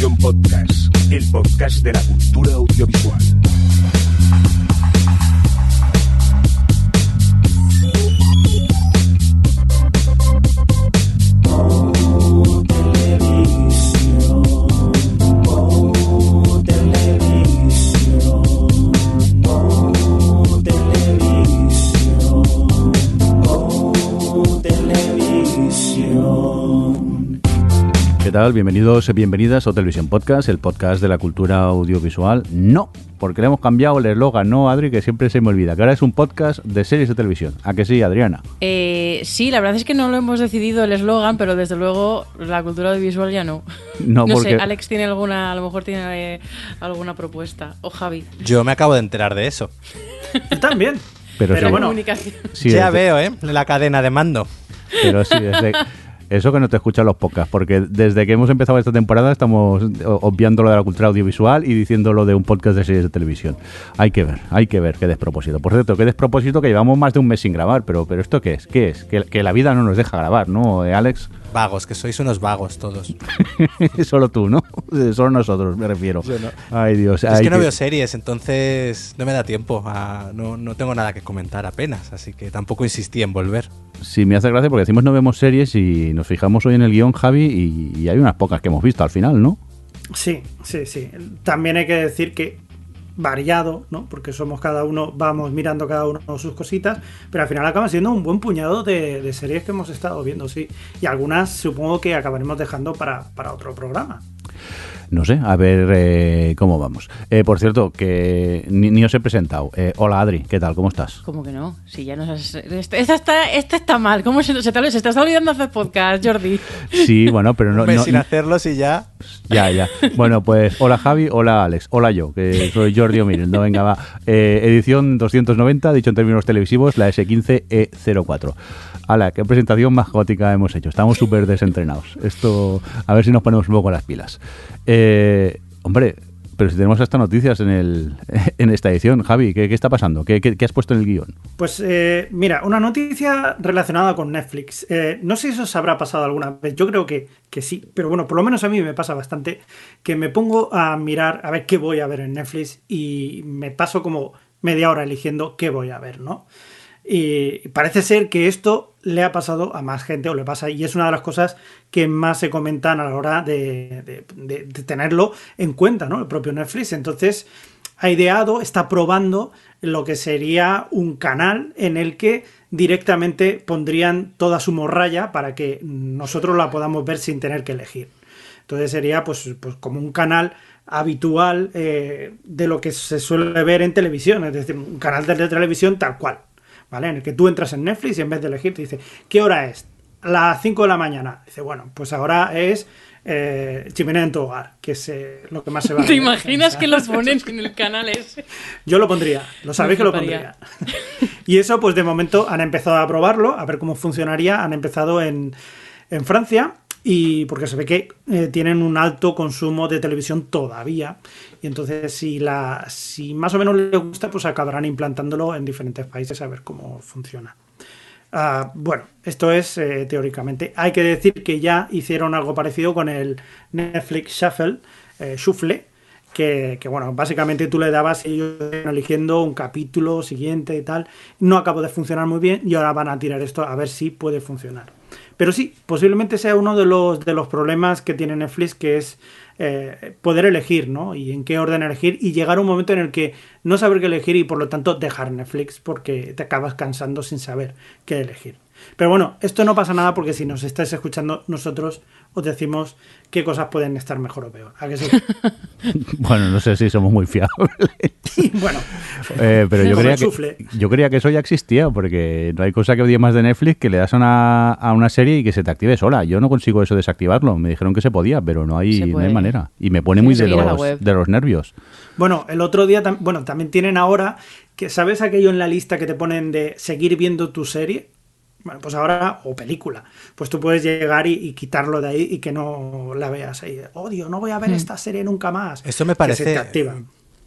Televisión Podcast, el podcast de la cultura audiovisual. ¿Qué tal? Bienvenidos y bienvenidas a Televisión Podcast, el podcast de la cultura audiovisual. No, porque le hemos cambiado el eslogan, ¿no, Adri? Que siempre se me olvida, que ahora es un podcast de series de televisión. ¿A que sí, Adriana? Sí, la verdad es que no lo hemos decidido el eslogan, pero desde luego la cultura audiovisual ya no. No, No porque... sé, Alex tiene alguna, a lo mejor tiene alguna propuesta. O Javi. Yo me acabo de enterar de eso. Yo también. Pero La sí, bueno, comunicación. sí, Ya desde- veo, la cadena de mando. Pero sí, desde... Eso que no te escuchan los podcasts, porque desde que hemos empezado esta temporada estamos obviando lo de la cultura audiovisual y diciendo lo de un podcast de series de televisión. Hay que ver qué despropósito. Por cierto, qué despropósito que llevamos más de un mes sin grabar, pero ¿esto qué es? ¿Qué es? Que la vida no nos deja grabar, ¿no, Alex? Vagos, que sois unos vagos todos. Solo tú, ¿no? Solo nosotros, me refiero. Yo no. Ay, Dios. Es ay, que no veo series, entonces no me da tiempo. No tengo nada que comentar apenas, así que tampoco insistí en volver. Sí, me hace gracia porque decimos no vemos series y nos fijamos hoy en el guión, Javi, y hay unas pocas que hemos visto al final, ¿no? sí. También hay que decir que variado, ¿no? Porque somos cada uno, vamos mirando cada uno sus cositas, pero al final acaban siendo un buen puñado de series que hemos estado viendo, sí. Y algunas supongo que acabaremos dejando para otro programa. No sé, a ver cómo vamos. Por cierto, que ni os he presentado. Hola, Adri, ¿qué tal? ¿Cómo estás? ¿Cómo que no? Si ya nos has... Esta está mal. ¿Cómo se te está olvidando hacer podcast, Jordi? Sí, bueno, pero no... Un mes no- sin hacerlos y ya. Ya. Bueno, pues hola Javi, hola Alex, hola yo, que soy Jordi O'Mirel. No, venga, va. Edición 290, dicho en términos televisivos, la S15E04. Hala, qué presentación más gótica hemos hecho. Estamos súper desentrenados. Esto, a ver si nos ponemos un poco las pilas. Hombre, pero si tenemos hasta noticias en esta edición, Javi, ¿qué está pasando? ¿Qué has puesto en el guión? Pues mira, una noticia relacionada con Netflix. No sé si os habrá pasado alguna vez, yo creo que sí, pero bueno, por lo menos a mí me pasa bastante que me pongo a mirar a ver qué voy a ver en Netflix y me paso como media hora eligiendo qué voy a ver, ¿no? Y parece ser que esto le ha pasado a más gente, o le pasa, y es una de las cosas que más se comentan a la hora de tenerlo en cuenta, ¿no? El propio Netflix. Entonces ha ideado, está probando lo que sería un canal en el que directamente pondrían toda su morralla para que nosotros la podamos ver sin tener que elegir. Entonces sería pues como un canal habitual de lo que se suele ver en televisión, es decir, un canal de televisión tal cual, ¿vale? En el que tú entras en Netflix y en vez de elegir te dice, ¿qué hora es? Las 5 de la mañana. Dice, bueno, pues ahora es Chimenea en tu hogar, que es lo que más se va a ver. ¿Te imaginas que los ponen en el canal ese? Yo lo pondría, lo sabéis que lo pondría. Y eso, pues de momento han empezado a probarlo, a ver cómo funcionaría. Han empezado en Francia, y porque se ve que tienen un alto consumo de televisión todavía. Y entonces, si más o menos les gusta, pues acabarán implantándolo en diferentes países a ver cómo funciona. Bueno, esto es teóricamente. Hay que decir que ya hicieron algo parecido con el Netflix Shuffle, que bueno, básicamente tú le dabas y ellos iban eligiendo un capítulo siguiente y tal. No acabó de funcionar muy bien y ahora van a tirar esto a ver si puede funcionar. Pero sí, posiblemente sea uno de los problemas que tiene Netflix, que es poder elegir, ¿no? Y en qué orden elegir, y llegar a un momento en el que no saber qué elegir y por lo tanto dejar Netflix porque te acabas cansando sin saber qué elegir. Pero bueno, esto no pasa nada porque si nos estáis escuchando, nosotros os decimos qué cosas pueden estar mejor o peor. ¿A que sí? Bueno, no sé si somos muy fiables. Y bueno, Pero como el sufle. yo creía que eso ya existía, porque no hay cosa que odie más de Netflix que le das a una serie y que se te active sola. Yo no consigo eso desactivarlo. Me dijeron que se podía, pero no hay manera. Y me pone muy Tienes que ir a la web. de los nervios. Bueno, el otro día, también tienen ahora, que ¿sabes aquello en la lista que te ponen de seguir viendo tu serie? Bueno, pues ahora, o película, pues tú puedes llegar y quitarlo de ahí y que no la veas ahí. Odio, no voy a ver esta serie nunca más. Esto me Que se te parece activa.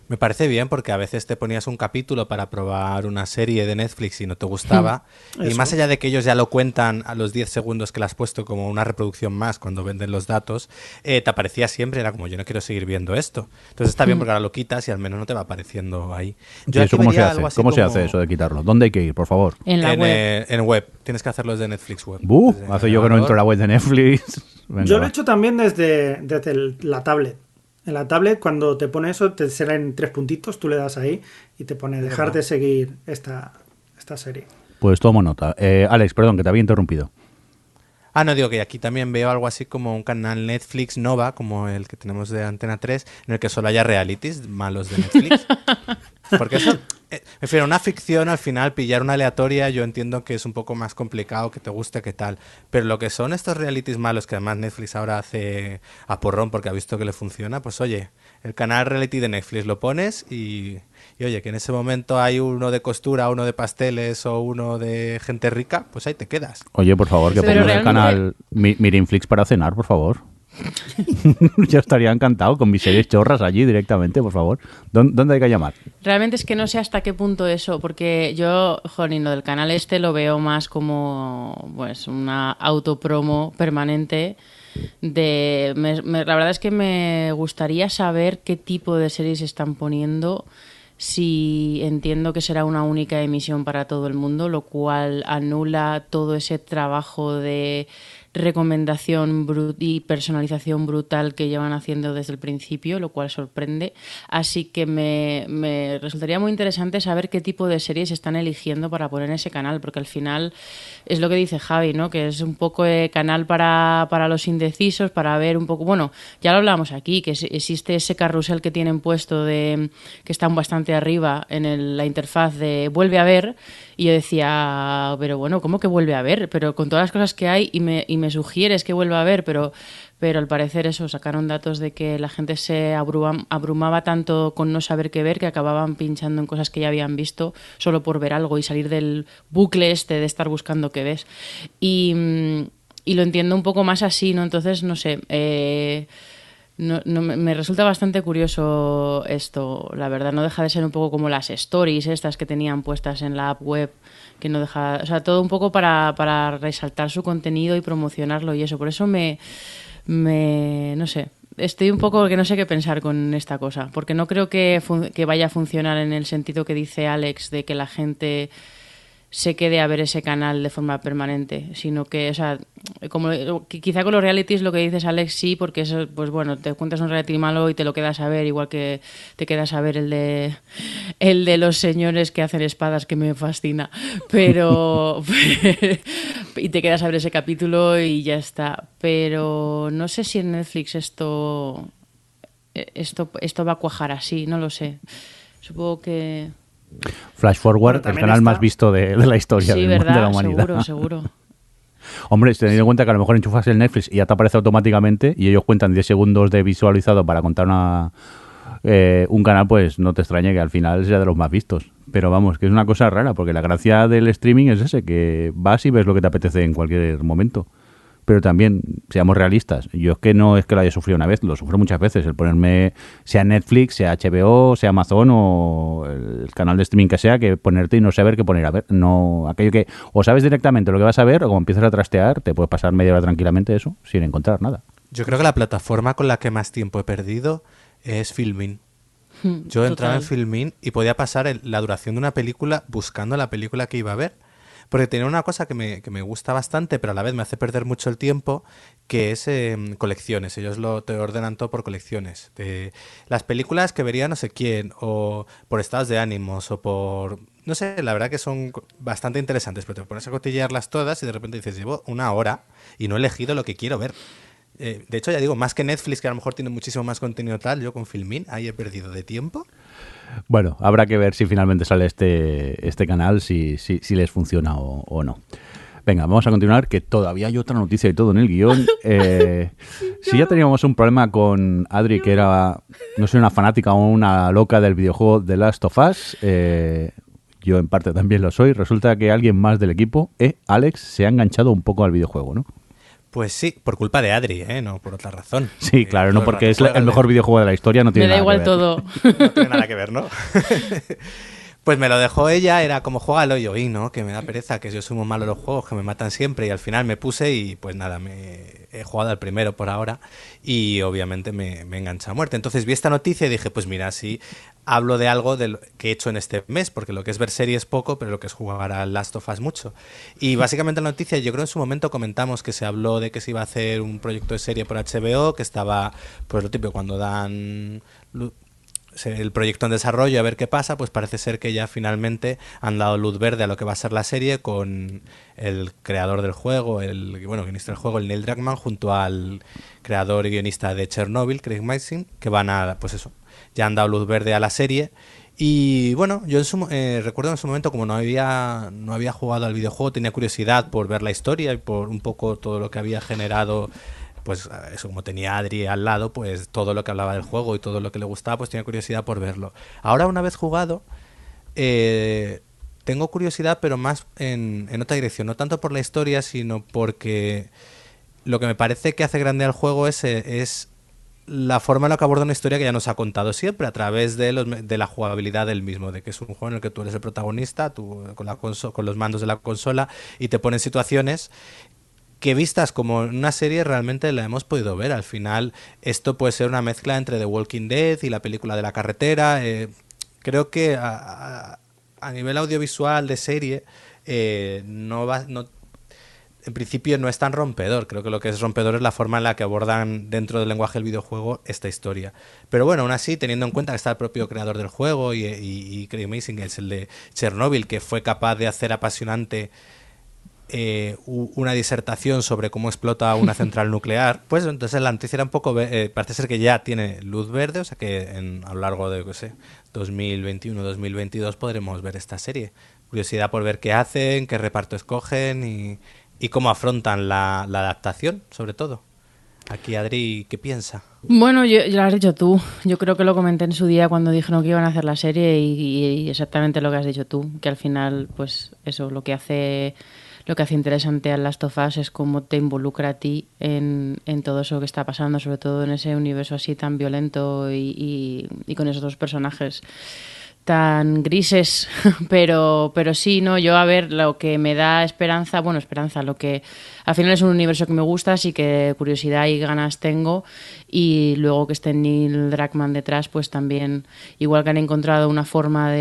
Me parece bien porque a veces te ponías un capítulo para probar una serie de Netflix y no te gustaba. Y más allá de que ellos ya lo cuentan a los 10 segundos que le has puesto como una reproducción más cuando venden los datos, te aparecía siempre, era como yo no quiero seguir viendo esto. Entonces está bien porque ahora lo quitas y al menos no te va apareciendo ahí. Yo ¿eso cómo se hace? ¿Cómo se hace eso de quitarlo? ¿Dónde hay que ir, por favor? En la web. En web. Tienes que hacerlo desde Netflix web. Hace yo que no entro a la web de Netflix. Venga, yo lo he hecho también desde la tablet. En la tablet, cuando te pone eso, te salen 3 puntitos, tú le das ahí y te pone dejar de seguir esta serie. Pues tomo nota. Alex, perdón, que te había interrumpido. No, digo que aquí también veo algo así como un canal Netflix Nova, como el que tenemos de Antena 3, en el que solo haya realities malos de Netflix. Porque eso, me refiero a una ficción, al final pillar una aleatoria, yo entiendo que es un poco más complicado, que te guste, que tal. Pero lo que son estos realities malos, que además Netflix ahora hace a porrón porque ha visto que le funciona, pues oye, el canal reality de Netflix lo pones y oye, que en ese momento hay uno de costura, uno de pasteles o uno de gente rica, pues ahí te quedas. Oye, por favor, que pongan el canal Mirinflix para cenar, por favor. Yo estaría encantado con mis series chorras allí directamente, por favor. ¿Dónde hay que llamar? Realmente es que no sé hasta qué punto eso, porque yo, jolín, lo del canal lo veo más como pues una autopromo permanente. La verdad es que me gustaría saber qué tipo de series están poniendo. Si entiendo que será una única emisión para todo el mundo, lo cual anula todo ese trabajo de recomendación y personalización brutal que llevan haciendo desde el principio, lo cual sorprende. Así que me resultaría muy interesante saber qué tipo de series están eligiendo para poner en ese canal, porque al final es lo que dice Javi, ¿no? Que es un poco canal para los indecisos, para ver un poco... Bueno, ya lo hablábamos aquí, que existe ese carrusel que tienen puesto que están bastante arriba en la interfaz de vuelve a ver, y yo decía, pero bueno, ¿cómo que vuelve a ver? Pero con todas las cosas que hay y me sugieres que vuelva a ver, pero al parecer eso, sacaron datos de que la gente se abrumaba tanto con no saber qué ver que acababan pinchando en cosas que ya habían visto solo por ver algo y salir del bucle de estar buscando qué ves. Y lo entiendo un poco más así, ¿no? Entonces, no sé, me resulta bastante curioso esto, la verdad. No deja de ser un poco como las stories estas que tenían puestas en la app web, que no deja, o sea, todo un poco para resaltar su contenido y promocionarlo y eso. Por eso no sé, estoy un poco que no sé qué pensar con esta cosa, porque no creo que vaya a funcionar en el sentido que dice Alex, de que la gente se quede a ver ese canal de forma permanente, sino que, o sea, quizá con los realities lo que dices, Alex, sí, porque eso, pues bueno, te cuentas un reality malo y te lo quedas a ver, igual que te quedas a ver el de los señores que hacen espadas, que me fascina, pero y te quedas a ver ese capítulo y ya está. Pero no sé si en Netflix esto va a cuajar así, no lo sé. Supongo que... Flash Forward, el canal más visto de la historia sí, de la humanidad. Seguro. Hombre, teniendo en cuenta que a lo mejor enchufas el Netflix y ya te aparece automáticamente y ellos cuentan 10 segundos de visualizado para contar un canal, pues no te extrañe que al final sea de los más vistos. Pero vamos, que es una cosa rara, porque la gracia del streaming es ese, que vas y ves lo que te apetece en cualquier momento. Pero también, seamos realistas, yo es que no es que lo haya sufrido una vez, lo sufro muchas veces, el ponerme, sea Netflix, sea HBO, sea Amazon o el canal de streaming que sea, que ponerte y no saber qué poner a ver. No, aquello que o sabes directamente lo que vas a ver o como empiezas a trastear, te puedes pasar media hora tranquilamente eso, sin encontrar nada. Yo creo que la plataforma con la que más tiempo he perdido es Filmin. Yo entraba en Filmin y podía pasar la duración de una película buscando la película que iba a ver. Porque tiene una cosa que me gusta bastante, pero a la vez me hace perder mucho el tiempo, que es colecciones. Ellos te ordenan todo por colecciones. Las películas que vería no sé quién, o por estados de ánimos, o por... No sé, la verdad que son bastante interesantes, pero te pones a cotillearlas todas y de repente dices, llevo una hora y no he elegido lo que quiero ver. De hecho, ya digo, más que Netflix, que a lo mejor tiene muchísimo más contenido tal, yo con Filmin ahí he perdido de tiempo. Bueno, habrá que ver si finalmente sale este canal, si les funciona o no. Venga, vamos a continuar, que todavía hay otra noticia y todo en el guión. Si ya teníamos un problema con Adri, que era, no sé, una fanática o una loca del videojuego The Last of Us, yo en parte también lo soy. Resulta que alguien más del equipo, Alex, se ha enganchado un poco al videojuego, ¿no? Pues sí, por culpa de Adri, no por otra razón. Sí, claro, no porque es el mejor videojuego de la historia, no tiene nada que ver. Me da igual todo. No tiene nada que ver, ¿no? Pues me lo dejó ella, era como juégalo, y yo, ¿no? Que me da pereza, que yo soy muy malo en los juegos, que me matan siempre, y al final me puse y pues nada, me he jugado al primero por ahora y obviamente me engancha a muerte. Entonces vi esta noticia y dije, pues mira, sí, hablo de algo que he hecho en este mes, porque lo que es ver series poco, pero lo que es jugar a Last of Us mucho. Y básicamente la noticia, yo creo en su momento comentamos que se habló de que se iba a hacer un proyecto de serie por HBO, que estaba, pues lo típico, cuando dan el proyecto en desarrollo a ver qué pasa, pues parece ser que ya finalmente han dado luz verde a lo que va a ser la serie con el creador del juego, el guionista del juego, el Neil Druckmann, junto al creador y guionista de Chernobyl, Craig Mazin, que van a, pues eso, ya han dado luz verde a la serie. Y bueno, yo recuerdo en su momento, como no había jugado al videojuego, tenía curiosidad por ver la historia y por un poco todo lo que había generado. Pues eso, como tenía a Adri al lado, pues todo lo que hablaba del juego y todo lo que le gustaba, pues tenía curiosidad por verlo. Ahora, una vez jugado, tengo curiosidad, pero más en otra dirección. No tanto por la historia, sino porque lo que me parece que hace grande al juego es la forma en la que aborda una historia que ya nos ha contado siempre, a través de la jugabilidad del mismo, de que es un juego en el que tú eres el protagonista, tú con los mandos de la consola, y te ponen situaciones que vistas como una serie realmente la hemos podido ver. Al final esto puede ser una mezcla entre The Walking Dead y la película de la carretera. Creo que a nivel audiovisual de serie en principio no es tan rompedor. Creo que lo que es rompedor es la forma en la que abordan dentro del lenguaje del videojuego esta historia. Pero bueno, aún así, teniendo en cuenta que está el propio creador del juego y Craig Mazin, que es el de Chernobyl, que fue capaz de hacer apasionante una disertación sobre cómo explota una central nuclear, pues entonces la noticia era un poco, parece ser que ya tiene luz verde, o sea que a lo largo de, 2021-2022 podremos ver esta serie. Curiosidad por ver qué hacen, qué reparto escogen y cómo afrontan la adaptación, sobre todo. Aquí, Adri, ¿qué piensa? Bueno, ya lo has dicho tú. Yo creo que lo comenté en su día cuando dijeron que iban a hacer la serie y exactamente lo que has dicho tú, que al final, pues eso, lo que hace interesante a Last of Us es cómo te involucra a ti en todo eso que está pasando, sobre todo en ese universo así tan violento y con esos dos personajes tan grises, pero sí, ¿no? Yo, a ver, lo que me da esperanza, lo que al final es un universo que me gusta, así que curiosidad y ganas tengo, y luego que esté Neil Druckmann detrás, pues también, igual que han encontrado una forma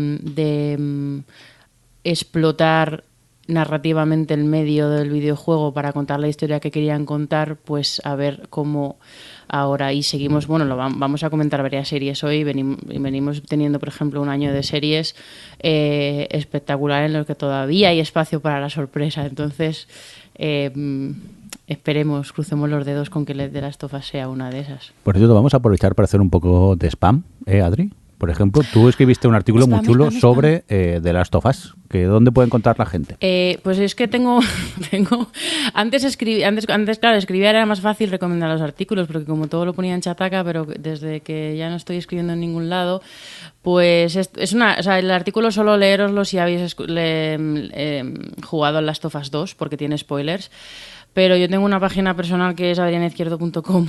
de explotar narrativamente el medio del videojuego para contar la historia que querían contar, pues a ver cómo ahora, y seguimos, vamos a comentar varias series hoy, venimos teniendo, por ejemplo, un año de series espectacular en los que todavía hay espacio para la sorpresa, entonces esperemos, crucemos los dedos con que The Last of Us sea una de esas. Por cierto, vamos a aprovechar para hacer un poco de spam, Adri. Por ejemplo, tú escribiste un artículo muy chulo sobre The Last of Us. ¿Dónde puede encontrar la gente? Pues es que tengo antes, claro, escribía era más fácil recomendar los artículos, porque como todo lo ponía en chataca, pero desde que ya no estoy escribiendo en ningún lado, pues el artículo solo leeroslo si habéis jugado al Last of Us 2, porque tiene spoilers. Pero yo tengo una página personal que es adrianizquierdo.com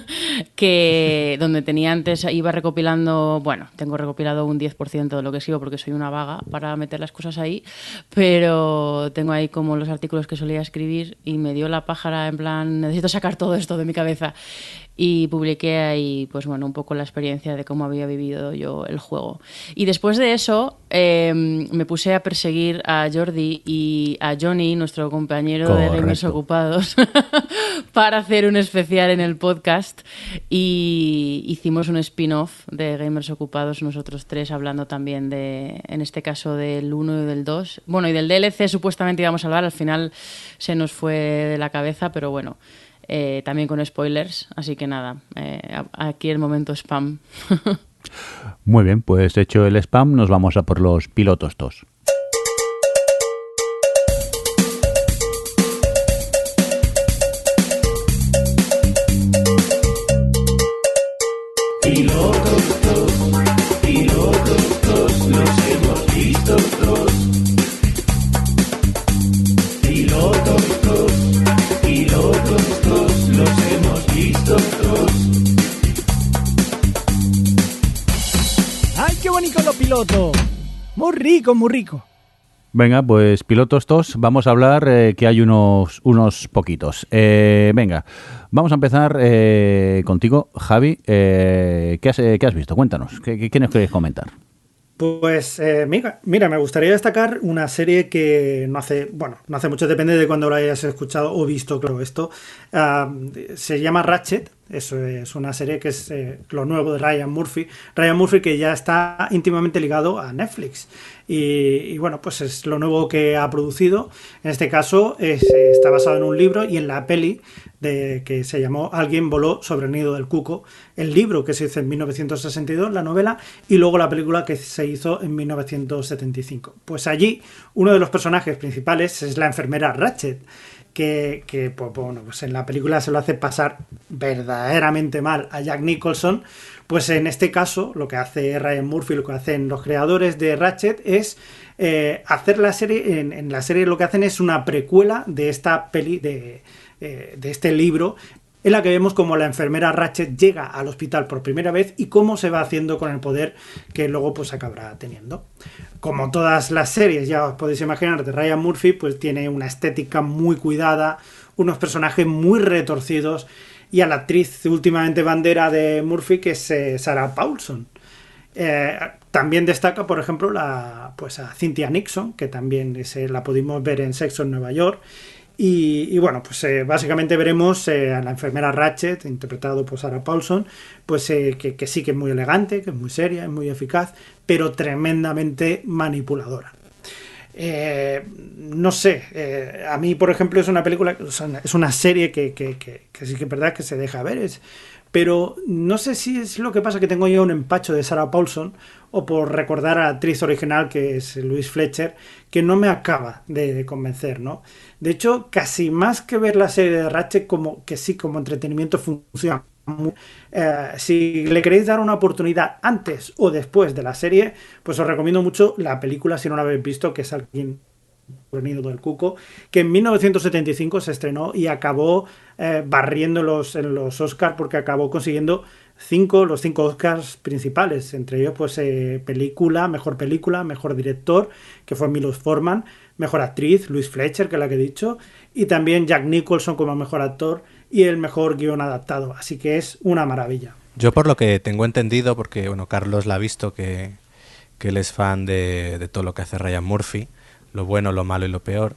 donde tenía antes, iba recopilando, tengo recopilado un 10% de lo que escribo porque soy una vaga para meter las cosas ahí, pero tengo ahí como los artículos que solía escribir y me dio la pájara en plan, necesito sacar todo esto de mi cabeza. Y publiqué ahí, pues un poco la experiencia de cómo había vivido yo el juego. Y después de eso, me puse a perseguir a Jordi y a Johnny, nuestro compañero de Gamers Ocupados, para hacer un especial en el podcast. Y hicimos un spin-off de Gamers Ocupados, nosotros tres, hablando también en este caso, del 1 y del 2. Bueno, y del DLC supuestamente íbamos a hablar, al final se nos fue de la cabeza, pero bueno. También con spoilers, así que nada, aquí el momento spam. Muy bien, pues hecho el spam, nos vamos a por los pilotos 2. Pilotos 2, los hemos visto todos. Pilotos 2. ¡Ay, qué bonito los pilotos! Muy rico, muy rico. Venga, pues pilotos tos, vamos a hablar que hay unos poquitos. Venga, vamos a empezar contigo, Javi. ¿Qué has visto? Cuéntanos, ¿qué nos queréis comentar? Pues mira, me gustaría destacar una serie que no hace mucho, depende de cuando lo hayas escuchado o visto, claro, esto. Se llama Ratchet, es una serie que es lo nuevo de Ryan Murphy. Ryan Murphy, que ya está íntimamente ligado a Netflix. Y bueno, pues es lo nuevo que ha producido. En este caso está basado en un libro y en la peli que se llamó Alguien voló sobre el nido del cuco, el libro que se hizo en 1962, la novela, y luego la película que se hizo en 1975. Pues allí uno de los personajes principales es la enfermera Ratchet, que pues en la película se lo hace pasar verdaderamente mal a Jack Nicholson. Pues en este caso lo que hace Ryan Murphy, lo que hacen los creadores de Ratchet es hacer la serie, en la serie lo que hacen es una precuela de esta peli, de este libro, en la que vemos cómo la enfermera Ratchet llega al hospital por primera vez y cómo se va haciendo con el poder que luego pues acabará teniendo. Como todas las series, ya os podéis imaginar, de Ryan Murphy, pues tiene una estética muy cuidada, unos personajes muy retorcidos, y a la actriz últimamente bandera de Murphy, que es Sarah Paulson. También destaca, por ejemplo, a Cynthia Nixon, que también la pudimos ver en Sexo en Nueva York. Y bueno, pues básicamente veremos a la enfermera Ratchet, interpretado por Sarah Paulson, pues que sí que es muy elegante, que es muy seria, es muy eficaz, pero tremendamente manipuladora. No sé, a mí, por ejemplo, es una película, es una serie que sí que es verdad que se deja ver, pero no sé si es lo que pasa, que tengo yo un empacho de Sarah Paulson, o por recordar a la actriz original, que es Louise Fletcher, que no me acaba de convencer, ¿no? De hecho, casi más que ver la serie de Ratchet, como entretenimiento funciona. Si le queréis dar una oportunidad antes o después de la serie, pues os recomiendo mucho la película, si no la habéis visto, que es Alguien por el nido del cuco, que en 1975 se estrenó y acabó barriendo en los Oscars, porque acabó consiguiendo los 5 Oscars principales, entre ellos pues película, mejor director, que fue Milos Forman, mejor actriz, Louise Fletcher, que es la que he dicho, y también Jack Nicholson como mejor actor y el mejor guión adaptado, así que es una maravilla. Yo, por lo que tengo entendido, porque bueno, Carlos la ha visto, que él es fan de todo lo que hace Ryan Murphy, lo bueno, lo malo y lo peor,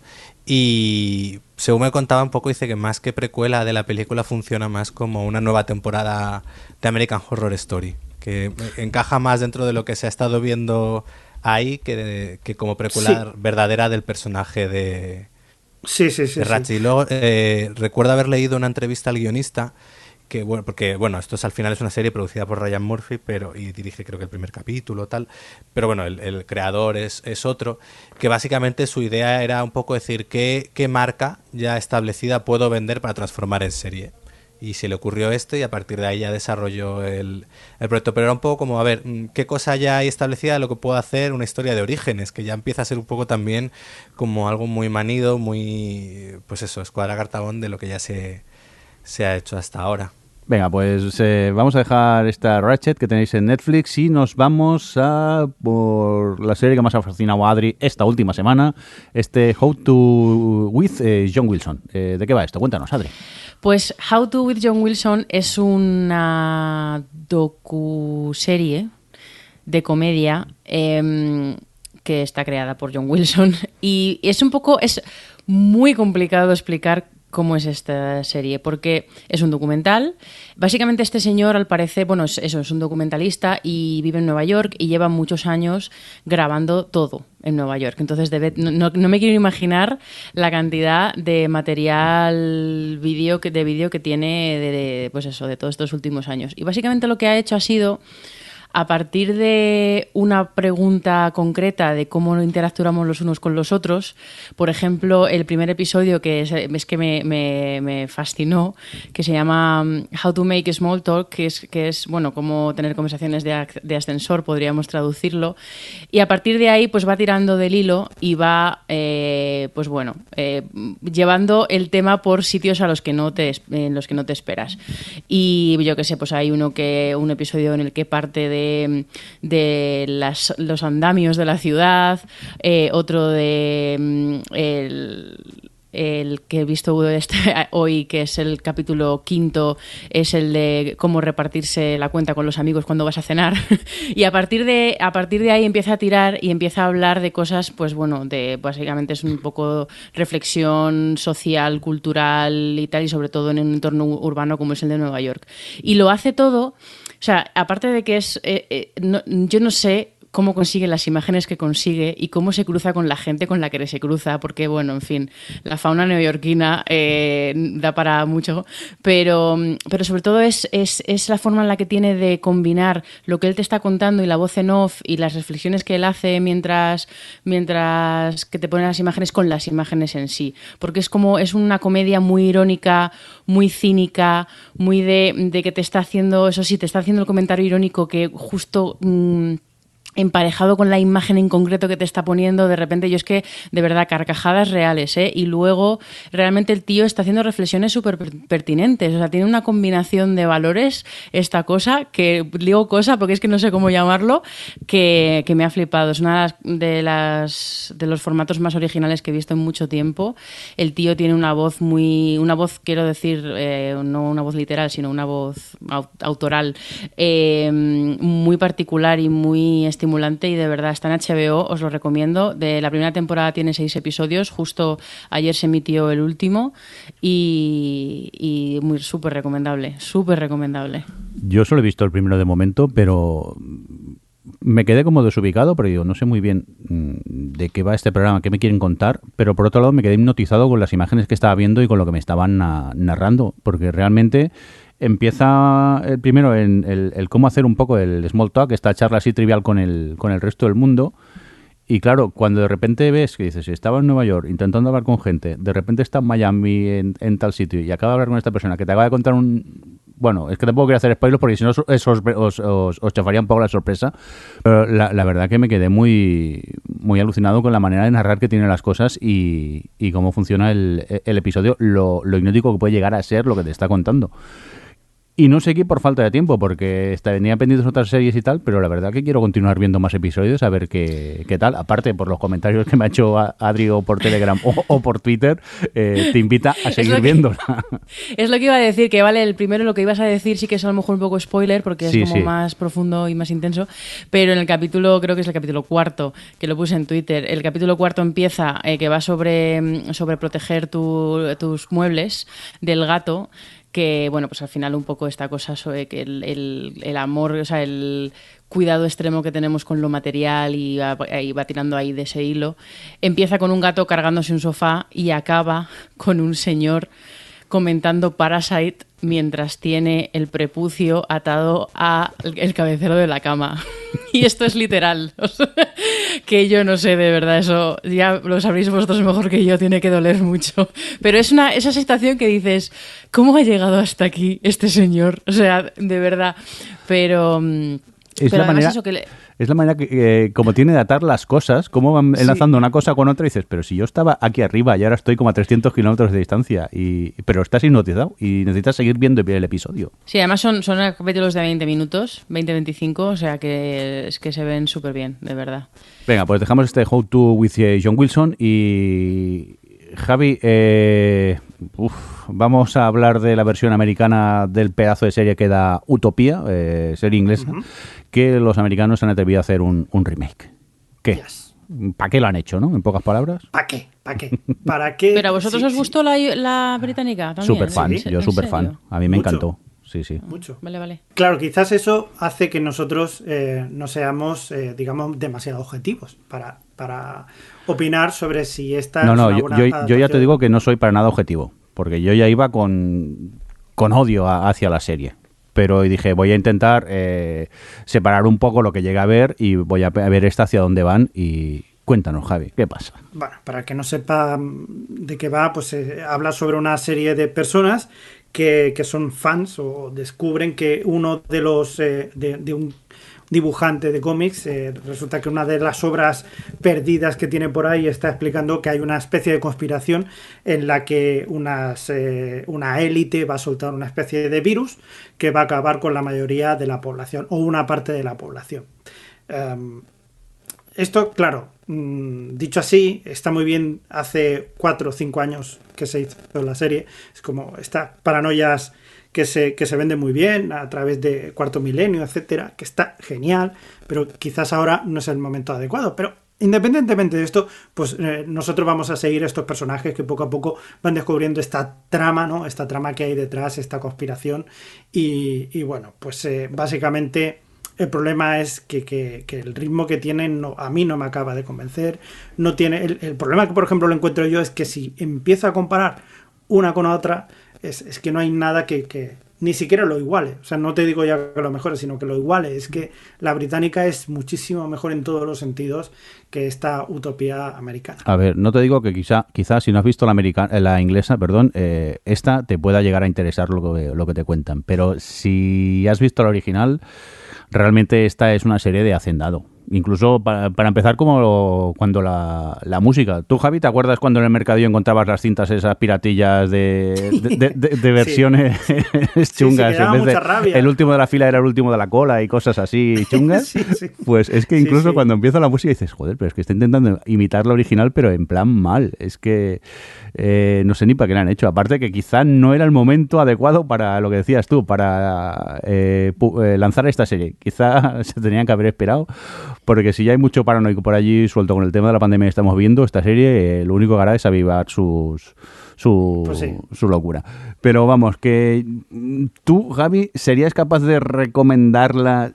y según me contaba un poco, dice que más que precuela de la película funciona más como una nueva temporada de American Horror Story, que encaja más dentro de lo que se ha estado viendo ahí que como precuela verdadera del personaje de Ratchet. Y luego recuerdo haber leído una entrevista al guionista, que bueno, porque bueno, esto al final es una serie producida por Ryan Murphy, y dirige creo que el primer capítulo, tal, pero bueno, el creador es otro, que básicamente su idea era un poco decir qué marca ya establecida puedo vender para transformar en serie. Y se le ocurrió y a partir de ahí ya desarrolló el proyecto. Pero era un poco como, a ver, ¿qué cosa ya hay establecida de lo que puedo hacer? Una historia de orígenes, que ya empieza a ser un poco también como algo muy manido, muy, pues eso, escuadra cartabón de lo que ya se ha hecho hasta ahora. Venga, pues vamos a dejar esta Ratchet que tenéis en Netflix y nos vamos a por la serie que más ha fascinado a Adri esta última semana, How to with John Wilson. ¿De qué va esto? Cuéntanos, Adri. Pues How to with John Wilson es una docuserie de comedia que está creada por John Wilson y es muy complicado explicar cómo es esta serie, porque es un documental. Básicamente este señor, al parecer, bueno, es un documentalista y vive en Nueva York y lleva muchos años grabando todo en Nueva York. Entonces no me quiero imaginar la cantidad de material de vídeo que tiene de todos estos últimos años. Y básicamente lo que ha hecho ha sido a partir de una pregunta concreta de cómo interactuamos los unos con los otros, por ejemplo, el primer episodio que es que me fascinó, que se llama How to Make Small Talk, que es bueno, cómo tener conversaciones de ascensor, podríamos traducirlo, y a partir de ahí pues va tirando del hilo y va pues bueno, llevando el tema por sitios en los que no te esperas. Y yo qué sé, pues hay un episodio en el que parte de los andamios de la ciudad, otro de el que he visto hoy, que es el capítulo 5, es el de cómo repartirse la cuenta con los amigos cuando vas a cenar. Y a partir de ahí empieza a tirar y empieza a hablar de cosas, pues bueno, básicamente es un poco reflexión social, cultural y tal, y sobre todo en un entorno urbano como es el de Nueva York. Y lo hace todo, o sea, aparte de que yo no sé cómo consigue las imágenes que consigue y cómo se cruza con la gente con la que se cruza, porque, bueno, en fin, la fauna neoyorquina da para mucho, pero sobre todo es la forma en la que tiene de combinar lo que él te está contando y la voz en off y las reflexiones que él hace mientras que te ponen las imágenes con las imágenes en sí, porque es una comedia muy irónica, muy cínica, muy de que te está haciendo, eso sí, te está haciendo el comentario irónico que justo emparejado con la imagen en concreto que te está poniendo, de repente yo es que, de verdad, carcajadas reales, ¿eh? Y luego, realmente el tío está haciendo reflexiones súper pertinentes, o sea, tiene una combinación de valores, esta cosa, que digo cosa porque es que no sé cómo llamarlo, que me ha flipado. Es una de los formatos más originales que he visto en mucho tiempo. El tío tiene una voz quiero decir, no una voz literal, sino una voz autoral, muy particular y muy estimulante, y de verdad está en HBO, os lo recomiendo. De la primera temporada tiene 6 episodios, justo ayer se emitió el último y muy súper recomendable, súper recomendable. Yo solo he visto el primero de momento, pero me quedé como desubicado, pero digo, no sé muy bien de qué va este programa, qué me quieren contar, pero por otro lado me quedé hipnotizado con las imágenes que estaba viendo y con lo que me estaban narrando, porque realmente empieza primero en el cómo hacer un poco el small talk, esta charla así trivial con el resto del mundo. Y claro, cuando de repente ves que dices, estaba en Nueva York intentando hablar con gente, de repente está en Miami en tal sitio y acaba de hablar con esta persona que te acaba de contar bueno, es que tampoco quiero hacer spoilers porque si no os chafaría un poco la sorpresa, pero la verdad que me quedé muy, muy alucinado con la manera de narrar que tiene las cosas y cómo funciona el episodio, lo hipnótico que puede llegar a ser lo que te está contando. Y no sé qué por falta de tiempo, porque venía pendientes otras series y tal, pero la verdad que quiero continuar viendo más episodios, a ver qué tal. Aparte, por los comentarios que me ha hecho Adri o por Telegram o por Twitter, te invita a seguir viéndola. Es lo que iba a decir, que vale, el primero lo que ibas a decir sí que es a lo mejor un poco spoiler, porque es como más profundo y más intenso, pero en el capítulo, creo que es el capítulo 4, que lo puse en Twitter, el capítulo 4 empieza, que va sobre proteger tus muebles del gato, que, bueno, pues al final un poco esta cosa sobre que el amor, o sea, el cuidado extremo que tenemos con lo material y va tirando ahí de ese hilo. Empieza con un gato cargándose un sofá y acaba con un señor comentando Parasite mientras tiene el prepucio atado a el cabecero de la cama. Y esto es literal. O sea, que yo no sé, de verdad, eso ya lo sabréis vosotros mejor que yo, tiene que doler mucho. Pero es esa situación que dices, ¿cómo ha llegado hasta aquí este señor? O sea, de verdad. Pero la manera... Eso que es la manera que como tiene de atar las cosas, cómo van enlazando una cosa con otra y dices, pero si yo estaba aquí arriba y ahora estoy como a 300 kilómetros de distancia, pero estás hipnotizado y necesitas seguir viendo el episodio. Sí, además son capítulos de 20 minutos, 20-25, o sea que es que se ven súper bien, de verdad. Venga, pues dejamos este How to with John Wilson y Javi, vamos a hablar de la versión americana del pedazo de serie que da Utopía, serie inglesa, que los americanos han atrevido a hacer un remake. ¿Qué? Yes. ¿Para qué lo han hecho, no? En pocas palabras. ¿Para qué? ¿Para qué? ¿Pero a vosotros os gustó la británica también? Súper fan, yo súper fan. A mí me encantó. Sí. Mucho. Vale. Claro, quizás eso hace que nosotros no seamos, digamos, demasiado objetivos para opinar sobre si esta es una buena adaptación. Yo ya te digo que no soy para nada objetivo, porque yo ya iba con odio hacia la serie. pero dije, voy a intentar separar un poco lo que llega a ver y voy a ver esta hacia dónde van. Y cuéntanos, Javi, ¿qué pasa? Bueno, para el que no sepa de qué va, pues habla sobre una serie de personas que son fans o descubren que uno de los de un dibujante de cómics, resulta que una de las obras perdidas que tiene por ahí está explicando que hay una especie de conspiración en la que una élite va a soltar una especie de virus que va a acabar con la mayoría de la población o una parte de la población. Esto, claro, dicho así, está muy bien. Hace 4 o 5 años que se hizo la serie, es como estas paranoias que se vende muy bien a través de Cuarto Milenio, etcétera, que está genial, pero quizás ahora no es el momento adecuado. Pero independientemente de esto, pues nosotros vamos a seguir estos personajes que poco a poco van descubriendo esta trama, ¿no? Esta trama que hay detrás, esta conspiración. Y bueno, pues básicamente el problema es que el ritmo que tienen a mí no me acaba de convencer. No tiene el problema que, por ejemplo, lo encuentro yo es que si empiezo a comparar una con otra, es que no hay nada que ni siquiera lo iguale. O sea, no te digo ya que lo mejore, sino que lo iguale. Es que la británica es muchísimo mejor en todos los sentidos que esta utopía americana. A ver, no te digo que quizá si no has visto la inglesa, perdón, esta te pueda llegar a interesar lo que te cuentan. Pero si has visto la original, realmente esta es una serie de hacendado. Incluso para empezar, como cuando la música. ¿Tú, Javi, te acuerdas cuando en el mercadillo encontrabas las cintas esas piratillas de versiones chungas? Sí, que en vez mucha rabia. El último de la fila era el último de la cola y cosas así chungas. Sí. Pues es que incluso Sí. cuando empieza la música dices, joder, pero es que está intentando imitar la original, pero en plan mal. Es que no sé ni para qué la han hecho. Aparte que quizá no era el momento adecuado para lo que decías tú, para lanzar esta serie. Quizá se tenían que haber esperado. Porque si ya hay mucho paranoico por allí suelto con el tema de la pandemia que estamos viendo, esta serie lo único que hará es avivar su locura. Pero vamos, que tú, Javi, ¿serías capaz de recomendarla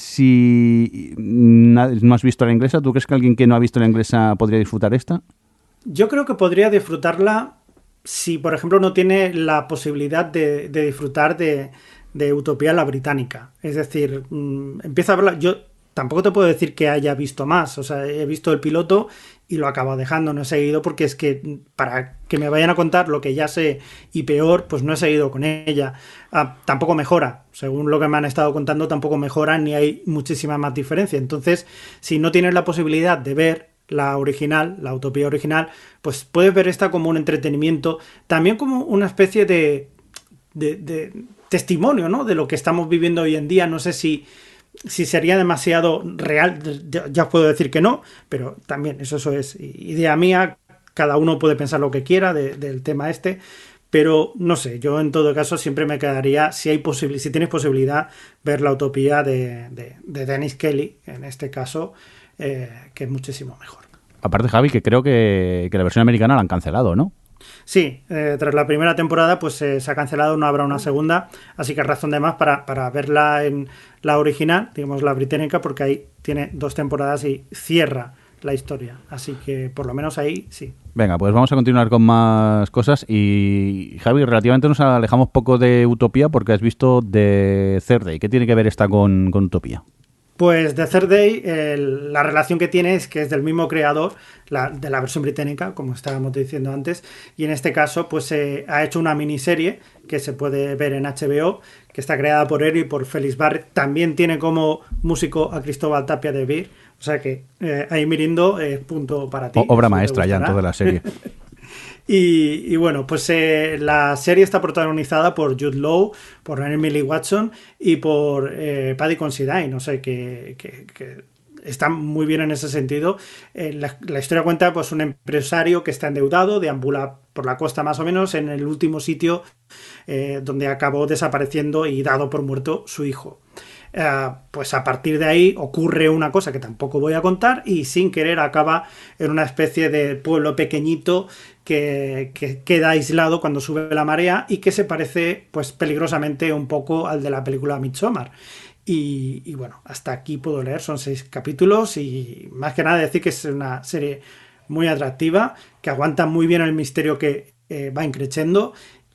si no has visto la inglesa? ¿Tú crees que alguien que no ha visto la inglesa podría disfrutar esta? Yo creo que podría disfrutarla si, por ejemplo, no tiene la posibilidad de disfrutar de Utopía la británica. Es decir, empieza a verla. Yo tampoco te puedo decir que haya visto más. O sea, he visto el piloto y lo acabo dejando. No he seguido porque es que para que me vayan a contar lo que ya sé y peor, pues no he seguido con ella. Tampoco mejora. Según lo que me han estado contando, tampoco mejora ni hay muchísima más diferencia. Entonces, si no tienes la posibilidad de ver la original, la Utopía original, pues puedes ver esta como un entretenimiento, también como una especie de testimonio, ¿no? De lo que estamos viviendo hoy en día. No sé si sería demasiado real, ya os puedo decir que no, pero también eso es idea mía, cada uno puede pensar lo que quiera del tema este, pero no sé, yo en todo caso siempre me quedaría, si tienes posibilidad, ver la Utopía de Dennis Kelly, en este caso, que es muchísimo mejor. Aparte, Javi, que creo que la versión americana la han cancelado, ¿no? Sí, tras la primera temporada pues se ha cancelado, no habrá una segunda, así que razón de más para verla en la original, digamos la británica, porque ahí tiene 2 temporadas y cierra la historia, así que por lo menos ahí sí. Venga, pues vamos a continuar con más cosas y Javi, relativamente nos alejamos poco de Utopía porque has visto The Third Day. ¿Qué tiene que ver esta con Utopía? Pues The Third Day, la relación que tiene es que es del mismo creador de la versión británica, como estábamos diciendo antes, y en este caso pues ha hecho una miniserie que se puede ver en HBO, que está creada por él y por Félix Barrett. También tiene como músico a Cristóbal Tapia de Beer, o sea que ahí Mirindo, punto para ti. Obra maestra ya en toda la serie. Y bueno, pues la serie está protagonizada por Jude Law, por Emily Watson y por Paddy Considine, no sé, que está muy bien en ese sentido. La historia cuenta pues un empresario que está endeudado, deambula por la costa más o menos en el último sitio donde acabó desapareciendo y dado por muerto su hijo. Pues a partir de ahí ocurre una cosa que tampoco voy a contar y sin querer acaba en una especie de pueblo pequeñito que queda aislado cuando sube la marea y que se parece pues peligrosamente un poco al de la película Midsommar. Y bueno, hasta aquí puedo leer, son 6 capítulos y más que nada decir que es una serie muy atractiva, que aguanta muy bien el misterio que va increciendo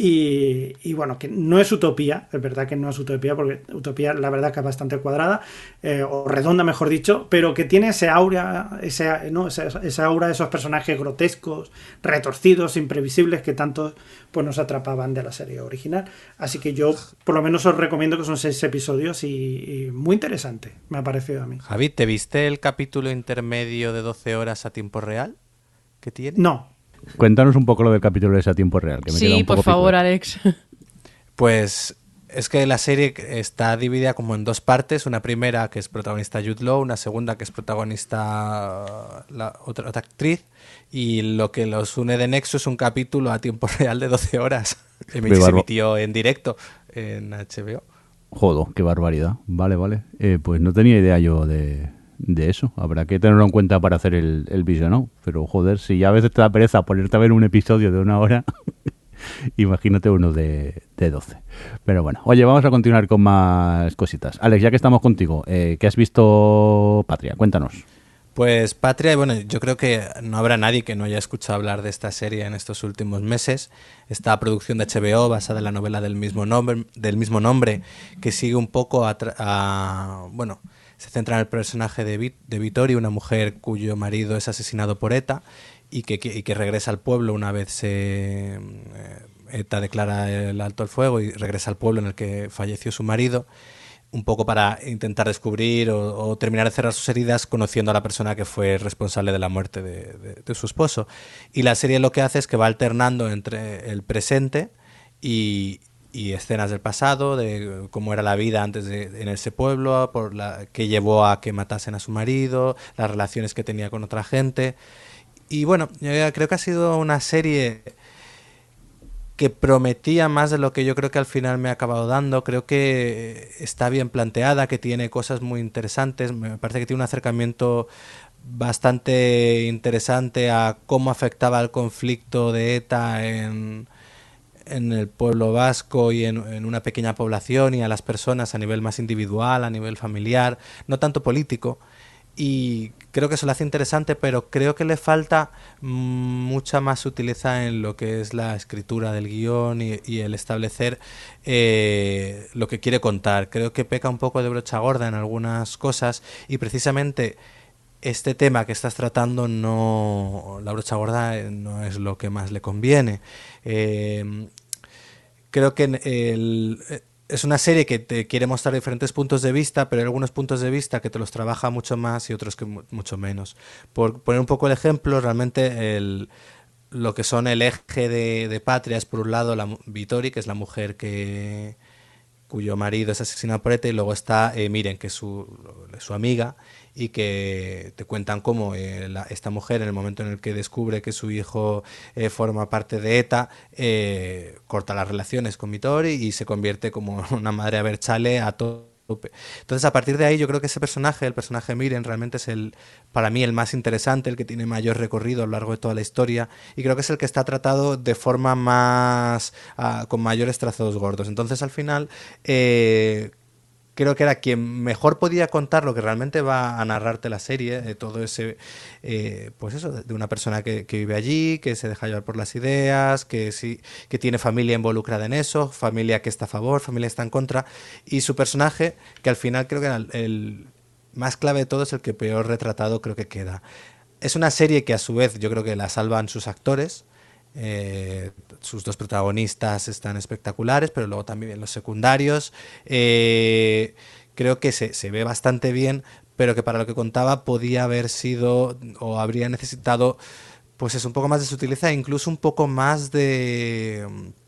Y bueno, que no es utopía, es verdad que no es utopía, porque utopía la verdad que es bastante cuadrada, o redonda mejor dicho, pero que tiene ese aura, esa aura de esos personajes grotescos, retorcidos, imprevisibles, que tanto pues nos atrapaban de la serie original. Así que yo por lo menos os recomiendo, que son 6 episodios y muy interesante, me ha parecido a mí. Javi, ¿te viste el capítulo intermedio de 12 horas a tiempo real que tiene? No. Cuéntanos un poco lo del capítulo ese a tiempo real, que me queda un poco por favor, picuet. Alex. Pues es que la serie está dividida como en 2 partes. Una primera que es protagonista Jude Law, una segunda que es protagonista la otra actriz, y lo que los une de nexo es un capítulo a tiempo real de 12 horas. Se emitió en directo en HBO. Joder, qué barbaridad. Vale. Pues no tenía idea yo de eso. Habrá que tenerlo en cuenta para hacer el visionado. Pero joder, si ya a veces te da pereza ponerte a ver un episodio de 1 hora, imagínate uno de 12. Pero bueno, oye, vamos a continuar con más cositas. Alex, ya que estamos contigo, ¿qué has visto Patria? Cuéntanos. Pues Patria, bueno, yo creo que no habrá nadie que no haya escuchado hablar de esta serie en estos últimos meses. Esta producción de HBO basada en la novela del mismo nombre, que sigue un poco bueno, se centra en el personaje de Vittoria, una mujer cuyo marido es asesinado por ETA y que regresa al pueblo una vez ETA declara el alto al fuego, y regresa al pueblo en el que falleció su marido, un poco para intentar descubrir o terminar de cerrar sus heridas, conociendo a la persona que fue responsable de la muerte de su esposo. Y la serie lo que hace es que va alternando entre el presente y escenas del pasado, de cómo era la vida antes en ese pueblo, que llevó a que matasen a su marido, las relaciones que tenía con otra gente. Y bueno, yo creo que ha sido una serie que prometía más de lo que yo creo que al final me ha acabado dando. Creo que está bien planteada, que tiene cosas muy interesantes. Me parece que tiene un acercamiento bastante interesante a cómo afectaba el conflicto de ETA en el pueblo vasco y en una pequeña población, y a las personas a nivel más individual, a nivel familiar, no tanto político. Y creo que eso lo hace interesante, pero creo que le falta mucha más sutileza en lo que es la escritura del guión y el establecer lo que quiere contar. Creo que peca un poco de brocha gorda en algunas cosas, y precisamente este tema que estás tratando, la brocha gorda no es lo que más le conviene. Creo que es una serie que te quiere mostrar diferentes puntos de vista, pero hay algunos puntos de vista que te los trabaja mucho más y otros que mucho menos. Por poner un poco el ejemplo, realmente lo que son el eje de Patria es, por un lado, la Vittoria, que es la mujer cuyo marido es asesinado por ETA, y luego está Miren, que es su amiga, y que te cuentan cómo esta mujer, en el momento en el que descubre que su hijo forma parte de ETA, corta las relaciones con Vittoria y se convierte como una madre abertzale a tope. Entonces, a partir de ahí, yo creo que ese personaje, el personaje Miren, realmente es para mí el más interesante, el que tiene mayor recorrido a lo largo de toda la historia, y creo que es el que está tratado de forma más con mayores trazos gordos. Entonces, al final, creo que era quien mejor podía contar lo que realmente va a narrarte la serie, todo ese, pues eso, de una persona que vive allí, que se deja llevar por las ideas, que tiene familia involucrada en eso, familia que está a favor, familia que está en contra, y su personaje, que al final creo que era el más clave de todo, es el que peor retratado creo que queda. Es una serie que a su vez yo creo que la salvan sus actores. Sus 2 protagonistas están espectaculares, pero luego también los secundarios. Creo que se ve bastante bien, pero que para lo que contaba podía haber sido, o habría necesitado, pues es un poco más de sutileza, e incluso un poco más de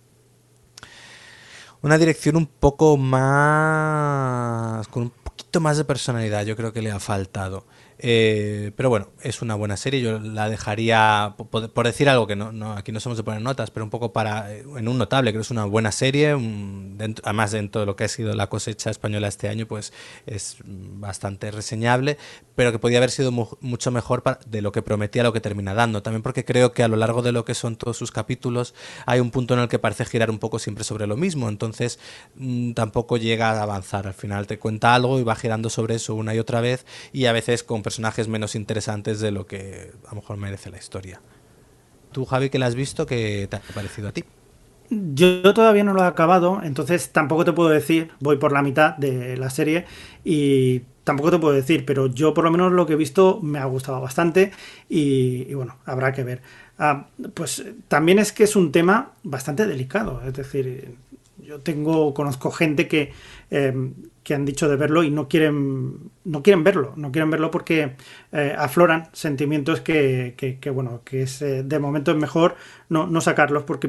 una dirección un poco más, con un poquito más de personalidad. Yo creo que le ha faltado. Pero bueno, es una buena serie. Yo la dejaría, por decir algo, que no aquí no somos de poner notas, pero un poco en un notable. Creo que es una buena serie, además dentro de lo que ha sido la cosecha española este año, pues es bastante reseñable, pero que podía haber sido mucho mejor de lo que prometía, lo que termina dando. También porque creo que a lo largo de lo que son todos sus capítulos hay un punto en el que parece girar un poco siempre sobre lo mismo, entonces tampoco llega a avanzar. Al final te cuenta algo y va girando sobre eso una y otra vez, y a veces con personajes menos interesantes de lo que a lo mejor merece la historia. Tú, Javi, que la has visto, ¿qué te ha parecido a ti? Yo todavía no lo he acabado, entonces tampoco te puedo decir, voy por la mitad de la serie y tampoco te puedo decir, pero yo por lo menos lo que he visto me ha gustado bastante y bueno, habrá que ver. Pues también es que es un tema bastante delicado, es decir, yo conozco gente que han dicho de verlo y no quieren verlo porque afloran sentimientos que bueno, que es de momento es mejor no sacarlos porque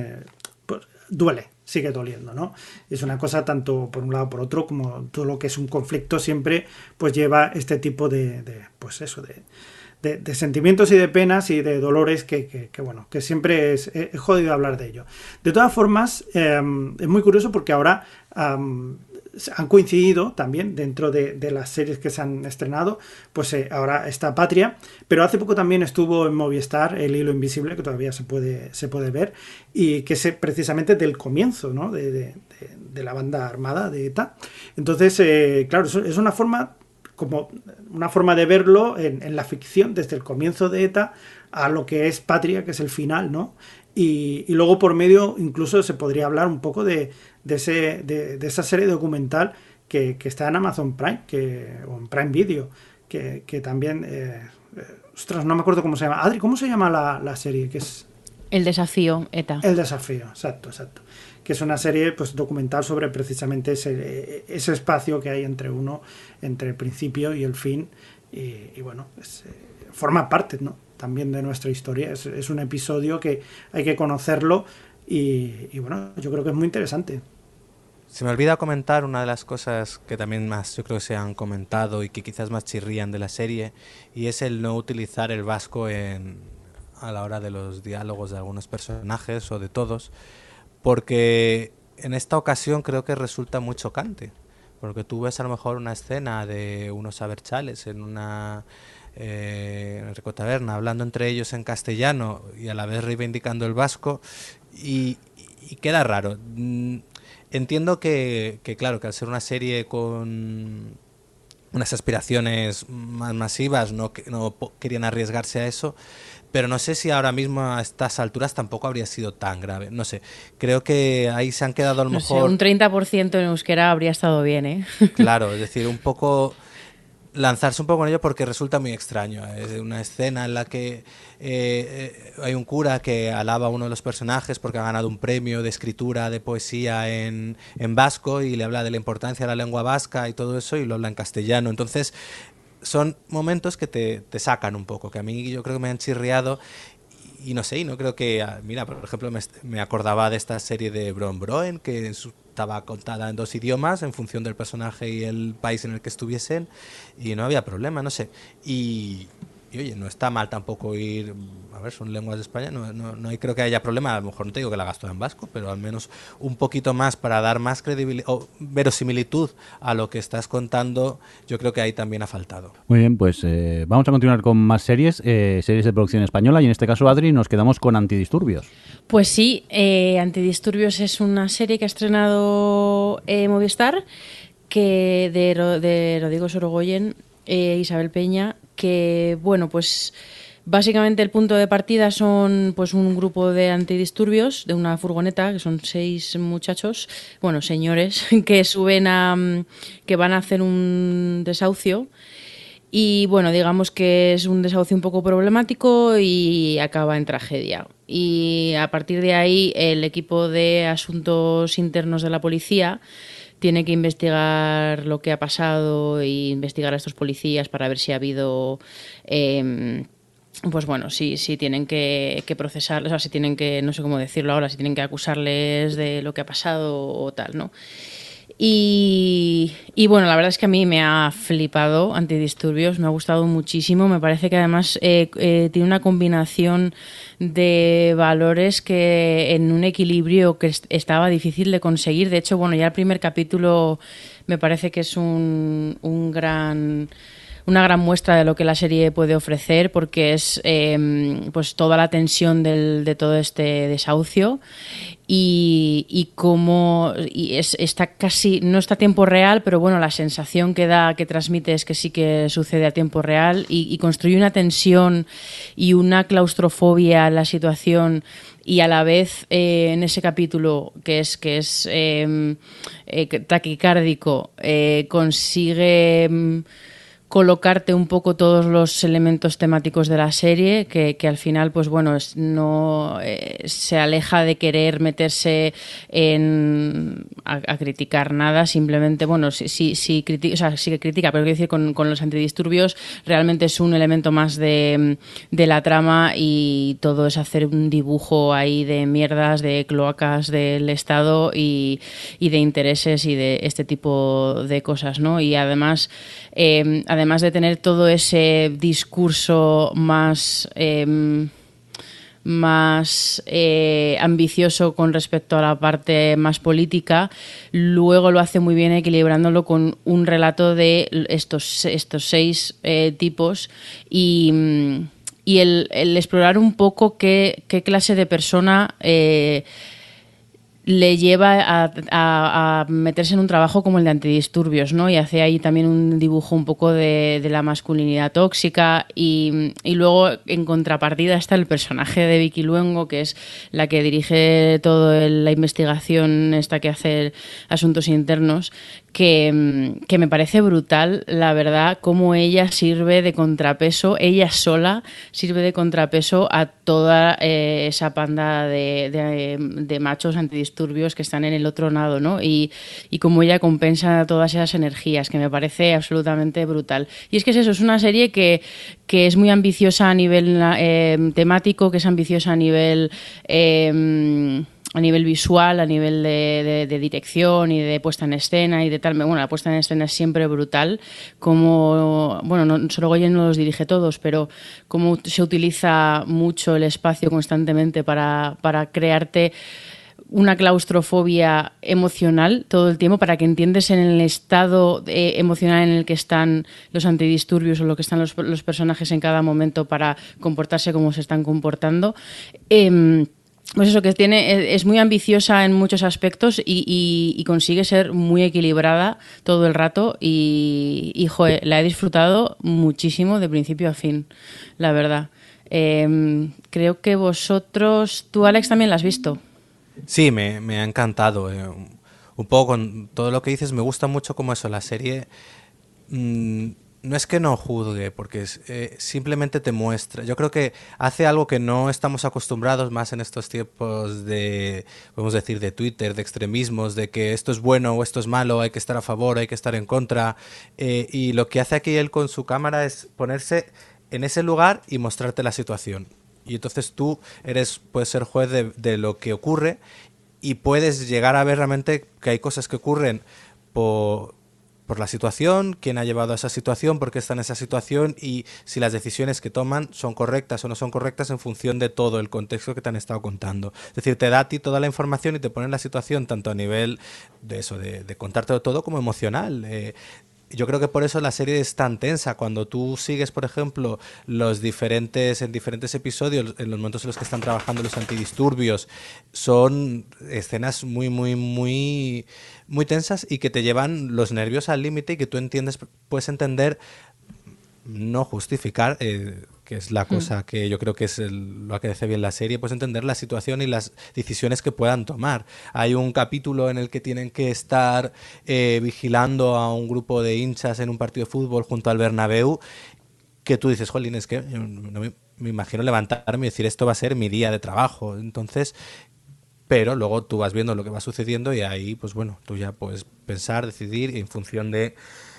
duele, sigue doliendo, ¿no? Es una cosa tanto por un lado por otro, como todo lo que es un conflicto siempre pues lleva este tipo de sentimientos y de penas y de dolores que bueno, que siempre es jodido hablar de ello. De todas formas, es muy curioso porque ahora han coincidido también dentro de las series que se han estrenado, pues ahora está Patria, pero hace poco también estuvo en Movistar El Hilo Invisible, que todavía se puede ver, y que es precisamente del comienzo, ¿no? de la banda armada de ETA. Entonces, claro, es una forma de verlo en la ficción, desde el comienzo de ETA a lo que es Patria, que es el final, ¿no? Y luego por medio incluso se podría hablar un poco de esa serie documental que está en Amazon Prime o en Prime Video, que también ostras, no me acuerdo cómo se llama. Adri, ¿cómo se llama la serie? Que es El desafío, ETA. El desafío, exacto. Que es una serie pues documental sobre precisamente ese espacio que hay entre el principio y el fin y bueno, forma parte, ¿no? También de nuestra historia. Es un episodio que hay que conocerlo y bueno, yo creo que es muy interesante. Se me olvida comentar una de las cosas que también más yo creo que se han comentado y que quizás más chirrían de la serie, y es el no utilizar el vasco a la hora de los diálogos de algunos personajes o de todos, porque en esta ocasión creo que resulta muy chocante, porque tú ves a lo mejor una escena de unos abertzales en una recotaberna hablando entre ellos en castellano y a la vez reivindicando el vasco y queda raro. Entiendo que claro, que al ser una serie con unas aspiraciones más masivas no querían arriesgarse a eso, pero no sé si ahora mismo a estas alturas tampoco habría sido tan grave. No sé, creo que ahí se han quedado a lo mejor... un 30% en euskera habría estado bien, ¿eh? Claro, es decir, un poco... lanzarse un poco en ello porque resulta muy extraño. Es una escena en la que hay un cura que alaba a uno de los personajes porque ha ganado un premio de escritura de poesía en vasco y le habla de la importancia de la lengua vasca y todo eso y lo habla en castellano. Entonces son momentos que te sacan un poco, que a mí yo creo que me han chirriado y no sé, y no creo que... Mira, por ejemplo, me acordaba de esta serie de Broen, que estaba contada en 2 idiomas en función del personaje y el país en el que estuviesen y no había problema, no sé. Y oye, no está mal tampoco ir... A ver, son lenguas de España, no creo que haya problema. A lo mejor no te digo que la hagas toda en vasco, pero al menos un poquito más para dar más credibilidad o verosimilitud a lo que estás contando, yo creo que ahí también ha faltado. Muy bien, pues vamos a continuar con más series de producción española, y en este caso, Adri, nos quedamos con Antidisturbios. Pues sí, Antidisturbios es una serie que ha estrenado Movistar, que de Rodrigo Sorogoyen, Isabel Peña, que bueno, pues básicamente el punto de partida son pues un grupo de antidisturbios de una furgoneta, que son 6 muchachos, bueno, señores, que que van a hacer un desahucio. Y bueno, digamos que es un desahucio un poco problemático y acaba en tragedia. Y a partir de ahí el equipo de asuntos internos de la policía tiene que investigar lo que ha pasado e investigar a estos policías para ver si ha habido... pues bueno, si tienen que procesarles, o sea, si tienen que, no sé cómo decirlo ahora, si tienen que acusarles de lo que ha pasado o tal, ¿no? Y bueno, la verdad es que a mí me ha flipado Antidisturbios, me ha gustado muchísimo, me parece que además tiene una combinación de valores que en un equilibrio que estaba difícil de conseguir. De hecho, bueno, ya el primer capítulo me parece que es un gran una gran muestra de lo que la serie puede ofrecer, porque es pues toda la tensión de todo este desahucio y cómo está casi, no está a tiempo real, pero bueno, la sensación que da, que transmite, es que sí que sucede a tiempo real, y construye una tensión y una claustrofobia en la situación, y a la vez en ese capítulo que es taquicárdico, consigue colocarte un poco todos los elementos temáticos de la serie, que al final, pues bueno, se aleja de querer meterse a criticar nada, simplemente, bueno, sí que critica, pero quiero decir, con los antidisturbios realmente es un elemento más de la trama, y todo es hacer un dibujo ahí de mierdas, de cloacas del Estado y de intereses y de este tipo de cosas, ¿no? Y además de tener todo ese discurso más ambicioso con respecto a la parte más política, luego lo hace muy bien equilibrándolo con un relato de estos 6 tipos, y el explorar un poco qué clase de persona le lleva a meterse en un trabajo como el de antidisturbios, ¿no? Y hace ahí también un dibujo un poco de la masculinidad tóxica, y luego en contrapartida está el personaje de Vicky Luengo, que es la que dirige toda la investigación esta que hace Asuntos Internos, que me parece brutal, la verdad, cómo ella sirve de contrapeso, ella sola sirve de contrapeso a toda esa panda de machos antidisturbios que están en el otro lado, ¿no? Y cómo ella compensa todas esas energías, que me parece absolutamente brutal. Y es que eso, es una serie que es muy ambiciosa a nivel temático, que es ambiciosa a nivel visual, a nivel de dirección y de puesta en escena y de tal. Bueno, la puesta en escena es siempre brutal, como, bueno, no solo Goyen no los dirige todos, pero cómo se utiliza mucho el espacio constantemente para crearte una claustrofobia emocional todo el tiempo, para que entiendes en el estado emocional en el que están los antidisturbios o lo que están los personajes en cada momento para comportarse como se están comportando. Pues eso, que es muy ambiciosa en muchos aspectos y consigue ser muy equilibrada todo el rato, y joder, la he disfrutado muchísimo de principio a fin, la verdad. Creo que tú, Alex, también la has visto. Sí, me ha encantado. Un poco con todo lo que dices, me gusta mucho como eso, la serie no es que no juzgue, porque simplemente te muestra. Yo creo que hace algo que no estamos acostumbrados más en estos tiempos podemos decir, de Twitter, de extremismos, de que esto es bueno o esto es malo, hay que estar a favor, hay que estar en contra. Y lo que hace aquí él con su cámara es ponerse en ese lugar y mostrarte la situación. Y entonces tú puedes ser juez de lo que ocurre, y puedes llegar a ver realmente que hay cosas que ocurren por la situación, quién ha llevado a esa situación, por qué está en esa situación, y si las decisiones que toman son correctas o no son correctas en función de todo el contexto que te han estado contando. Es decir, te da a ti toda la información y te pone en la situación tanto a nivel de eso, de contártelo todo, como emocional. Yo creo que por eso la serie es tan tensa. Cuando tú sigues, por ejemplo, en diferentes episodios, en los momentos en los que están trabajando los antidisturbios, son escenas muy, muy, muy, muy tensas, y que te llevan los nervios al límite, y que tú puedes entender, no justificar, que es la cosa que yo creo que es lo que hace bien la serie, pues entender la situación y las decisiones que puedan tomar. Hay un capítulo en el que tienen que estar vigilando a un grupo de hinchas en un partido de fútbol junto al Bernabéu, que tú dices, jolín, es que no me imagino levantarme y decir, esto va a ser mi día de trabajo. Entonces, pero luego tú vas viendo lo que va sucediendo, y ahí, pues bueno, tú ya puedes pensar, decidir en función de...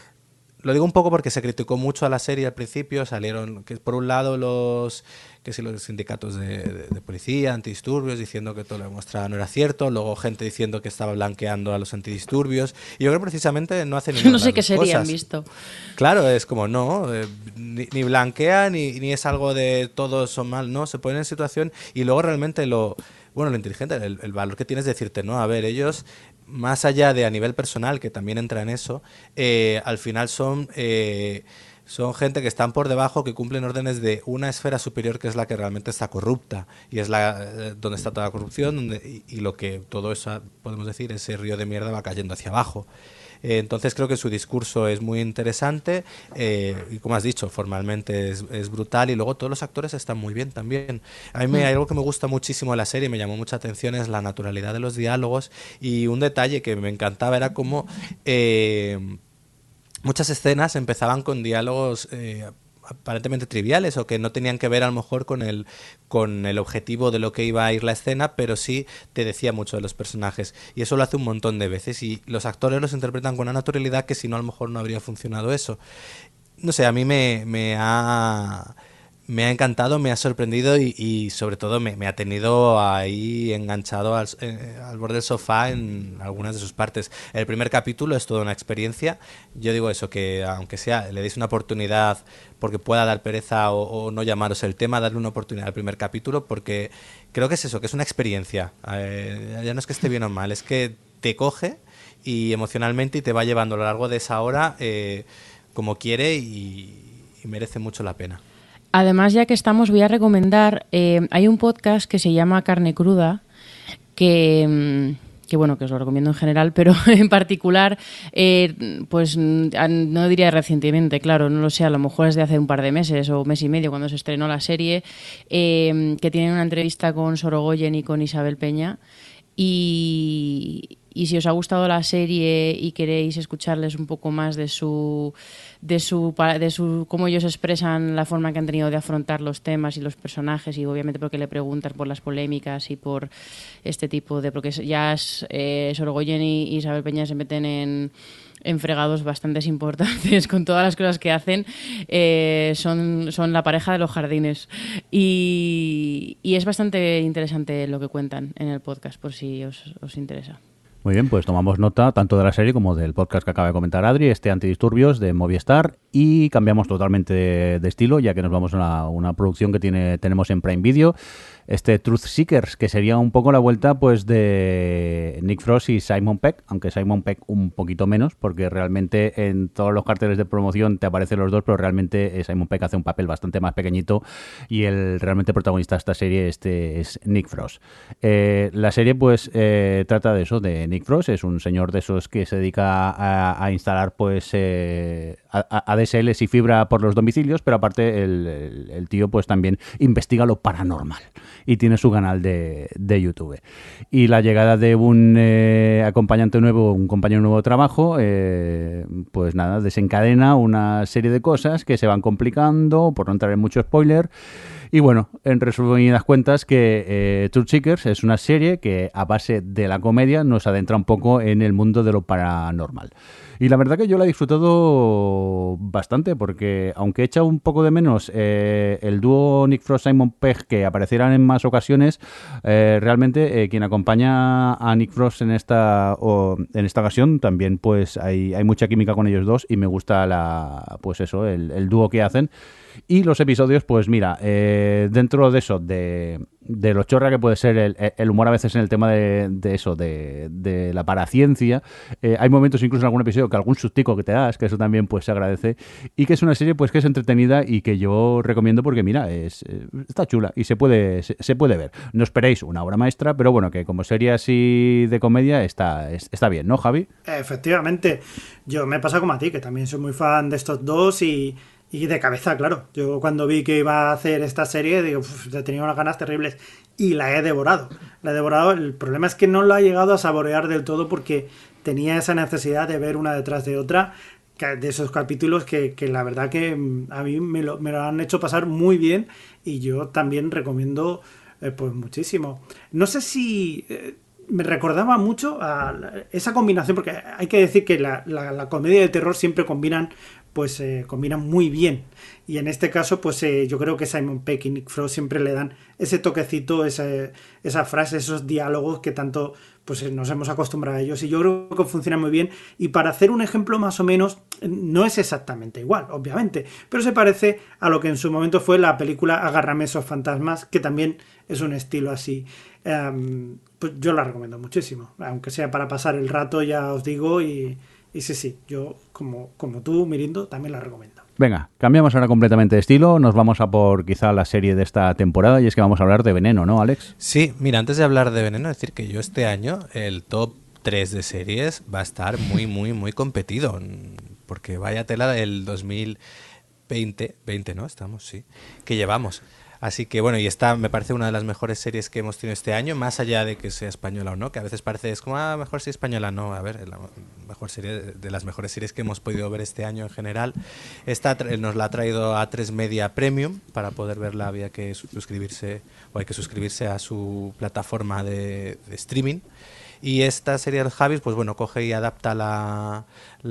Lo digo un poco porque se criticó mucho a la serie al principio. Salieron, que por un lado, los sindicatos de policía, antidisturbios, diciendo que todo lo que mostraba no era cierto. Luego gente diciendo que estaba blanqueando a los antidisturbios. Y yo creo que precisamente no hace ninguna. No sé qué serie cosas. Han visto. Claro, es como no, ni blanquea, ni es algo de todos son mal, no. Se pone en situación, y luego realmente lo inteligente, el valor que tienes de decirte, no, a ver, ellos, más allá de a nivel personal, que también entra en eso, al final son Son gente que están por debajo, que cumplen órdenes de una esfera superior que es la que realmente está corrupta y es donde está toda la corrupción y lo que todo eso, podemos decir, ese río de mierda va cayendo hacia abajo. Entonces creo que su discurso es muy interesante y como has dicho, formalmente es brutal y luego todos los actores están muy bien también. A mí hay algo que me gusta muchísimo de la serie, me llamó mucha atención, es la naturalidad de los diálogos y un detalle que me encantaba era como muchas escenas empezaban con diálogos aparentemente triviales o que no tenían que ver a lo mejor con el objetivo de lo que iba a ir la escena, pero sí te decía mucho de los personajes y eso lo hace un montón de veces y los actores los interpretan con una naturalidad que si no a lo mejor no habría funcionado eso. No sé, a mí me ha encantado, me ha sorprendido y sobre todo me ha tenido ahí enganchado al borde del sofá en algunas de sus partes. El primer capítulo es toda una experiencia. Yo digo eso, que aunque sea le deis una oportunidad porque pueda dar pereza o no llamaros el tema, darle una oportunidad al primer capítulo porque creo que es eso, que es una experiencia. Ya no es que esté bien o mal, es que te coge y emocionalmente y te va llevando a lo largo de esa hora como quiere y merece mucho la pena. Además, ya que estamos, voy a recomendar, hay un podcast que se llama Carne Cruda, que bueno, que os lo recomiendo en general, pero en particular, pues no diría recientemente, claro, no lo sé, a lo mejor es de hace un par de meses o mes y medio cuando se estrenó la serie, que tienen una entrevista con Sorogoyen y con Isabel Peña. Y si os ha gustado la serie y queréis escucharles un poco más de su cómo ellos expresan la forma que han tenido de afrontar los temas y los personajes y obviamente porque le preguntan por las polémicas y por este tipo de... porque ya Sorogoyen y Isabel Peña se meten en fregados bastante importantes con todas las cosas que hacen, son la pareja de los jardines y es bastante interesante lo que cuentan en el podcast por si os interesa. Muy bien, pues tomamos nota tanto de la serie como del podcast que acaba de comentar Adri, Antidisturbios de Movistar, y cambiamos totalmente de estilo, ya que nos vamos a una producción que tenemos en Prime Video, Truth Seekers, que sería un poco la vuelta pues de Nick Frost y Simon Pegg, aunque Simon Pegg un poquito menos, porque realmente en todos los carteles de promoción te aparecen los dos, pero realmente Simon Pegg hace un papel bastante más pequeñito y el realmente protagonista de esta serie es Nick Frost. La serie pues trata de eso, de Nick Frost, es un señor de esos que se dedica a instalar pues ADSLs y fibra por los domicilios, pero aparte el tío pues también investiga lo paranormal y tiene su canal de YouTube. Y la llegada de un acompañante nuevo, un compañero nuevo de trabajo, pues nada, desencadena una serie de cosas que se van complicando, por no entrar en mucho spoiler. Y bueno, en resumidas cuentas, que Truth Seekers es una serie que a base de la comedia nos adentra un poco en el mundo de lo paranormal. Y la verdad que yo la he disfrutado bastante porque, aunque he echado un poco de menos el dúo Nick Frost-Simon Pegg que aparecieran en más ocasiones, realmente quien acompaña a Nick Frost en esta ocasión también pues hay mucha química con ellos dos y me gusta el dúo que hacen. Y los episodios, pues mira, dentro de eso, de lo chorra que puede ser el humor a veces en el tema de la paraciencia, hay momentos incluso en algún episodio que algún sustico que te das, que eso también pues se agradece, y que es una serie pues que es entretenida y que yo recomiendo porque mira, está chula y se puede ver. No esperéis una obra maestra, pero bueno, que como serie así de comedia está bien, ¿no, Javi? Efectivamente, yo me pasa como a ti, que también soy muy fan de estos dos y de cabeza, claro. Yo cuando vi que iba a hacer esta serie, digo, tenía unas ganas terribles y la he devorado. El problema es que no la he llegado a saborear del todo porque tenía esa necesidad de ver una detrás de otra, de esos capítulos que la verdad que a mí me lo han hecho pasar muy bien y yo también recomiendo pues muchísimo. No sé si... me recordaba mucho a esa combinación, porque hay que decir que la comedia y el terror siempre combinan muy bien. Y en este caso, pues yo creo que Simon Pegg y Nick Frost siempre le dan ese toquecito, esa frase, esos diálogos que tanto pues nos hemos acostumbrado a ellos. Y yo creo que funciona muy bien. Y para hacer un ejemplo más o menos, no es exactamente igual, obviamente, pero se parece a lo que en su momento fue la película Agárrame esos fantasmas, que también es un estilo así. Pues yo la recomiendo muchísimo, aunque sea para pasar el rato, ya os digo, y Y sí, yo, como tú, Mirindo, también la recomiendo. Venga, cambiamos ahora completamente de estilo, nos vamos a por quizá la serie de esta temporada y es que vamos a hablar de Veneno, ¿no, Alex? Sí, mira, antes de hablar de Veneno, decir que yo este año el top 3 de series va a estar muy, muy, muy competido, porque vaya tela el 2020, ¿no? Estamos, sí, que llevamos. Así que bueno, y esta me parece una de las mejores series que hemos tenido este año, más allá de que sea española o no, que a veces parece es como, mejor serie española, no, a ver, es la mejor serie de las mejores series que hemos podido ver este año en general. Esta nos la ha traído A3 Media Premium, para poder verla había que suscribirse, o hay que suscribirse a su plataforma de streaming. Y esta serie de Javis, pues bueno, coge y adapta la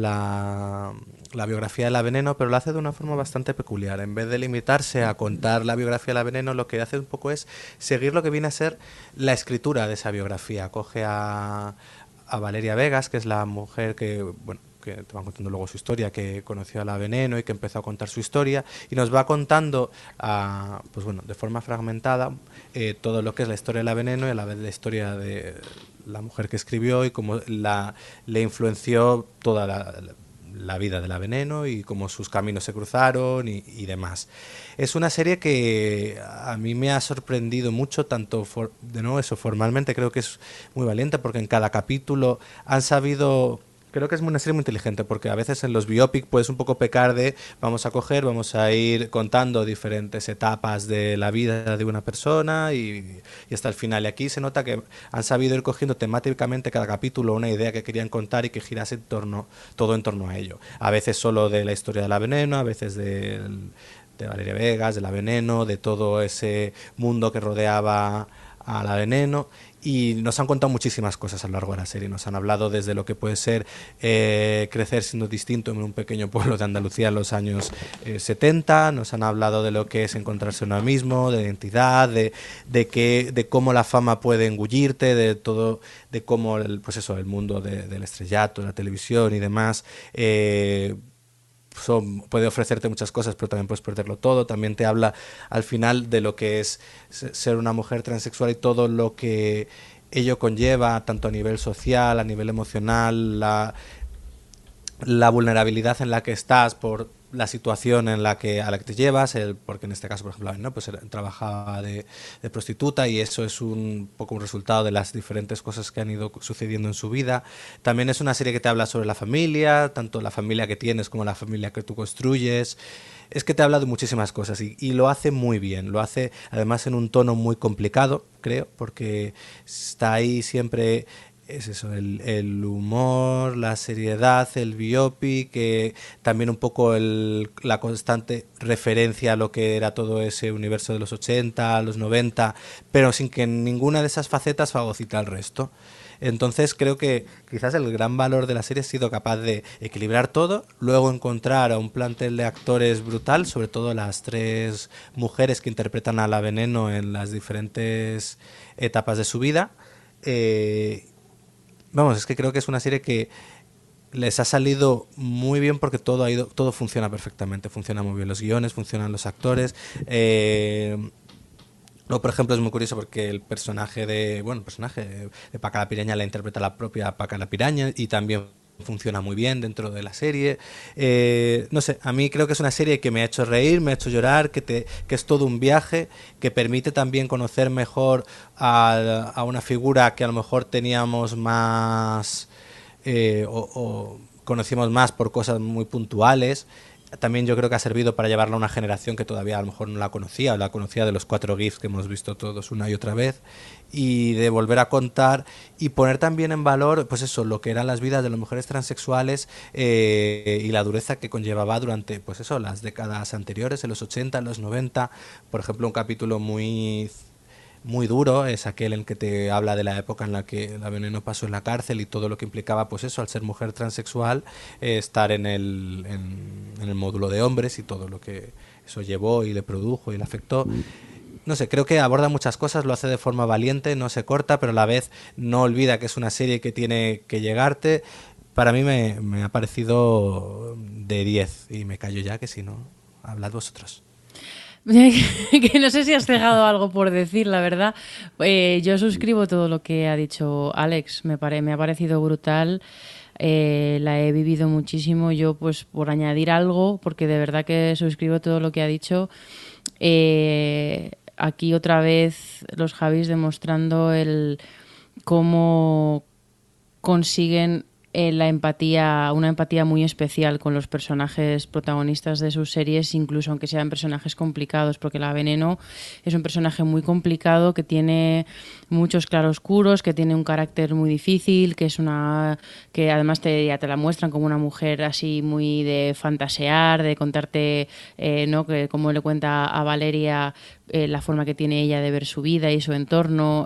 biografía de la Veneno, pero lo hace de una forma bastante peculiar. En vez de limitarse a contar la biografía de la Veneno, lo que hace un poco es seguir lo que viene a ser la escritura de esa biografía. Coge a Valeria Vegas, que es la mujer que te van contando luego su historia, que conoció a la Veneno y que empezó a contar su historia, y nos va contando pues bueno, de forma fragmentada todo lo que es la historia de la Veneno y a la vez la historia de la mujer que escribió y cómo le influenció toda la vida de la Veneno y cómo sus caminos se cruzaron y demás. Es una serie que a mí me ha sorprendido mucho, tanto de nuevo eso, formalmente creo que es muy valiente, porque en cada capítulo han sabido... Creo que es una serie muy inteligente, porque a veces en los biopic puedes un poco pecar de vamos a ir contando diferentes etapas de la vida de una persona y hasta el final. Y aquí se nota que han sabido ir cogiendo temáticamente cada capítulo una idea que querían contar y que girase todo en torno a ello. A veces solo de la historia de la Veneno, a veces de Valeria Vegas, de la Veneno, de todo ese mundo que rodeaba a la Veneno. Y nos han contado muchísimas cosas a lo largo de la serie. Nos han hablado desde lo que puede ser crecer siendo distinto en un pequeño pueblo de Andalucía en los años 70. Nos han hablado de lo que es encontrarse uno mismo, de identidad, de cómo la fama puede engullirte, de todo, de cómo el mundo del estrellato, la televisión y demás puede ofrecerte muchas cosas, pero también puedes perderlo todo. También te habla al final de lo que es ser una mujer transexual y todo lo que ello conlleva, tanto a nivel social, a nivel emocional, la vulnerabilidad en la que estás por la situación a la que te llevas, porque en este caso, por ejemplo, ¿no? Pues trabajaba de prostituta, y eso es un poco un resultado de las diferentes cosas que han ido sucediendo en su vida. También es una serie que te habla sobre la familia, tanto la familia que tienes como la familia que tú construyes. Es que te habla de muchísimas cosas y lo hace muy bien. Lo hace además en un tono muy complicado, creo, porque está ahí siempre... Es eso, el humor, la seriedad, el biopic, también un poco la constante referencia a lo que era todo ese universo de los 80, los 90, pero sin que ninguna de esas facetas fagocite al resto. Entonces creo que quizás el gran valor de la serie ha sido capaz de equilibrar todo, luego encontrar a un plantel de actores brutal, sobre todo las 3 mujeres que interpretan a la Veneno en las diferentes etapas de su vida. Vamos, es que creo que es una serie que les ha salido muy bien, porque todo funciona perfectamente. Funciona muy bien los guiones, funcionan los actores. Luego, por ejemplo, es muy curioso porque el personaje de Paca la Piraña la interpreta la propia Paca la Piraña y también funciona muy bien dentro de la serie. No sé, a mí creo que es una serie que me ha hecho reír, me ha hecho llorar, que es todo un viaje, que permite también conocer mejor a una figura que a lo mejor teníamos más o conocíamos más por cosas muy puntuales. También yo creo que ha servido para llevarla a una generación que todavía a lo mejor no la conocía, o la conocía de los 4 GIFs que hemos visto todos una y otra vez, y de volver a contar y poner también en valor, pues eso, lo que eran las vidas de las mujeres transexuales y la dureza que conllevaba durante, pues eso, las décadas anteriores, en los 80, en los 90. Por ejemplo, un capítulo muy duro es aquel en que te habla de la época en la que la Veneno pasó en la cárcel y todo lo que implicaba, pues eso, al ser mujer transexual, estar en el módulo de hombres y todo lo que eso llevó y le produjo y le afectó. No sé, creo que aborda muchas cosas, lo hace de forma valiente, no se corta, pero a la vez no olvida que es una serie que tiene que llegarte. Para mí me ha parecido de 10, y me callo ya, que si no, hablad vosotros. Que no sé si has dejado algo por decir, la verdad. Yo suscribo todo lo que ha dicho Alex. Me ha parecido brutal la he vivido muchísimo. Yo, pues, por añadir algo, porque de verdad que suscribo todo lo que ha dicho, aquí otra vez los Javis demostrando cómo consiguen la empatía, una empatía muy especial con los personajes protagonistas de sus series, incluso aunque sean personajes complicados, porque la Veneno es un personaje muy complicado que tiene muchos claroscuros, que tiene un carácter muy difícil, que además ya te la muestran como una mujer así muy de fantasear, de contarte, ¿no? Que como le cuenta a Valeria la forma que tiene ella de ver su vida y su entorno,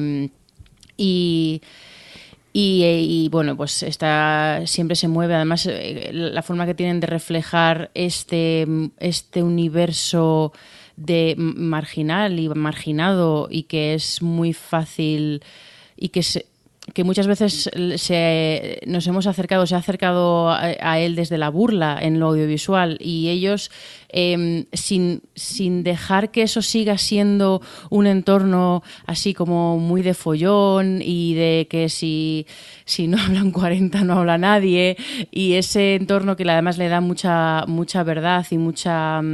y bueno, pues siempre se mueve. Además, la forma que tienen de reflejar este universo de marginal y marginado, y que es muy fácil y que muchas veces se ha acercado a él desde la burla en lo audiovisual, y ellos sin dejar que eso siga siendo un entorno así como muy de follón y de que si no hablan 40 no habla nadie, y ese entorno que además le da mucha verdad y mucha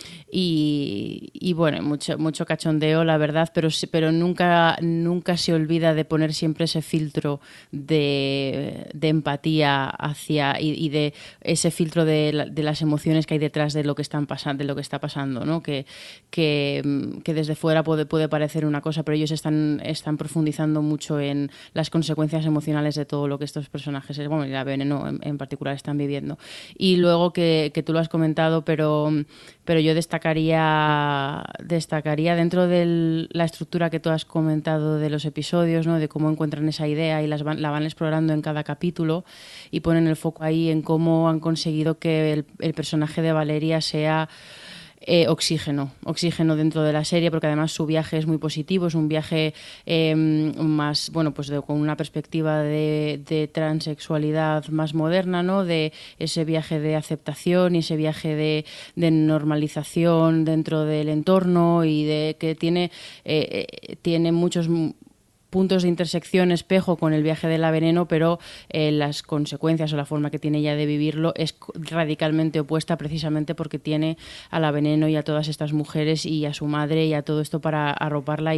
y bueno, mucho cachondeo, la verdad, pero nunca se olvida de poner siempre ese filtro de empatía hacia y de ese filtro de las emociones que hay detrás de lo que está pasando, ¿no? Que desde fuera puede parecer una cosa, pero ellos están profundizando mucho en las consecuencias emocionales de todo lo que estos personajes, bueno, y la Veneno en particular, están viviendo. Y luego que tú lo has comentado, pero yo destacaría dentro de la estructura que tú has comentado de los episodios, ¿no? De cómo encuentran esa idea y la van explorando en cada capítulo, y ponen el foco ahí en cómo han conseguido que el personaje de Valeria sea oxígeno dentro de la serie, porque además su viaje es muy positivo, es un viaje más, bueno, pues con una perspectiva de transexualidad más moderna, ¿no? De ese viaje de aceptación y ese viaje de normalización dentro del entorno, y de que tiene muchos puntos de intersección, espejo con el viaje de la Veneno, pero las consecuencias o la forma que tiene ella de vivirlo es radicalmente opuesta, precisamente porque tiene a la Veneno y a todas estas mujeres y a su madre y a todo esto para arroparla,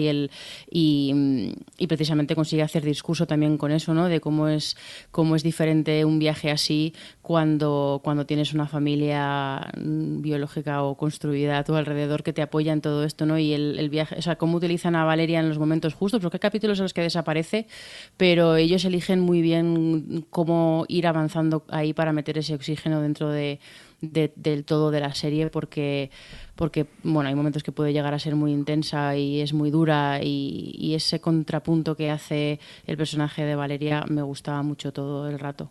y precisamente consigue hacer discurso también con eso, ¿no? De cómo es diferente un viaje así cuando tienes una familia biológica o construida a tu alrededor que te apoya en todo esto, ¿no? Y el viaje, o sea, cómo utilizan a Valeria en los momentos justos, porque hay capítulos en los que desaparece, pero ellos eligen muy bien cómo ir avanzando ahí para meter ese oxígeno dentro del todo de la serie, porque bueno, hay momentos que puede llegar a ser muy intensa y es muy dura, y ese contrapunto que hace el personaje de Valeria me gustaba mucho todo el rato.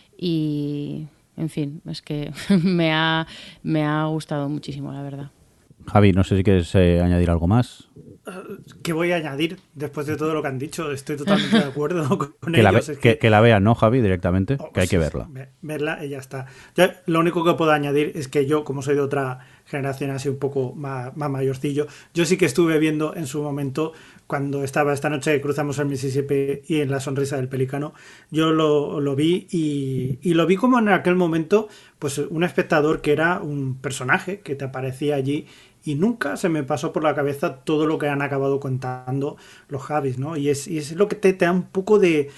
Y en fin, es que me ha gustado muchísimo, la verdad. Javi, no sé si quieres añadir algo más. ¿Qué voy a añadir después de todo lo que han dicho? Estoy totalmente de acuerdo con que ellos. Que la vean, ¿no, Javi? Directamente, que hay sí, que verla. Verla y ya está. Lo único que puedo añadir es que yo, como soy de otra generación así un poco más mayorcillo, yo sí que estuve viendo en su momento, cuando estaba Esta noche cruzamos el Mississippi y En la sonrisa del pelícano, yo lo vi y lo vi como en aquel momento, pues un espectador que era un personaje que te aparecía allí, y nunca se me pasó por la cabeza todo lo que han acabado contando los Javis, ¿no? Y es lo que te da un poco de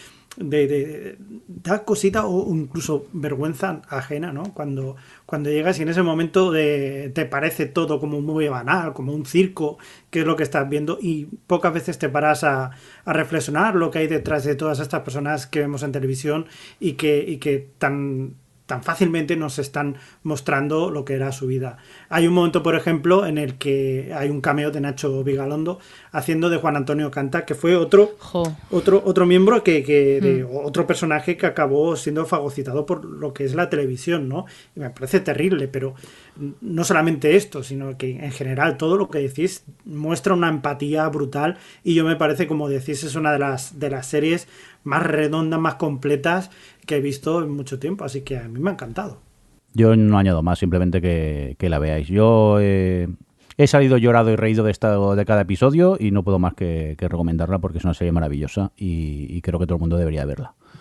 da cosita o incluso vergüenza ajena, ¿no? Cuando llegas y en ese momento te parece todo como muy banal, como un circo, que es lo que estás viendo, y pocas veces te paras a reflexionar lo que hay detrás de todas estas personas que vemos en televisión y que tan fácilmente nos están mostrando lo que era su vida. Hay un momento, por ejemplo, en el que hay un cameo de Nacho Vigalondo haciendo de Juan Antonio Canta, que fue otro miembro otro personaje que acabó siendo fagocitado por lo que es la televisión, ¿no? Y me parece terrible, pero no solamente esto, sino que en general todo lo que decís muestra una empatía brutal, y yo me parece, como decís, es una de las series más redondas, más completas que he visto en mucho tiempo, así que a mí me ha encantado. Yo no añado más, simplemente que la veáis. Yo he salido llorado y reído de cada episodio, y no puedo más que recomendarla, porque es una serie maravillosa y creo que todo el mundo debería verla.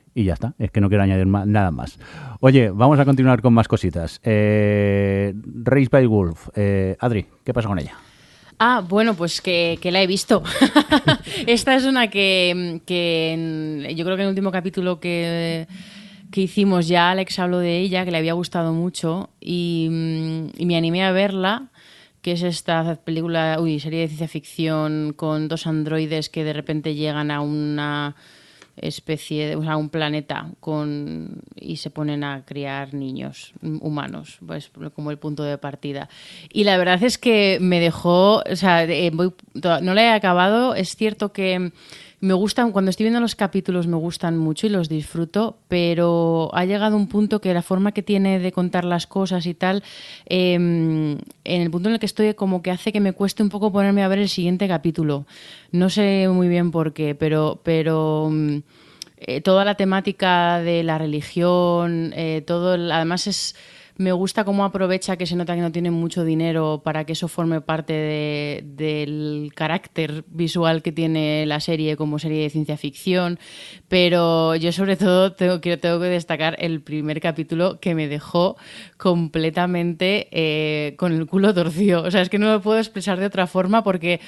Y ya está, es que no quiero añadir nada más. Oye, vamos a continuar con más cositas. Race by Wolf. Adri, ¿qué pasa con ella? Ah, bueno, pues que la he visto. Esta es una que yo creo que en el último capítulo que hicimos ya Alex habló de ella, que le había gustado mucho y me animé a verla, que es esta serie de ciencia ficción con dos androides que de repente llegan a una especie o sea, un planeta y se ponen a criar niños humanos, pues como el punto de partida. Y la verdad es que me dejó, o sea, no la he acabado. Es cierto que me gustan, cuando estoy viendo los capítulos me gustan mucho y los disfruto, pero ha llegado un punto que la forma que tiene de contar las cosas y tal, en el punto en el que estoy, como que hace que me cueste un poco ponerme a ver el siguiente capítulo. No sé muy bien por qué, pero toda la temática de la religión, además me gusta cómo aprovecha que se nota que no tiene mucho dinero para que eso forme parte del carácter visual que tiene la serie como serie de ciencia ficción, pero yo sobre todo tengo que destacar el primer capítulo, que me dejó completamente con el culo torcido. O sea, es que no lo puedo expresar de otra forma porque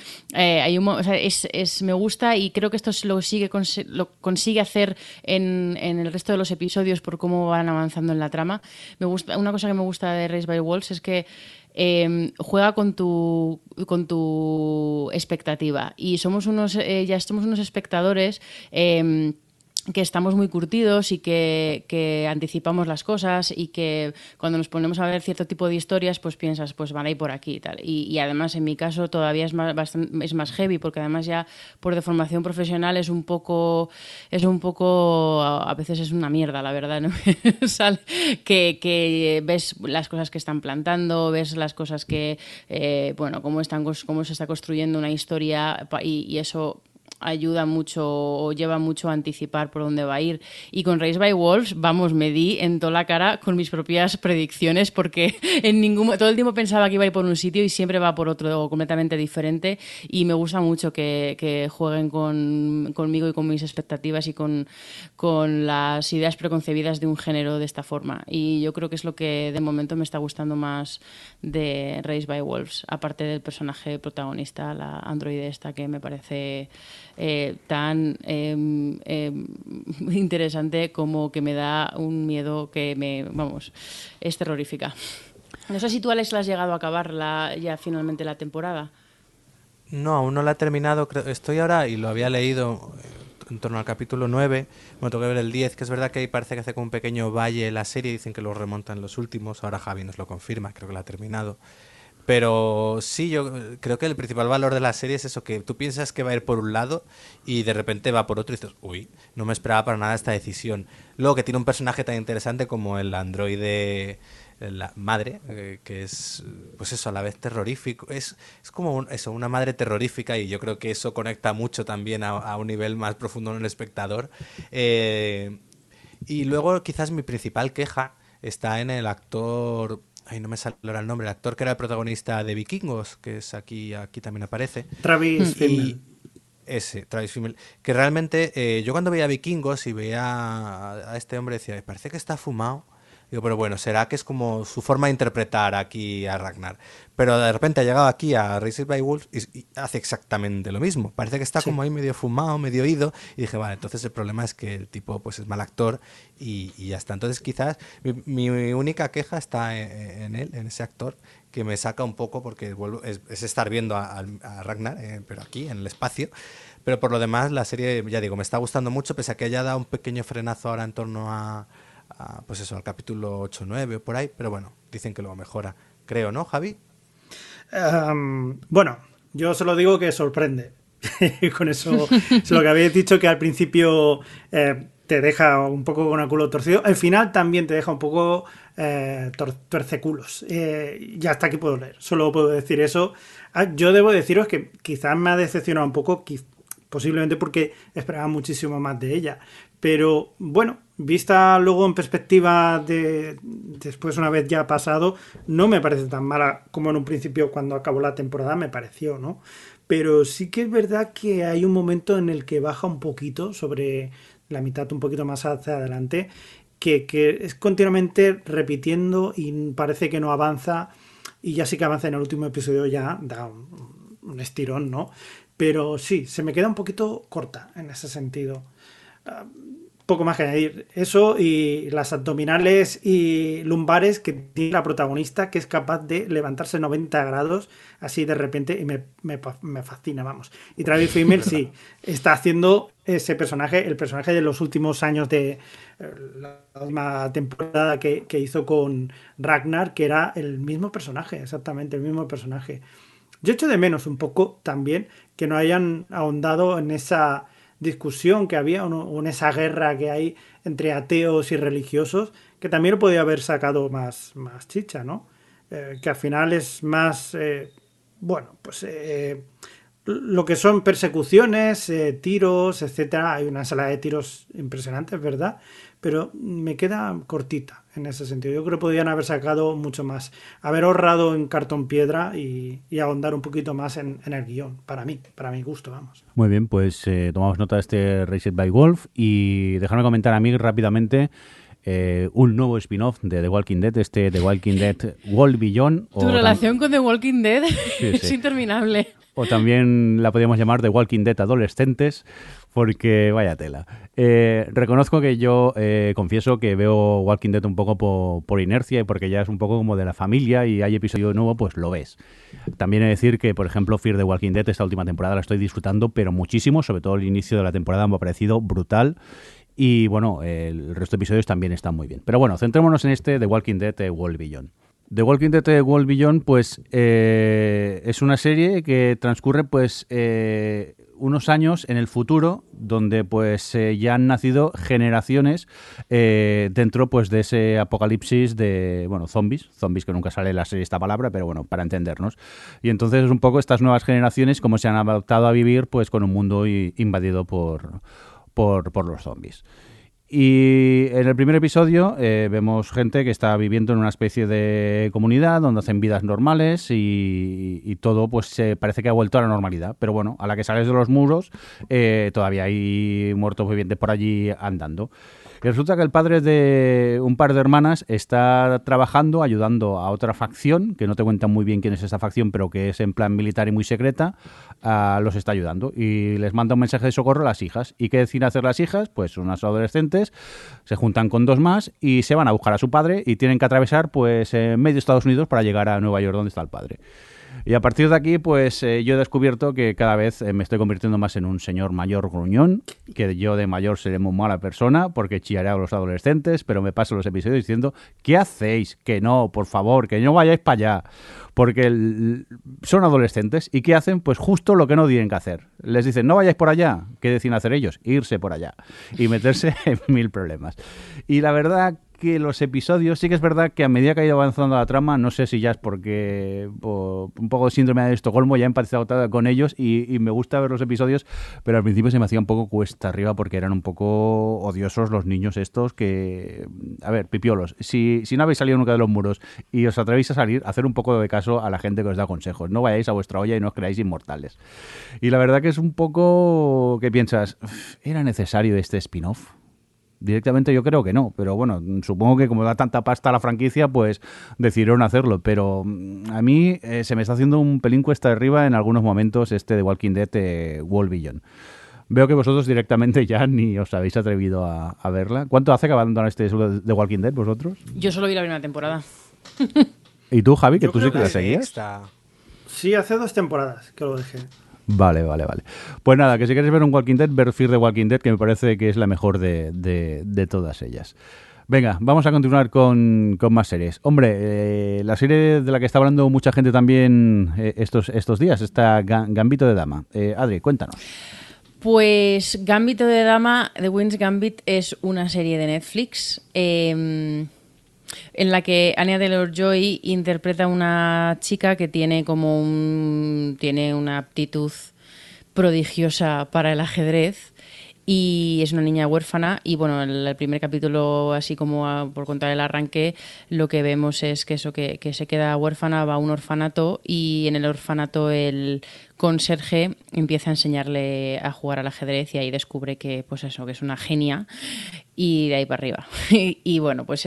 me gusta, y creo que esto lo consigue hacer en el resto de los episodios por cómo van avanzando en la trama. Me gusta, una cosa que me gusta de Race by Wolves es que juega con tu expectativa, y somos unos espectadores que estamos muy curtidos y que anticipamos las cosas, y que cuando nos ponemos a ver cierto tipo de historias pues piensas, pues van a ir por aquí y tal. Y además en mi caso todavía es más heavy, porque además ya por deformación profesional es un poco a veces es una mierda, la verdad, ¿no? que ves las cosas que están plantando, ves las cosas que cómo se está construyendo una historia, y eso ayuda mucho o lleva mucho a anticipar por dónde va a ir. Y con Race by Wolves, vamos, me di en toda la cara con mis propias predicciones, porque todo el tiempo pensaba que iba a ir por un sitio y siempre va por otro completamente diferente, y me gusta mucho que jueguen conmigo y con mis expectativas y con las ideas preconcebidas de un género de esta forma. Y yo creo que es lo que de momento me está gustando más de Race by Wolves, aparte del personaje protagonista, la androide esta, que me parece tan interesante, como que me da un miedo que es terrorífica. No sé si tú, Alex, la has llegado a acabar ya finalmente la temporada. No, aún no la he terminado. Estoy ahora, y lo había leído en torno al capítulo 9, me tengo que ver el 10, que es verdad que ahí parece que hace como un pequeño valle la serie, dicen que lo remontan los últimos, ahora Javi nos lo confirma, creo que la ha terminado. Pero sí, yo creo que el principal valor de la serie es eso, que tú piensas que va a ir por un lado y de repente va por otro y dices, uy, no me esperaba para nada esta decisión. Luego que tiene un personaje tan interesante como el androide, la madre, que es, pues eso, a la vez terrorífico. Es como una madre terrorífica, y yo creo que eso conecta mucho también a un nivel más profundo en el espectador. Y luego quizás mi principal queja está en el actor... Ay, no me sale ahora el nombre. El actor que era el protagonista de Vikingos, que es aquí también aparece. Travis Fimmel. Travis Fimmel. Que realmente yo cuando veía Vikingos y veía a este hombre decía, parece que está fumado. Digo, pero bueno, será que es como su forma de interpretar aquí a Ragnar. Pero de repente ha llegado aquí a Race by Wolves y hace exactamente lo mismo. Parece que está como ahí medio fumado, medio oído. Y dije, vale, entonces el problema es que el tipo pues es mal actor y ya está. Entonces quizás mi única queja está en él, en ese actor, que me saca un poco, porque es estar viendo a Ragnar, pero aquí, en el espacio. Pero por lo demás, la serie, ya digo, me está gustando mucho, pese a que haya dado un pequeño frenazo ahora en torno pues eso, al capítulo 8 o 9 o por ahí, pero bueno, dicen que lo mejora, creo, ¿no, Javi? Bueno, yo solo digo que sorprende. Con eso es lo que habéis dicho, que al principio te deja un poco con el culo torcido. Al final también te deja un poco tuerceculos. Ya hasta aquí puedo leer. Solo puedo decir eso. Yo debo deciros que quizás me ha decepcionado un poco, posiblemente porque esperaba muchísimo más de ella. Pero bueno, vista luego en perspectiva después, una vez ya pasado, no me parece tan mala como en un principio cuando acabó la temporada me pareció, ¿no? Pero sí que es verdad que hay un momento en el que baja un poquito sobre la mitad un poquito más hacia adelante, que es continuamente repitiendo y parece que no avanza, y ya sí que avanza en el último episodio, ya da un estirón, ¿no? Pero sí, se me queda un poquito corta en ese sentido. Poco más que añadir. Eso y las abdominales y lumbares que tiene la protagonista, que es capaz de levantarse 90 grados así de repente, y me fascina, vamos. Y Travis Fimmel sí, está haciendo ese personaje, el personaje de los últimos años de la última temporada que hizo con Ragnar, que era el mismo personaje, exactamente el mismo personaje. Yo echo de menos un poco también que no hayan ahondado en esa discusión que había o en esa guerra que hay entre ateos y religiosos, que también lo podía haber sacado más chicha, ¿no? Que al final es más, lo que son persecuciones, tiros, etcétera. Hay una ensalada de tiros impresionantes, ¿verdad? Pero me queda cortita en ese sentido. Yo creo que podrían haber sacado mucho más, haber ahorrado en cartón piedra y ahondar un poquito más en el guión, para mi gusto, vamos. Muy bien, pues tomamos nota de este Raised by Wolf y déjame comentar a mí rápidamente un nuevo spin-off de The Walking Dead, The Walking Dead World Beyond. Tu relación con The Walking Dead es interminable. O también la podríamos llamar The Walking Dead Adolescentes, porque vaya tela. Reconozco que yo confieso que veo Walking Dead un poco por inercia y porque ya es un poco como de la familia y hay episodio nuevo, pues lo ves. También he de decir que, por ejemplo, Fear the Walking Dead, esta última temporada la estoy disfrutando, pero muchísimo, sobre todo el inicio de la temporada me ha parecido brutal. Y bueno, el resto de episodios también están muy bien. Pero bueno, centrémonos en The Walking Dead World Beyond. The Walking Dead World Beyond, pues es una serie que transcurre pues unos años en el futuro, donde pues ya han nacido generaciones dentro pues de ese apocalipsis de zombies que nunca sale en la serie esta palabra, pero bueno, para entendernos. Y entonces es un poco estas nuevas generaciones como se han adaptado a vivir pues con un mundo invadido por los zombies. Y en el primer episodio vemos gente que está viviendo en una especie de comunidad donde hacen vidas normales y todo pues parece que ha vuelto a la normalidad. Pero bueno, a la que sales de los muros todavía hay muertos vivientes por allí andando. Y resulta que el padre de un par de hermanas está trabajando, ayudando a otra facción, que no te cuentan muy bien quién es esa facción, pero que es en plan militar y muy secreta, los está ayudando. Y les manda un mensaje de socorro a las hijas. ¿Y qué deciden hacer las hijas? Pues unas adolescentes se juntan con dos más y se van a buscar a su padre y tienen que atravesar pues medio Estados Unidos para llegar a Nueva York, donde está el padre. Y a partir de aquí, pues yo he descubierto que cada vez me estoy convirtiendo más en un señor mayor gruñón, que yo de mayor seré muy mala persona porque chillaré a los adolescentes, pero me paso los episodios diciendo, ¿qué hacéis? Que no, por favor, que no vayáis para allá, porque son adolescentes y ¿qué hacen? Pues justo lo que no tienen que hacer. Les dicen, no vayáis por allá. ¿Qué deciden hacer ellos? Irse por allá y meterse en mil problemas. Y la verdad que los episodios, sí que es verdad que a medida que ha ido avanzando la trama, no sé si ya es porque un poco de síndrome de Estocolmo, ya he empatizado con ellos y me gusta ver los episodios, pero al principio se me hacía un poco cuesta arriba porque eran un poco odiosos los niños estos que, a ver, pipiolos, si no habéis salido nunca de los muros y os atrevéis a salir, hacer un poco de caso a la gente que os da consejos, no vayáis a vuestra olla y no os creáis inmortales. Y la verdad que es un poco que piensas, ¿era necesario este spin-off? Directamente yo creo que no, pero bueno, supongo que como da tanta pasta a la franquicia, pues decidieron hacerlo, pero a mí se me está haciendo un pelín cuesta arriba en algunos momentos de Walking Dead World Beyond. Veo que vosotros directamente ya ni os habéis atrevido a verla. ¿Cuánto hace que abandonan The Walking Dead vosotros? Yo solo vi la primera temporada. ¿Y tú, Javi, que Yo tú sí que la que seguías? Sí, hace 2 temporadas que lo dejé. Vale. Pues nada, que si queréis ver un Walking Dead, ver Fear the Walking Dead, que me parece que es la mejor de todas ellas. Venga, vamos a continuar con más series. Hombre, la serie de la que está hablando mucha gente también estos días, está Gambito de Dama. Adri, cuéntanos. Pues Gambito de Dama, The Queen's Gambit, es una serie de Netflix en la que Anya Taylor-Joy interpreta a una chica que tiene tiene una aptitud prodigiosa para el ajedrez y es una niña huérfana y bueno, el primer capítulo, así como por contar el arranque, lo que vemos es que eso, que se queda huérfana, va a un orfanato y en el orfanato el conserje empieza a enseñarle a jugar al ajedrez y ahí descubre que pues eso, que es una genia y de ahí para arriba. Y bueno, pues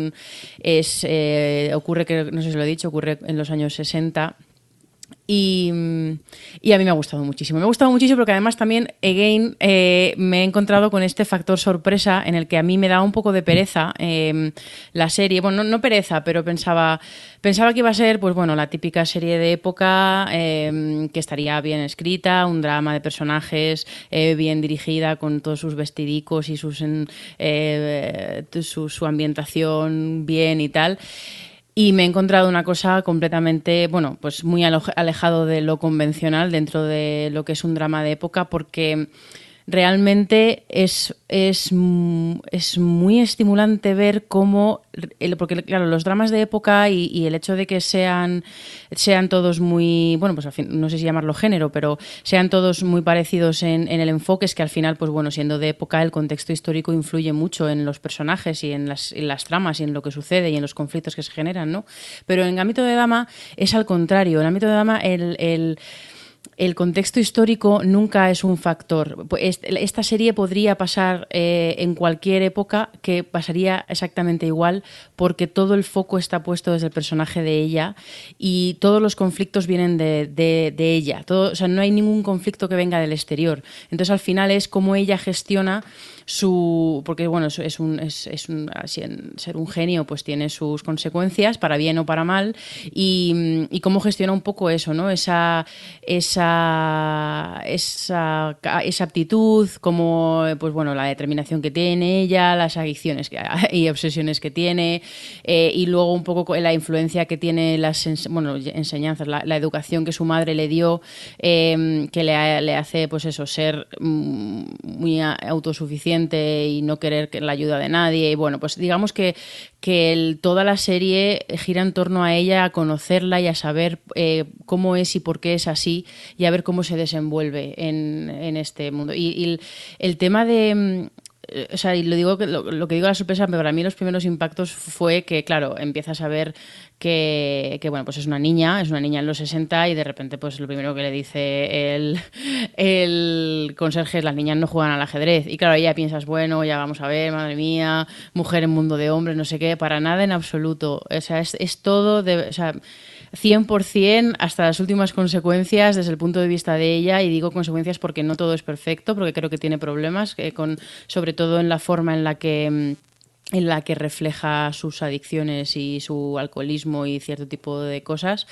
ocurre, que no sé si lo he dicho, ocurre en los años 60. Y a mí me ha gustado muchísimo. Me ha gustado muchísimo porque además también, again, me he encontrado con este factor sorpresa en el que a mí me daba un poco de pereza la serie. Bueno, no pereza, pero pensaba que iba a ser, pues bueno, la típica serie de época que estaría bien escrita, un drama de personajes bien dirigida, con todos sus vestidicos y su ambientación bien y tal. Y me he encontrado una cosa completamente, bueno, pues muy alejado de lo convencional dentro de lo que es un drama de época, porque realmente es muy estimulante ver cómo, porque claro, los dramas de época y el hecho de que sean todos muy, bueno, pues al fin, no sé si llamarlo género, pero sean todos muy parecidos en el enfoque, es que al final, pues bueno, siendo de época, el contexto histórico influye mucho en los personajes y en las tramas y en lo que sucede y en los conflictos que se generan, ¿no? Pero en Gambito de Dama es al contrario. En Gambito de Dama el contexto histórico nunca es un factor. Esta serie podría pasar en cualquier época, que pasaría exactamente igual, porque todo el foco está puesto desde el personaje de ella y todos los conflictos vienen de ella. O sea, no hay ningún conflicto que venga del exterior. Entonces, al final es cómo ella gestiona porque bueno, ser un genio pues tiene sus consecuencias para bien o para mal, y cómo gestiona un poco eso, ¿no? Esa aptitud, como pues bueno, la determinación que tiene ella, las adicciones y obsesiones que tiene, y luego un poco la influencia que tiene enseñanzas, la educación que su madre le dio, que le hace pues eso, ser muy autosuficiente y no querer la ayuda de nadie. Y bueno, pues digamos que toda la serie gira en torno a ella, a conocerla y a saber cómo es y por qué es así, y a ver cómo se desenvuelve en este mundo. Y el tema de... O sea, y lo que digo la sorpresa, pero para mí los primeros impactos fue que, claro, empiezas a ver que bueno, pues es una niña en los 60 y de repente pues lo primero que le dice el conserje es: las niñas no juegan al ajedrez. Y claro, ya piensas, bueno, ya vamos a ver, madre mía, mujer en mundo de hombres, no sé qué, para nada en absoluto. O sea, es todo, o sea, 100% hasta las últimas consecuencias desde el punto de vista de ella, y digo consecuencias porque no todo es perfecto, porque creo que tiene problemas, sobre todo en la forma en la que refleja sus adicciones y su alcoholismo y cierto tipo de cosas,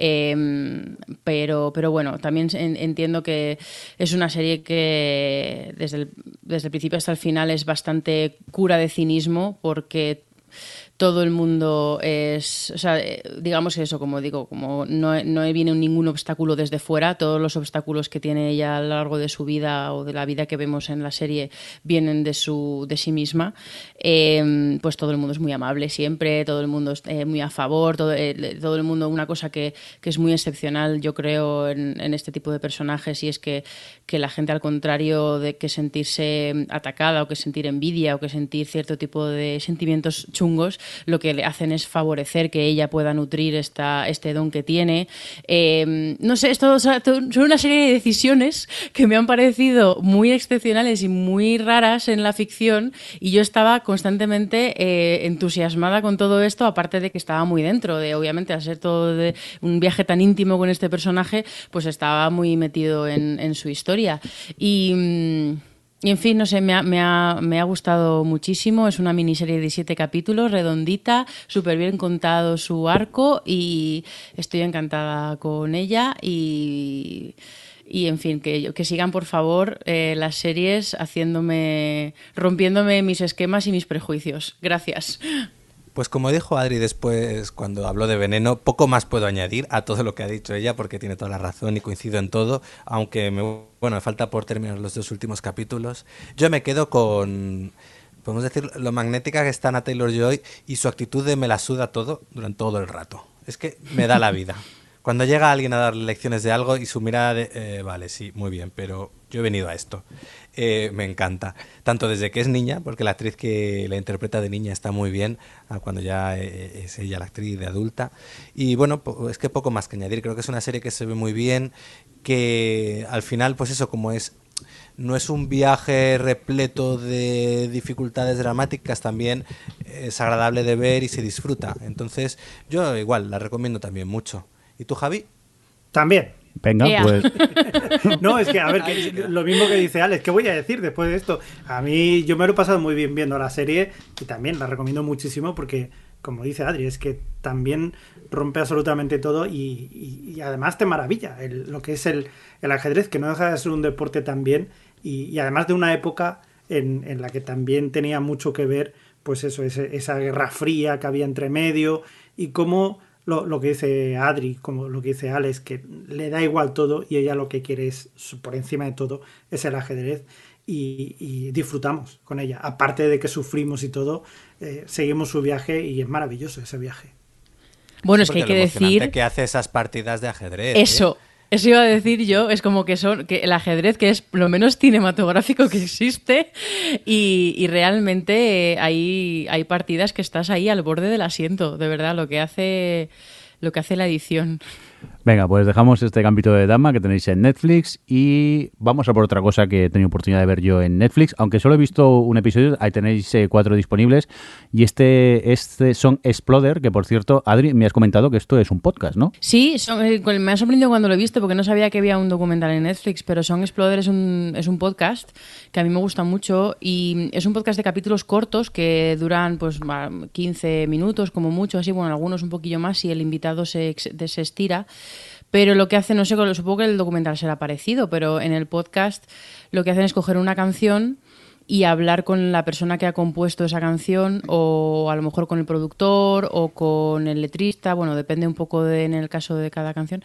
pero bueno, también entiendo que es una serie que desde el principio hasta el final es bastante cura de cinismo, porque todo el mundo es, o sea, digamos eso, como digo, como no viene ningún obstáculo desde fuera, todos los obstáculos que tiene ella a lo largo de su vida o de la vida que vemos en la serie vienen de sí misma. Pues todo el mundo es muy amable siempre, todo el mundo es muy a favor, todo el mundo, una cosa que es muy excepcional, yo creo, en este tipo de personajes, y es que la gente, al contrario de que sentirse atacada o que sentir envidia o que sentir cierto tipo de sentimientos chungos, lo que le hacen es favorecer que ella pueda nutrir este don que tiene. No sé, son una serie de decisiones que me han parecido muy excepcionales y muy raras en la ficción, y yo estaba constantemente entusiasmada con todo esto, aparte de que estaba muy dentro de, obviamente, al ser todo de un viaje tan íntimo con este personaje, pues estaba muy metido en su historia. Y en fin, no sé, me ha gustado muchísimo. Es una miniserie de 7 capítulos, redondita, súper bien contado su arco, y estoy encantada con ella. Y en fin, que sigan, por favor, las series rompiéndome mis esquemas y mis prejuicios. Gracias. Pues como dijo Adri después cuando habló de Veneno, poco más puedo añadir a todo lo que ha dicho ella, porque tiene toda la razón y coincido en todo, aunque me falta por terminar los 2 últimos capítulos. Yo me quedo con, podemos decir, lo magnética que está Anya Taylor-Joy y su actitud de me la suda todo durante todo el rato. Es que me da la vida. Cuando llega alguien a darle lecciones de algo y su mirada de, vale, sí, muy bien, pero yo he venido a esto. Me encanta. Tanto desde que es niña, porque la actriz que la interpreta de niña está muy bien, cuando ya es ella la actriz de adulta. Y bueno, es que poco más que añadir. Creo que es una serie que se ve muy bien, que al final, pues eso, como es... No es un viaje repleto de dificultades dramáticas, también es agradable de ver y se disfruta. Entonces, yo igual la recomiendo también mucho. ¿Y tú, Javi? También. Venga, pues... No, es que, a ver, lo mismo que dice Alex, ¿qué voy a decir después de esto? A mí, yo me lo he pasado muy bien viendo la serie y también la recomiendo muchísimo porque, como dice Adri, es que también rompe absolutamente todo y además te maravilla lo que es el ajedrez, que no deja de ser un deporte también y además de una época en la que también tenía mucho que ver, pues eso, esa guerra fría que había entre medio y cómo... Lo que dice Adri, como lo que dice Alex, que le da igual todo y ella lo que quiere es, por encima de todo, es el ajedrez y disfrutamos con ella. Aparte de que sufrimos y todo, seguimos su viaje y es maravilloso ese viaje. Bueno, es que hay que decir... que hace esas partidas de ajedrez. Eso. Eso iba a decir yo, es como que el ajedrez, que es lo menos cinematográfico que existe, y realmente hay partidas que estás ahí al borde del asiento, de verdad, lo que hace la edición. Venga, pues dejamos este Gambito de Dama que tenéis en Netflix y vamos a por otra cosa que he tenido oportunidad de ver yo en Netflix, aunque solo he visto un episodio, ahí tenéis 4 disponibles y este Song Exploder, que por cierto, Adri, me has comentado que esto es un podcast, ¿no? Sí, me ha sorprendido cuando lo he visto porque no sabía que había un documental en Netflix, pero Song Exploder es un podcast que a mí me gusta mucho y es un podcast de capítulos cortos que duran pues 15 minutos como mucho, así, bueno, algunos un poquillo más si el invitado se estira. Pero lo que hacen, no sé, supongo que el documental será parecido, pero en el podcast lo que hacen es coger una canción y hablar con la persona que ha compuesto esa canción o a lo mejor con el productor o con el letrista, bueno, depende un poco en el caso de cada canción,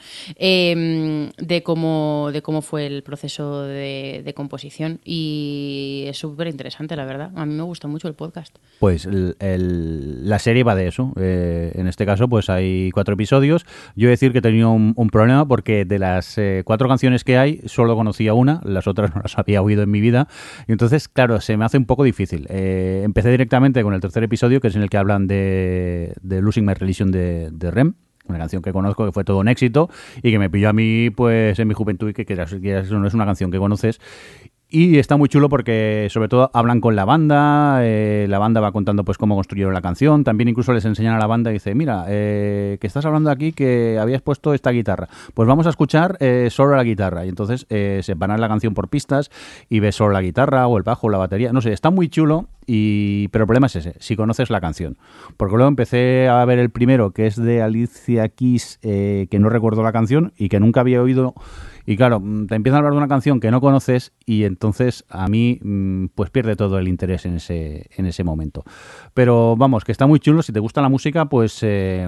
de cómo fue el proceso de composición y es súper interesante, la verdad. A mí me gusta mucho el podcast. Pues la serie va de eso. En este caso, pues hay 4 episodios. Yo he de decir que he tenido un problema porque de las 4 canciones que hay, solo conocía una, las otras no las había oído en mi vida. Y entonces, claro, se me hace un poco difícil. Empecé directamente con el tercer episodio, que es en el que hablan de Losing My Religion de REM, una canción que conozco, que fue todo un éxito y que me pilló a mí pues en mi juventud y que eso no es una canción que conoces. Y está muy chulo porque sobre todo hablan con la banda va contando pues cómo construyeron la canción, también incluso les enseñan a la banda y dice, mira, que estás hablando aquí que habías puesto esta guitarra, pues vamos a escuchar solo la guitarra y entonces separan la canción por pistas y ves solo la guitarra o el bajo o la batería, no sé, está muy chulo. Pero el problema es ese, si conoces la canción, porque luego empecé a ver el primero que es de Alicia Keys, que no recuerdo la canción y que nunca había oído. Y claro, te empiezan a hablar de una canción que no conoces y entonces a mí pues pierde todo el interés en ese momento. Pero vamos, que está muy chulo. Si te gusta la música, pues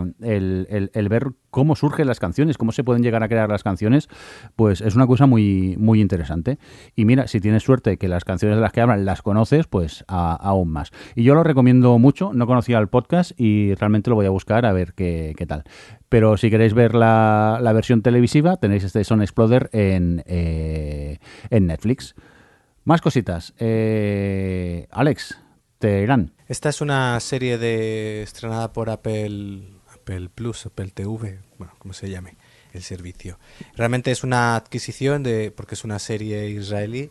el ver cómo surgen las canciones, cómo se pueden llegar a crear las canciones, pues es una cosa muy, muy interesante. Y mira, si tienes suerte que las canciones de las que hablan las conoces, pues aún más. Y yo lo recomiendo mucho. No conocía el podcast y realmente lo voy a buscar a ver qué tal. Pero si queréis ver la versión televisiva, tenéis este Song Exploder en Netflix. Más cositas. Alex, te irán. Esta es una serie estrenada por Apple Plus, Apple TV, bueno, como se llame el servicio. Realmente es una adquisición porque es una serie israelí,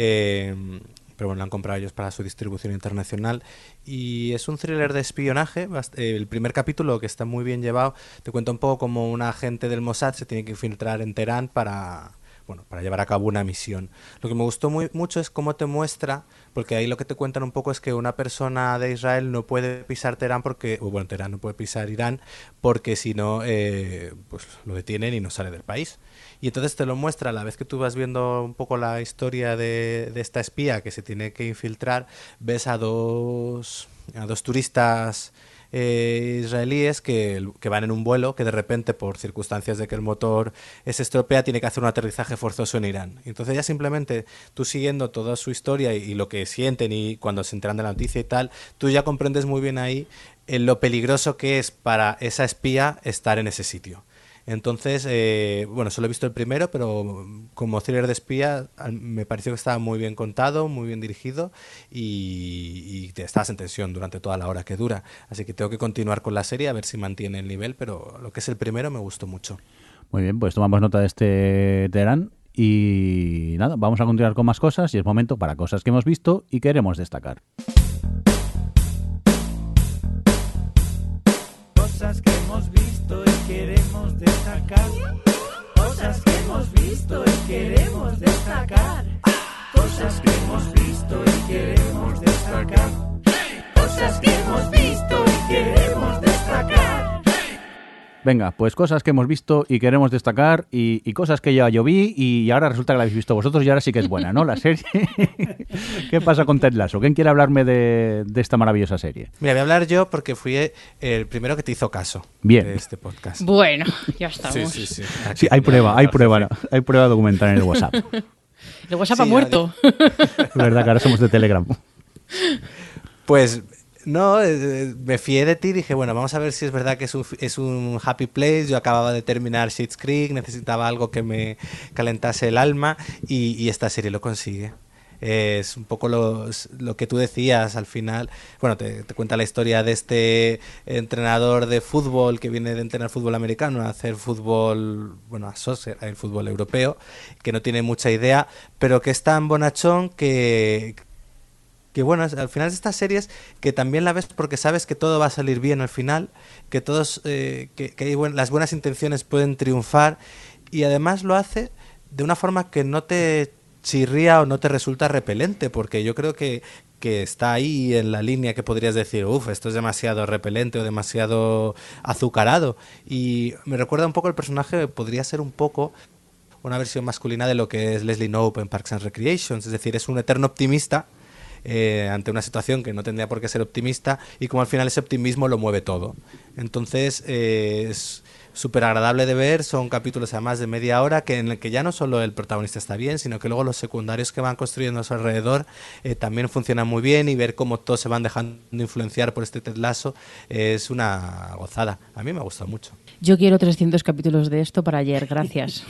pero bueno, la han comprado ellos para su distribución internacional y es un thriller de espionaje. El primer capítulo, que está muy bien llevado, te cuenta un poco cómo un agente del Mossad se tiene que infiltrar en Teherán para llevar a cabo una misión. Lo que me gustó mucho es cómo te muestra, porque ahí lo que te cuentan un poco es que una persona de Israel no puede pisar Teherán Teherán no puede pisar Irán porque si no, pues lo detienen y no sale del país. Y entonces te lo muestra a la vez que tú vas viendo un poco la historia de esta espía que se tiene que infiltrar. Ves a dos turistas israelíes que van en un vuelo que de repente, por circunstancias de que el motor se estropea, tiene que hacer un aterrizaje forzoso en Irán. Entonces ya simplemente tú siguiendo toda su historia y lo que sienten y cuando se enteran de la noticia y tal, tú ya comprendes muy bien ahí lo peligroso que es para esa espía estar en ese sitio. Entonces, bueno, solo he visto el primero, pero como thriller de espía me pareció que estaba muy bien contado, muy bien dirigido y estás en tensión durante toda la hora que dura. Así que tengo que continuar con la serie a ver si mantiene el nivel, pero lo que es el primero me gustó mucho. Muy bien, pues tomamos nota de este Teherán y nada, vamos a continuar con más cosas y es momento para cosas que hemos visto y queremos destacar. Cosas que hemos visto y queremos destacar. Cosas que hemos visto y queremos destacar. Cosas que hemos visto y queremos destacar. Cosas que hemos visto y queremos destacar. Venga, pues cosas que hemos visto y queremos destacar y cosas que ya yo vi y ahora resulta que la habéis visto vosotros y ahora sí que es buena, ¿no? La serie. ¿Qué pasa con Ted Lasso? ¿Quién quiere hablarme de esta maravillosa serie? Mira, voy a hablar yo porque fui el primero que te hizo caso. Bien. De este podcast. Bueno, ya estamos. Sí. Sí, hay prueba documental en el WhatsApp. El WhatsApp ha muerto. Es verdad que ahora somos de Telegram. Pues no, me fié de ti y dije, bueno, vamos a ver si es verdad que es un happy place. Yo acababa de terminar Schitt's Creek, necesitaba algo que me calentase el alma y esta serie lo consigue. Es un poco lo que tú decías al final. Bueno, te cuenta la historia de este entrenador de fútbol que viene de entrenar fútbol americano a hacer fútbol, bueno, a soccer, el fútbol europeo, que no tiene mucha idea, pero que es tan bonachón que bueno, al final de estas series que también la ves porque sabes que todo va a salir bien al final, que todos que las buenas intenciones pueden triunfar y además lo hace de una forma que no te chirría o no te resulta repelente, porque yo creo que está ahí en la línea que podrías decir, esto es demasiado repelente o demasiado azucarado, y me recuerda un poco el personaje, podría ser un poco una versión masculina de lo que es Leslie Knope en Parks and Recreation, es decir, es un eterno optimista ante una situación que no tendría por qué ser optimista y como al final ese optimismo lo mueve todo. Entonces es súper agradable de ver, son capítulos además de media hora en el que ya no solo el protagonista está bien, sino que luego los secundarios que van construyendo a su alrededor también funcionan muy bien y ver cómo todos se van dejando influenciar por este Ted Lasso es una gozada. A mí me ha gustado mucho. Yo quiero 300 capítulos de esto para ayer, gracias.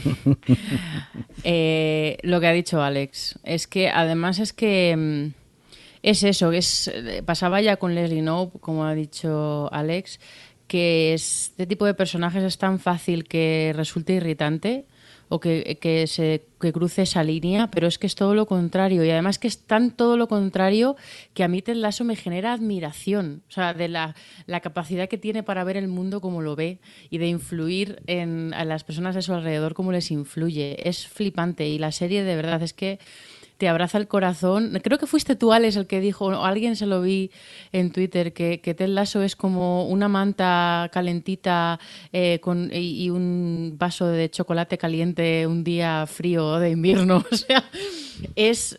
Lo que ha dicho Alex, es que además es que es eso, pasaba ya con Leslie Knope, como ha dicho Alex, que este tipo de personajes es tan fácil que resulte irritante o que cruce esa línea, pero es que es todo lo contrario. Y además que es tan todo lo contrario que a mí Ted Lasso me genera admiración. O sea, de la capacidad que tiene para ver el mundo como lo ve y de influir a las personas de su alrededor como les influye. Es flipante y la serie de verdad es que te abraza el corazón. Creo que fuiste tú, Alex, el que dijo, o alguien se lo vi en Twitter, que Ted Lasso es como una manta calentita y un vaso de chocolate caliente un día frío de invierno. O sea, es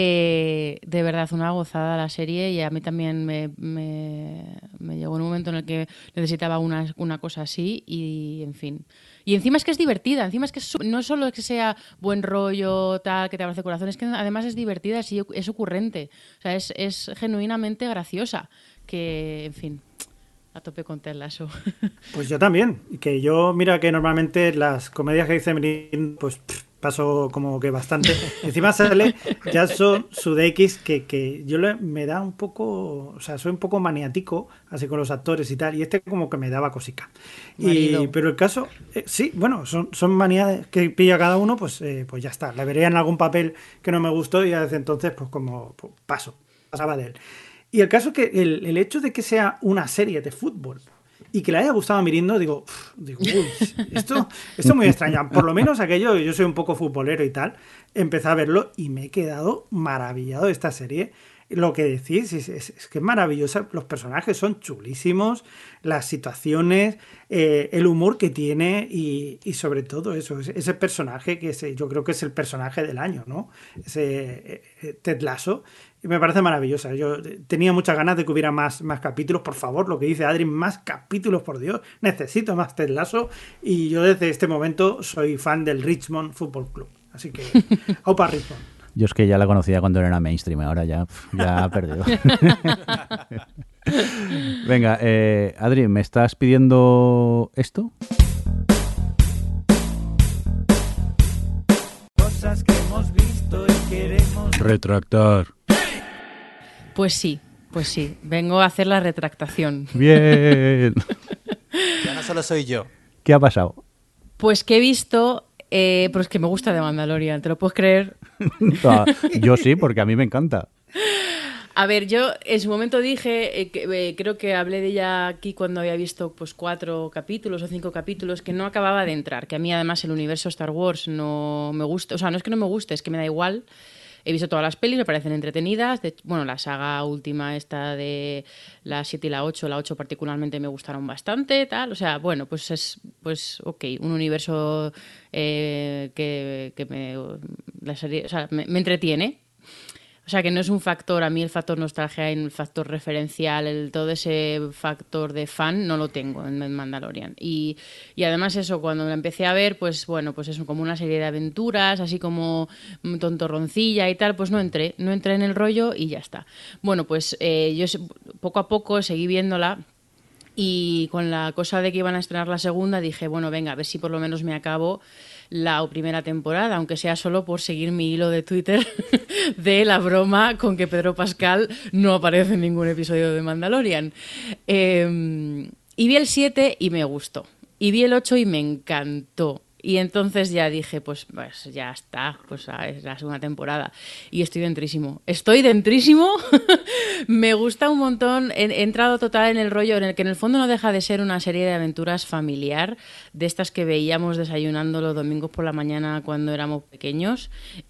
de verdad una gozada la serie y a mí también me llegó en un momento en el que necesitaba una cosa así y, en fin. Y encima es que es divertida, encima es que no solo es que sea buen rollo, tal, que te abrace el corazón, es que además es divertida, es ocurrente, o sea, es genuinamente graciosa, que, en fin, a tope con Ted Lasso. Pues yo también, que yo, mira que normalmente las comedias que dice Mirindo, pues paso como que bastante. Encima sale Jason Sudeikis, que yo me da un poco, o sea, soy un poco maniático, así con los actores y tal, y este como que me daba cosica. Pero el caso, sí, bueno, son manías que pilla cada uno, pues ya está. Le veré en algún papel que no me gustó y desde entonces, pues como pasaba de él. Y el caso es que el hecho de que sea una serie de fútbol y que le haya gustado a Mirindo, digo, uy, esto es muy extraño. Por lo menos aquello, yo soy un poco futbolero y tal, empecé a verlo y me he quedado maravillado de esta serie. Lo que decís es que es maravillosa, los personajes son chulísimos, las situaciones, el humor que tiene y sobre todo eso, ese personaje que yo creo que es el personaje del año, ¿no? Ese Ted Lasso. Y me parece maravillosa. Yo tenía muchas ganas de que hubiera más capítulos, por favor, lo que dice Adri, más capítulos, por Dios. Necesito más Ted Lasso y yo desde este momento soy fan del Richmond Football Club. Así que, ¡aupa Richmond! Yo es que ya la conocía cuando era mainstream, ahora ya ha perdido. Venga, Adri, ¿me estás pidiendo esto? Retractar. Pues sí, vengo a hacer la retractación. Bien. Ya no solo soy yo. ¿Qué ha pasado? Pues que he visto, pues que me gusta de Mandalorian, ¿te lo puedes creer? Yo sí, porque a mí me encanta. A ver, yo en su momento dije, creo que hablé de ella aquí cuando había visto pues 4 capítulos o 5 capítulos, que no acababa de entrar, que a mí además el universo Star Wars no me gusta, o sea, no es que no me guste, es que me da igual. He visto todas las pelis, me parecen entretenidas. Bueno, la saga última esta de la 7 y la 8 particularmente me gustaron bastante, tal. O sea, bueno, pues ok, un universo que la serie, o sea, me entretiene. O sea, que no es un factor, a mí el factor nostalgia, el factor referencial, todo ese factor de fan no lo tengo en Mandalorian. Y además eso, cuando la empecé a ver, pues bueno, pues es como una serie de aventuras, así como tontorroncilla y tal, pues no entré en el rollo y ya está. Bueno, pues yo poco a poco seguí viéndola. Y con la cosa de que iban a estrenar la segunda, dije, bueno, venga, a ver si por lo menos me acabo la primera temporada, aunque sea solo por seguir mi hilo de Twitter de la broma con que Pedro Pascal no aparece en ningún episodio de Mandalorian. Y vi el 7 y me gustó. Y vi el 8 y me encantó. Y entonces ya dije, pues ya está, pues es la segunda temporada. Y estoy dentrísimo. Me gusta un montón. He entrado total en el rollo en el que en el fondo no deja de ser una serie de aventuras familiar, de estas que veíamos desayunando los domingos por la mañana cuando éramos pequeños.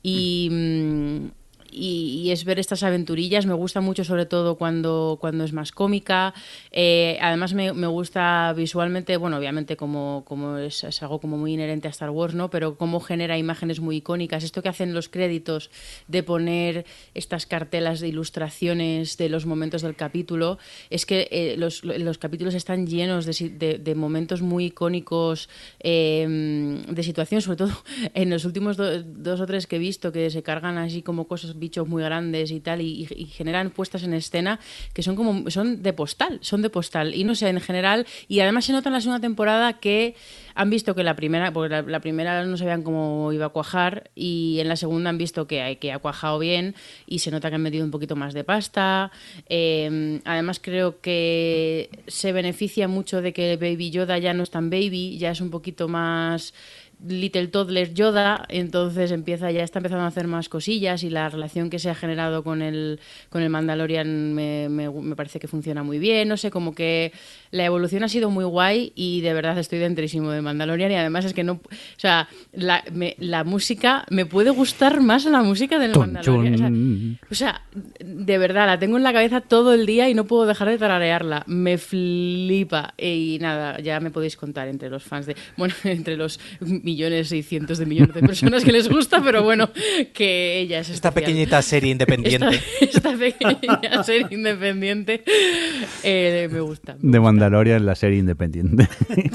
Y es ver estas aventurillas. Me gusta mucho, sobre todo cuando es más cómica. Además me gusta visualmente, bueno, obviamente como es algo como muy inherente a Star Wars, ¿no? Pero cómo genera imágenes muy icónicas. Esto que hacen los créditos de poner estas cartelas de ilustraciones de los momentos del capítulo, es que los capítulos están llenos de momentos muy icónicos, de situaciones, sobre todo en los últimos 2 o 3 que he visto, que se cargan así como cosas, bichos muy grandes y tal, y generan puestas en escena que son de postal, y no sé, en general, y además se nota en la segunda temporada que han visto que la primera, porque la primera no sabían cómo iba a cuajar, y en la segunda han visto que ha cuajado bien, y se nota que han metido un poquito más de pasta. Además creo que se beneficia mucho de que Baby Yoda ya no es tan baby, ya es un poquito más Little Toddler Yoda, entonces está empezando a hacer más cosillas, y la relación que se ha generado con el Mandalorian me parece que funciona muy bien. No sé, como que la evolución ha sido muy guay, y de verdad estoy dentrísimo de Mandalorian. Y además es que no, o sea, la música, me puede gustar más la música del Mandalorian, o sea, de verdad la tengo en la cabeza todo el día y no puedo dejar de tararearla, me flipa. Y nada, ya me podéis contar entre los fans entre los millones y cientos de millones de personas que les gusta, pero bueno, que ella es esta especial. Pequeñita serie independiente. Esta pequeña serie independiente me gusta. De Mandalorian, la serie independiente.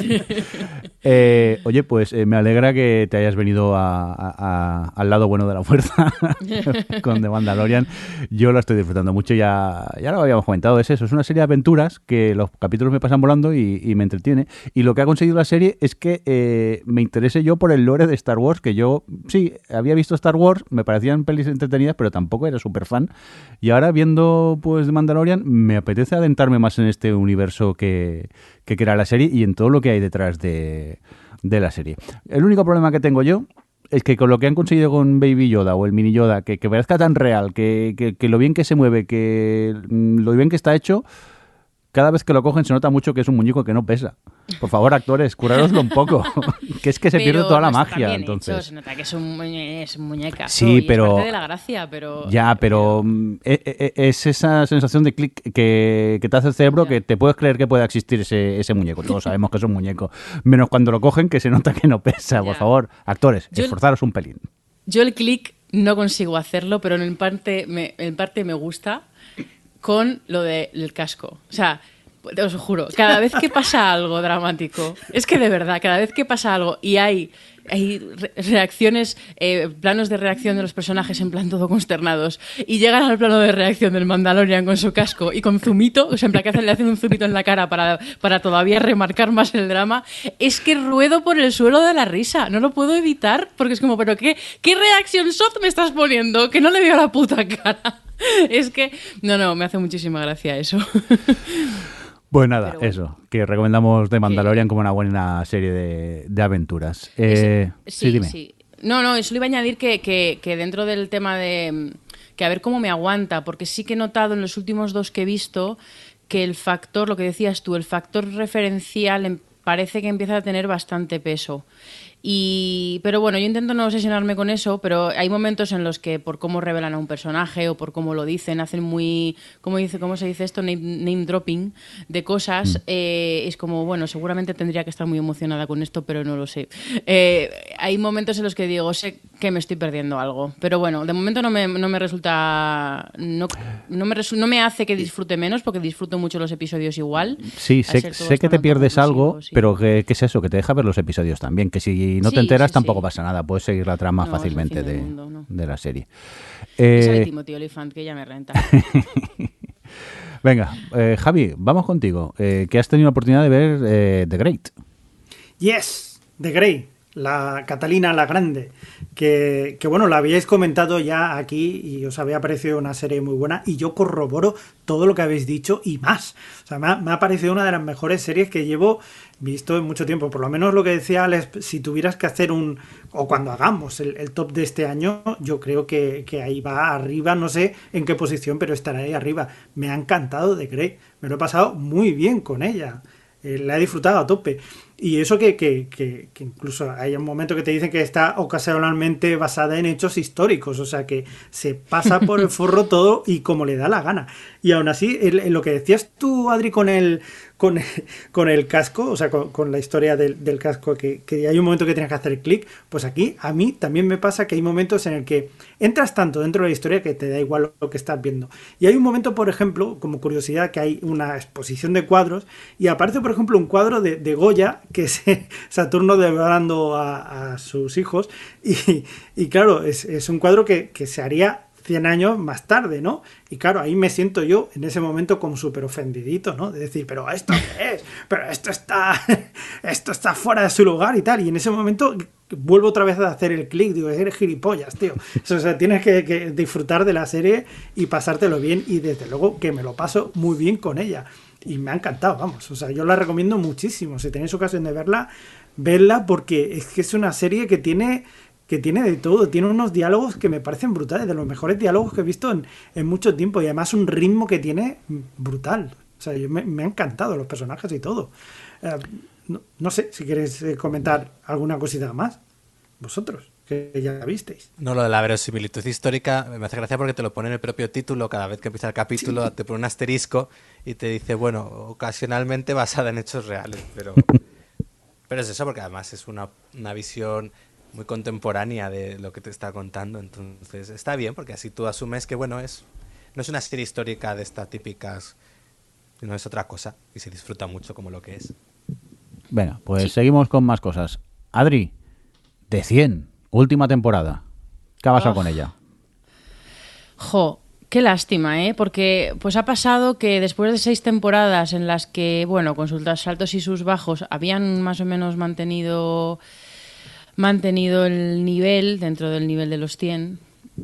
Oye, pues me alegra que te hayas venido al lado bueno de la fuerza con The Mandalorian. Yo lo estoy disfrutando mucho, ya lo habíamos comentado, es eso, es una serie de aventuras que los capítulos me pasan volando y me entretiene. Y lo que ha conseguido la serie es que me interese yo por el lore de Star Wars, que yo sí, había visto Star Wars, me parecían pelis entretenidas, pero tampoco era súper fan. Y ahora viendo pues The Mandalorian, me apetece adentrarme más en este universo que crea la serie y en todo lo que hay detrás de la serie. El único problema que tengo yo es que con lo que han conseguido con Baby Yoda o el Mini Yoda, que parezca tan real, que lo bien que se mueve, que lo bien que está hecho, cada vez que lo cogen se nota mucho que es un muñeco que no pesa. Por favor, actores, curároslo un poco. Que es que se pierde toda la magia. Entonces hecho, se nota que es un muñeca. Sí, pero es parte de la gracia, pero ya, pero es esa sensación de clic que te hace el cerebro, que te puedes creer que pueda existir ese muñeco. Todos sabemos que es un muñeco. Menos cuando lo cogen, que se nota que no pesa. Por favor, actores, esforzaros un pelín. Yo el clic no consigo hacerlo, pero en parte me gusta con lo del casco. O sea, Os juro, cada vez que pasa algo dramático, es que de verdad, cada vez que pasa algo y hay reacciones, planos de reacción de los personajes en plan todo consternados, y llegan al plano de reacción del Mandalorian con su casco y con zumito, o sea, en plan que le hacen un zumito en la cara para todavía remarcar más el drama, es que ruedo por el suelo de la risa, no lo puedo evitar, porque es como, pero ¿qué reacción shot me estás poniendo? Que no le veo la puta cara. Es que, no, me hace muchísima gracia eso. Pues nada, bueno, eso, que recomendamos The Mandalorian como una buena serie de aventuras. Sí, dime. Sí. No, eso le iba a añadir que dentro del tema de que a ver cómo me aguanta, porque sí que he notado en los últimos 2 que he visto que el factor, lo que decías tú, el factor referencial parece que empieza a tener bastante peso. Pero bueno, yo intento no obsesionarme con eso, pero hay momentos en los que por cómo revelan a un personaje o por cómo lo dicen, hacen muy, ¿cómo se dice esto? Name dropping de cosas. Es como, bueno, seguramente tendría que estar muy emocionada con esto, pero no lo sé. Hay momentos en los que digo, sé que me estoy perdiendo algo, pero bueno, de momento no me resulta, no me hace que disfrute menos, porque disfruto mucho los episodios igual. Sí, sé que te pierdes algo, sí. Pero ¿qué es eso? Que te deja ver los episodios también, que si no te enteras tampoco pasa nada, puedes seguir la trama fácilmente de la serie. Sale Timothy Olyphant, que ya me renta. Venga, Javi, vamos contigo, que has tenido la oportunidad de ver The Great. Yes, The Great, la Catalina la Grande, que bueno, la habíais comentado ya aquí y os había parecido una serie muy buena, y yo corroboro todo lo que habéis dicho y más. O sea, me ha parecido una de las mejores series que llevo visto en mucho tiempo. Por lo menos lo que decía Alex, si tuvieras que hacer o cuando hagamos el top de este año, yo creo que ahí va arriba, no sé en qué posición, pero estará ahí arriba. Me ha encantado The Great, me lo he pasado muy bien con ella. La he disfrutado a tope. Y eso que incluso hay un momento que te dicen que está ocasionalmente basada en hechos históricos, o sea que se pasa por el forro todo y como le da la gana. Y aún así, lo que decías tú, Adri, con el casco, o sea, con la historia del casco, que hay un momento que tienes que hacer clic, pues aquí a mí también me pasa que hay momentos en el que entras tanto dentro de la historia que te da igual lo que estás viendo. Y hay un momento, por ejemplo, como curiosidad, que hay una exposición de cuadros y aparece, por ejemplo, un cuadro de Goya, que es Saturno devorando a sus hijos, y claro, es un cuadro que se haría 100 años más tarde, ¿no? Y claro, ahí me siento yo en ese momento como súper ofendidito, ¿no? De decir, ¿pero esto qué es? Pero esto está fuera de su lugar y tal. Y en ese momento vuelvo otra vez a hacer el clic, digo, eres gilipollas, tío. O sea, tienes que disfrutar de la serie y pasártelo bien, y desde luego que me lo paso muy bien con ella. Y me ha encantado, vamos. O sea, yo la recomiendo muchísimo. Si tenéis ocasión de verla, porque es que es una serie que tiene de todo, tiene unos diálogos que me parecen brutales, de los mejores diálogos que he visto en mucho tiempo, y además un ritmo que tiene brutal. O sea, me ha encantado los personajes y todo. No sé si queréis comentar alguna cosita más, vosotros, que ya la visteis. No, lo de la verosimilitud histórica me hace gracia porque te lo pone en el propio título, cada vez que empieza el capítulo te pone un asterisco y te dice, bueno, ocasionalmente basada en hechos reales, pero es eso, porque además es una visión muy contemporánea de lo que te está contando, entonces está bien, porque así tú asumes que, bueno, no es una serie histórica de estas típicas, no es otra cosa, y se disfruta mucho como lo que es. Venga, pues seguimos con más cosas. Adri, de 100, última temporada, ¿qué ha pasado con ella? Qué lástima, porque pues ha pasado que después de 6 temporadas en las que, bueno, con sus saltos y sus bajos habían más o menos mantenido el nivel, dentro del nivel de los 100,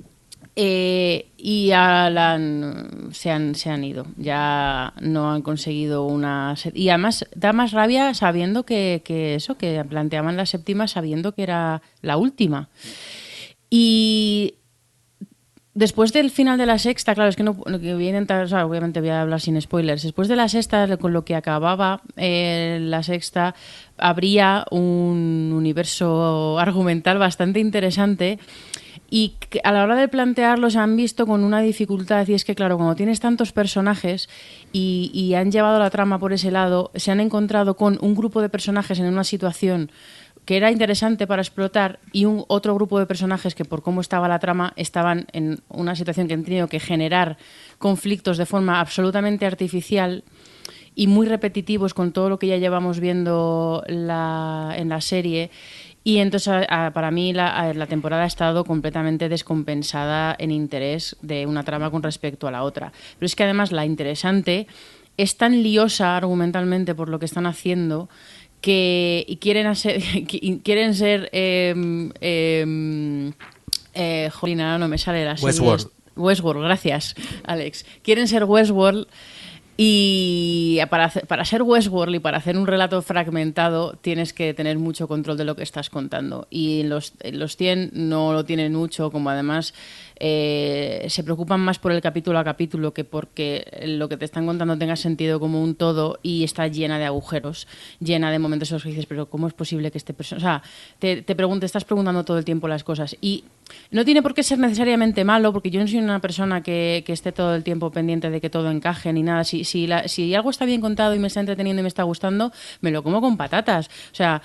y ya se han ido, ya no han conseguido una... Y además da más rabia sabiendo que planteaban la 7ª sabiendo que era la última. Y después del final de la 6ª, claro, es que no que voy a intentar, o sea, obviamente voy a hablar sin spoilers. Después de la 6ª, con lo que acababa la 6ª, habría un universo argumental bastante interesante, y que a la hora de plantearlo se han visto con una dificultad, y es que, claro, cuando tienes tantos personajes y han llevado la trama por ese lado, se han encontrado con un grupo de personajes en una situación que era interesante para explotar, y otro grupo de personajes que, por cómo estaba la trama, estaban en una situación que han tenido que generar conflictos de forma absolutamente artificial. y muy repetitivos con todo lo que ya llevamos viendo en la serie. Y entonces para mí la temporada ha estado completamente descompensada en interés de una trama con respecto a la otra. Pero es que además la interesante es tan liosa argumentalmente por lo que están haciendo que quieren ser jolina, no me sale la serie. Westworld, gracias, Alex. Quieren ser Westworld. Y para ser Westworld y para hacer un relato fragmentado tienes que tener mucho control de lo que estás contando. Y los 100 no lo tienen mucho, como además se preocupan más por el capítulo a capítulo que porque lo que te están contando tenga sentido como un todo, y está llena de agujeros, llena de momentos en los que dices, pero ¿cómo es posible que este persona...? O sea, te estás preguntando todo el tiempo las cosas. Y no tiene por qué ser necesariamente malo, porque yo no soy una persona que esté todo el tiempo pendiente de que todo encaje ni nada. Si algo está bien contado y me está entreteniendo y me está gustando, me lo como con patatas. O sea,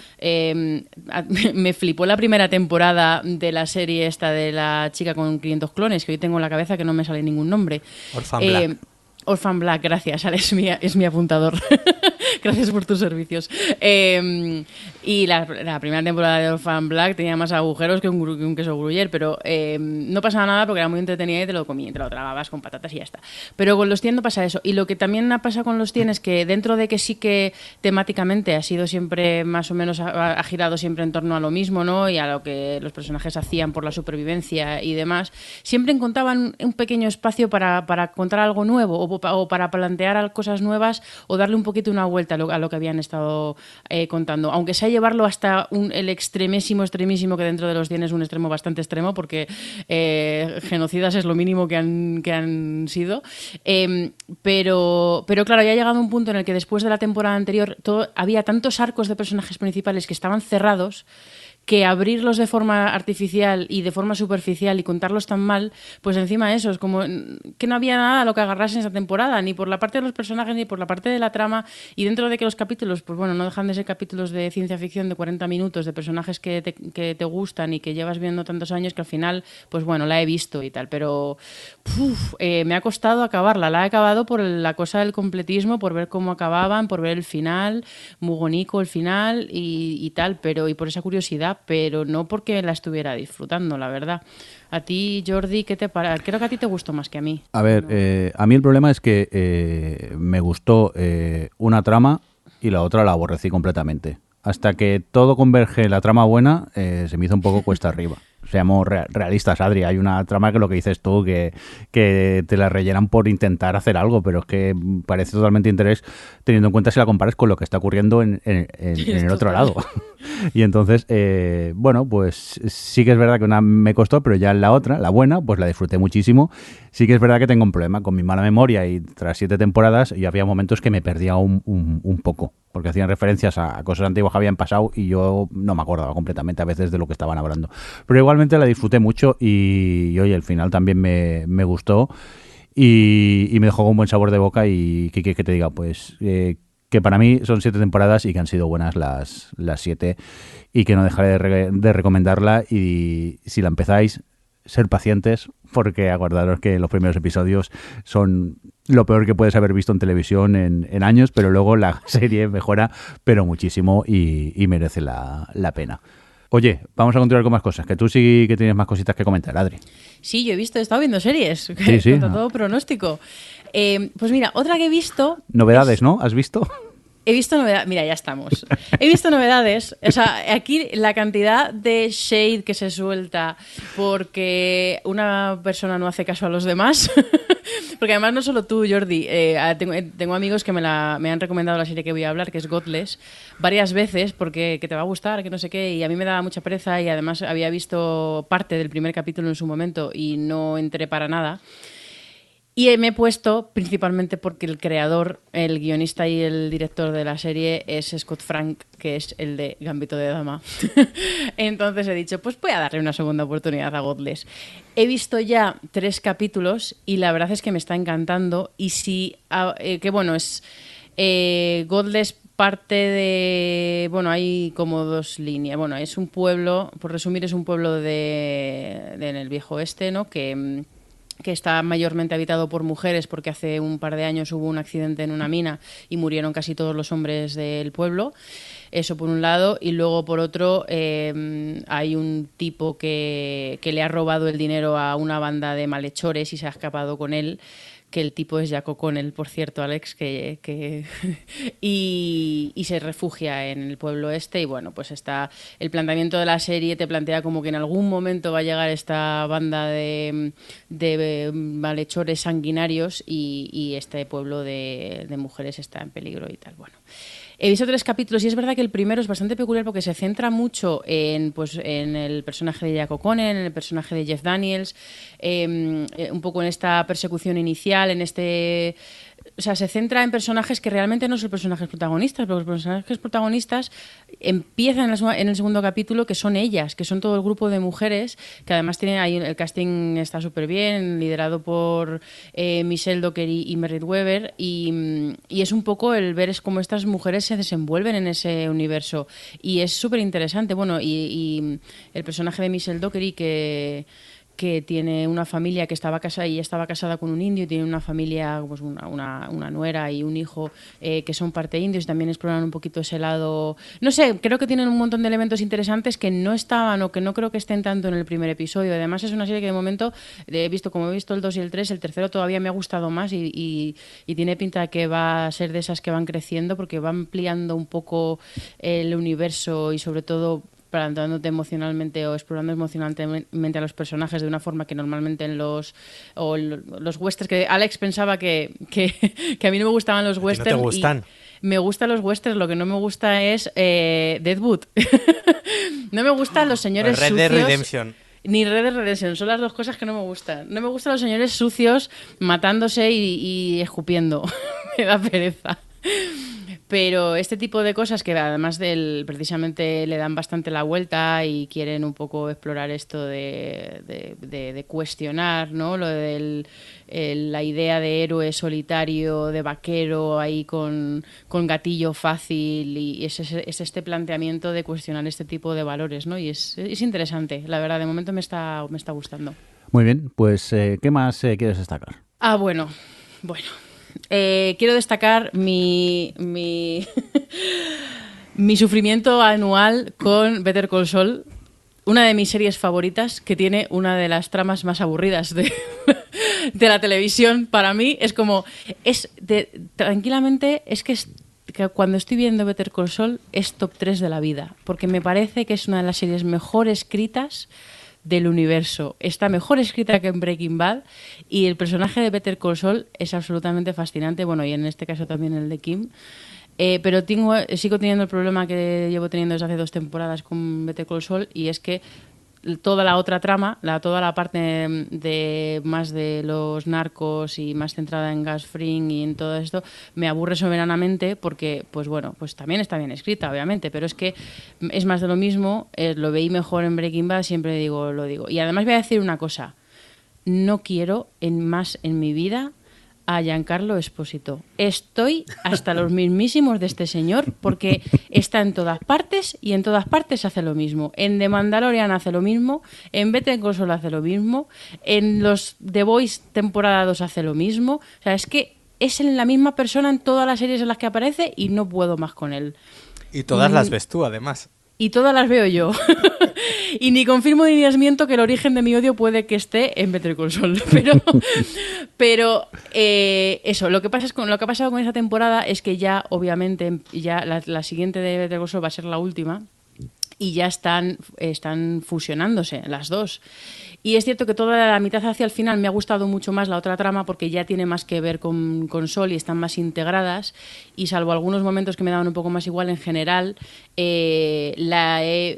me flipó la primera temporada de la serie esta de la chica con 500 clones, que hoy tengo en la cabeza que no me sale ningún nombre. Orphan Black. Orphan Black, gracias, Alex, es mi apuntador. Gracias por tus servicios. Y la primera temporada de Orphan Black tenía más agujeros que un queso gruyère, pero no pasaba nada porque era muy entretenida y te lo comías, te lo tragabas con patatas y ya está. Pero con los 100 no pasa eso. Y lo que también ha pasado con los 100 es que dentro de que sí que temáticamente ha sido siempre más o menos, ha girado siempre en torno a lo mismo, ¿no? Y a lo que los personajes hacían por la supervivencia y demás, siempre encontraban un pequeño espacio para contar algo nuevo o para plantear cosas nuevas o darle un poquito una vuelta a lo que habían estado contando, aunque sea llevarlo hasta el extremísimo, que dentro de los 100 es un extremo bastante extremo, porque genocidas es lo mínimo que han sido, pero claro, ya ha llegado un punto en el que después de la temporada anterior había tantos arcos de personajes principales que estaban cerrados, que abrirlos de forma artificial y de forma superficial y contarlos tan mal, pues encima de eso, es como que no había nada a lo que agarrarse en esa temporada, ni por la parte de los personajes, ni por la parte de la trama, y dentro de que los capítulos, pues bueno, no dejan de ser capítulos de ciencia ficción de 40 minutos, de personajes que te gustan y que llevas viendo tantos años, que al final, pues bueno, la he visto y tal, pero me ha costado acabarla, la he acabado por la cosa del completismo, por ver cómo acababan, por ver el final, muy bonito el final y tal, y por esa curiosidad, pero no porque la estuviera disfrutando, la verdad. A ti, Jordi, ¿qué te parece? Creo que a ti te gustó más que a mí. A ver, a mí el problema es que me gustó una trama y la otra la aborrecí completamente. Hasta que todo converge en la trama buena, se me hizo un poco cuesta arriba. Seamos realistas, Adri. Hay una trama que lo que dices tú, que te la rellenan por intentar hacer algo, pero es que parece totalmente interés teniendo en cuenta si la comparas con lo que está ocurriendo en el otro lado. Y entonces, bueno, pues sí que es verdad que una me costó, pero ya en la otra, la buena, pues la disfruté muchísimo. Sí que es verdad que tengo un problema con mi mala memoria y tras 7 temporadas y había momentos que me perdía un poco, porque hacían referencias a cosas antiguas que habían pasado y yo no me acordaba completamente a veces de lo que estaban hablando. Pero igualmente la disfruté mucho y oye, el final también me gustó y me dejó con buen sabor de boca y que te diga, pues que para mí son 7 temporadas y que han sido buenas las 7 y que no dejaré de recomendarla, y si la empezáis, ser pacientes, porque acordaros que los primeros episodios son lo peor que puedes haber visto en televisión en años, pero luego la serie mejora pero muchísimo y merece la pena. Oye, vamos a continuar con más cosas, que tú sí que tienes más cositas que comentar, Adri. Sí, yo he estado viendo series, sí. Contra todo pronóstico. Pues mira, otra que he visto... Novedades, ¿no? ¿Has visto? He visto novedades, mira, ya estamos. He visto novedades, o sea, aquí la cantidad de shade que se suelta porque una persona no hace caso a los demás, porque además no solo tú, Jordi, tengo amigos que me han recomendado la serie que voy a hablar, que es Godless, varias veces, porque que te va a gustar, que no sé qué, y a mí me daba mucha pereza y además había visto parte del primer capítulo en su momento y no entré para nada. Y me he puesto principalmente porque el creador, el guionista y el director de la serie es Scott Frank, que es el de Gambito de Dama. Entonces he dicho, pues voy a darle una segunda oportunidad a Godless. He visto ya 3 capítulos y la verdad es que me está encantando. Y sí, que bueno, es Godless parte de... Bueno, hay como 2 líneas. Bueno, es un pueblo, por resumir, es un pueblo en el viejo oeste, ¿no? Que que está mayormente habitado por mujeres porque hace un par de años hubo un accidente en una mina y murieron casi todos los hombres del pueblo. Eso por un lado. Y luego por otro hay un tipo que le ha robado el dinero a una banda de malhechores y se ha escapado con él, que el tipo es Jack O'Connell, por cierto, Alex, y se refugia en el pueblo este. Y bueno, pues está el planteamiento de la serie, te plantea como que en algún momento va a llegar esta banda de malhechores sanguinarios y este pueblo de mujeres está en peligro y tal. Bueno, he visto 3 capítulos y es verdad que el primero es bastante peculiar porque se centra mucho en el personaje de Jack O'Connell, en el personaje de Jeff Daniels, un poco en esta persecución inicial, o sea, se centra en personajes que realmente no son personajes protagonistas, porque los personajes protagonistas empiezan en el segundo capítulo, que son ellas, que son todo el grupo de mujeres, que además tienen ahí, el casting está súper bien, liderado por Michelle Dockery y Merritt Wever, y es un poco el ver cómo estas mujeres se desenvuelven en ese universo, y es súper interesante. Bueno, y el personaje de Michelle Dockery, que tiene una familia que estaba casada con un indio y tiene una familia, pues una nuera y un hijo que son parte indios y también exploran un poquito ese lado. No sé, creo que tienen un montón de elementos interesantes que no estaban o que no creo que estén tanto en el primer episodio. Además es una serie que de momento he visto el 2 y el 3, el tercero todavía me ha gustado más y tiene pinta de que va a ser de esas que van creciendo porque va ampliando un poco el universo y sobre todo plantándote emocionalmente o explorando emocionalmente a los personajes de una forma que normalmente en los westerns, que Alex pensaba que a mí no me gustaban los westerns. ¿No te gustan? Me gustan los westerns, lo que no me gusta es Deadwood. No me gustan los señores Red sucios. Dead Redemption. Ni Red Dead Redemption, son las dos cosas que no me gustan. No me gustan los señores sucios matándose y escupiendo. Me da pereza. Pero este tipo de cosas que además precisamente le dan bastante la vuelta y quieren un poco explorar esto de cuestionar, ¿no? Lo de la idea de héroe solitario, de vaquero ahí con gatillo fácil, y es este planteamiento de cuestionar este tipo de valores, ¿no? Y es interesante, la verdad, de momento me está gustando. Muy bien, pues ¿qué más quieres destacar? Bueno. Quiero destacar mi sufrimiento anual con Better Call Saul, una de mis series favoritas, que tiene una de las tramas más aburridas de la televisión. Para mí es como... tranquilamente, es que cuando estoy viendo Better Call Saul es top 3 de la vida, porque me parece que es una de las series mejor escritas del universo. Está mejor escrita que en Breaking Bad y el personaje de Better Call Saul es absolutamente fascinante. Bueno, y en este caso también el de Kim. Pero sigo teniendo el problema que llevo teniendo desde hace 2 temporadas con Better Call Saul, y es que toda la otra trama, toda la parte de más de los narcos y más centrada en Gus Fring y en todo esto, me aburre soberanamente porque, pues bueno, pues también está bien escrita, obviamente, pero es que es más de lo mismo. Lo veí mejor en Breaking Bad, siempre lo digo. Y además voy a decir una cosa, no quiero más en mi vida a Giancarlo Esposito. Estoy hasta los mismísimos de este señor porque está en todas partes y en todas partes hace lo mismo. En The Mandalorian hace lo mismo, en Better Call Saul hace lo mismo, en los The Boys temporada 2 hace lo mismo. O sea, es que es la misma persona en todas las series en las que aparece y no puedo más con él. Y todas las ves tú, además. Y todas las veo yo. Y ni confirmo ni desmiento que el origen de mi odio puede que esté en Better Call Saul. Pero eso, lo que ha pasado con esa temporada es que ya, obviamente, ya la siguiente de Better Call Saul va a ser la última. Y ya están fusionándose las dos. Y es cierto que toda la mitad hacia el final me ha gustado mucho más la otra trama porque ya tiene más que ver con Sol y están más integradas, y salvo algunos momentos que me daban un poco más igual, en general la he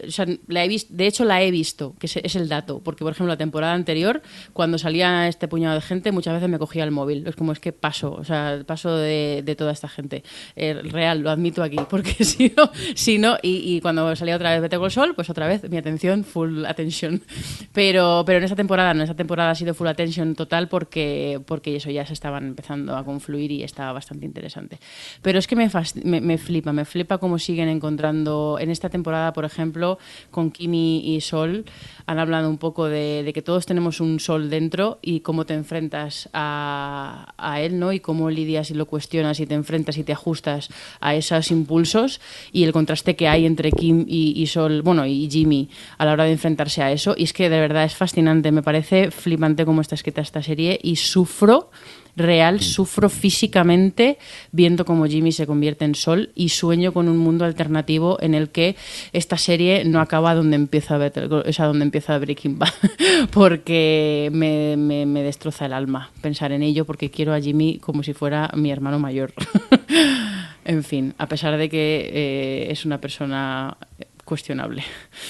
visto, que es el dato, porque por ejemplo la temporada anterior, cuando salía este puñado de gente, muchas veces me cogía el móvil. Es como, es que paso de toda esta gente. Real, lo admito aquí, porque si no, y cuando salía otra vez Better Call Saul, pues otra vez mi atención, full attention. Pero en esta temporada no, esta temporada ha sido full attention total porque eso ya se estaban empezando a confluir y estaba bastante interesante. Pero es que me flipa cómo siguen encontrando en esta temporada, por ejemplo, con Kimi y Sol, han hablado un poco de que todos tenemos un Sol dentro y cómo te enfrentas a él, ¿no? Y cómo lidias y lo cuestionas y te enfrentas y te ajustas a esos impulsos y el contraste que hay entre Kim y Sol, bueno, y Jimmy a la hora de enfrentarse a eso. Y es que de verdad es fascinante, me parece flipante cómo está escrita esta serie y sufro físicamente viendo cómo Jimmy se convierte en Sol y sueño con un mundo alternativo en el que esta serie no acaba donde empieza Breaking Bad porque me destroza el alma pensar en ello porque quiero a Jimmy como si fuera mi hermano mayor. En fin, a pesar de que es una persona cuestionable.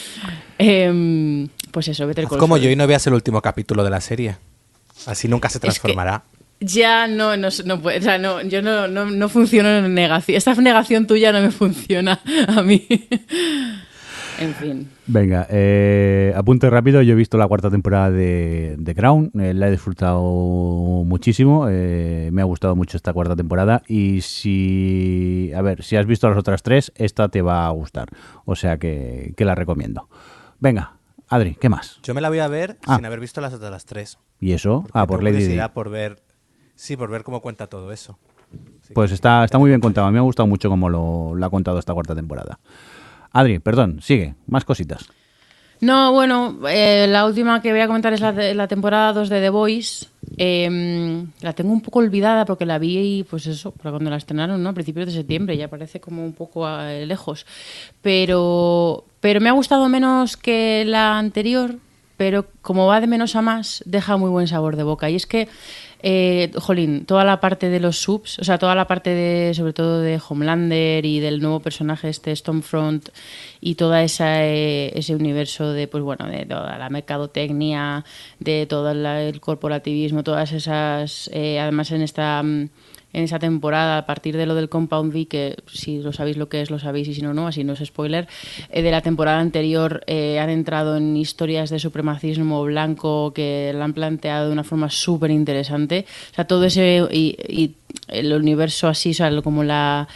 Pues eso, Better Call Saul. Como yo y no veas el último capítulo de la serie. Así nunca se transformará. Ya no puede, o sea, no, yo no funciono en negación. Esta negación tuya no me funciona a mí. En fin. Venga, apunte rápido. Yo he visto la 4ª temporada de Crown. La he disfrutado muchísimo. Me ha gustado mucho esta 4ª temporada. Y si has visto las otras 3, esta te va a gustar. O sea que la recomiendo. Venga, Adri, ¿qué más? Yo me la voy a ver sin haber visto las otras 3. ¿Y eso? Por Lady Di. Por ver cómo cuenta todo eso. Sí. Pues está muy bien contado. A mí me ha gustado mucho cómo lo ha contado esta 4ª temporada. Adri, perdón, sigue. Más cositas. No, bueno, la última que voy a comentar es la temporada 2 de The Voice. La tengo un poco olvidada porque la vi, pues eso, para cuando la estrenaron, ¿no? A principios de septiembre, ya parece como un poco lejos. Pero me ha gustado menos que la anterior, pero como va de menos a más, deja muy buen sabor de boca. Y es que toda la parte de los subs, o sea, toda la parte sobre todo de Homelander y del nuevo personaje Stormfront y toda ese universo de, pues bueno, de toda la mercadotecnia, de todo el corporativismo, todas esas, además en esa temporada, a partir de lo del Compound V, que si lo sabéis lo que es, lo sabéis, y si no, no, así no es spoiler, de la temporada anterior han entrado en historias de supremacismo blanco que la han planteado de una forma súper interesante. O sea, todo ese y el universo así, o sea, como la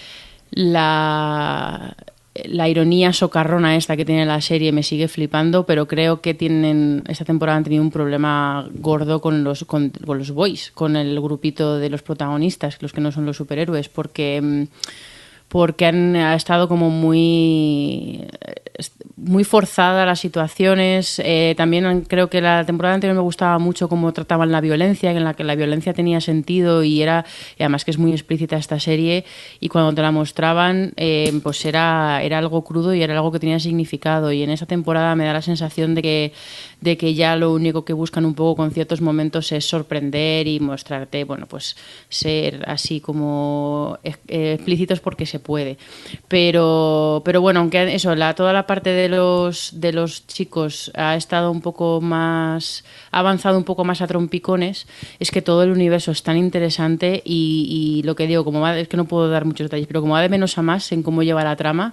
ironía socarrona esta que tiene la serie me sigue flipando, pero creo que esta temporada han tenido un problema gordo con los boys, con el grupito de los protagonistas, los que no son los superhéroes, porque han estado como muy forzadas las situaciones. También creo que la temporada anterior me gustaba mucho cómo trataban la violencia, en la que la violencia tenía sentido y además que es muy explícita esta serie, y cuando te la mostraban pues era algo crudo y era algo que tenía significado, y en esa temporada me da la sensación de que ya lo único que buscan un poco con ciertos momentos es sorprender y mostrarte, bueno, pues ser así como explícitos porque se puede, pero bueno, aunque eso, toda la parte de los chicos ha estado un poco más, ha avanzado un poco más a trompicones, es que todo el universo es tan interesante y lo que digo, es que no puedo dar muchos detalles, pero como va de menos a más en cómo lleva la trama,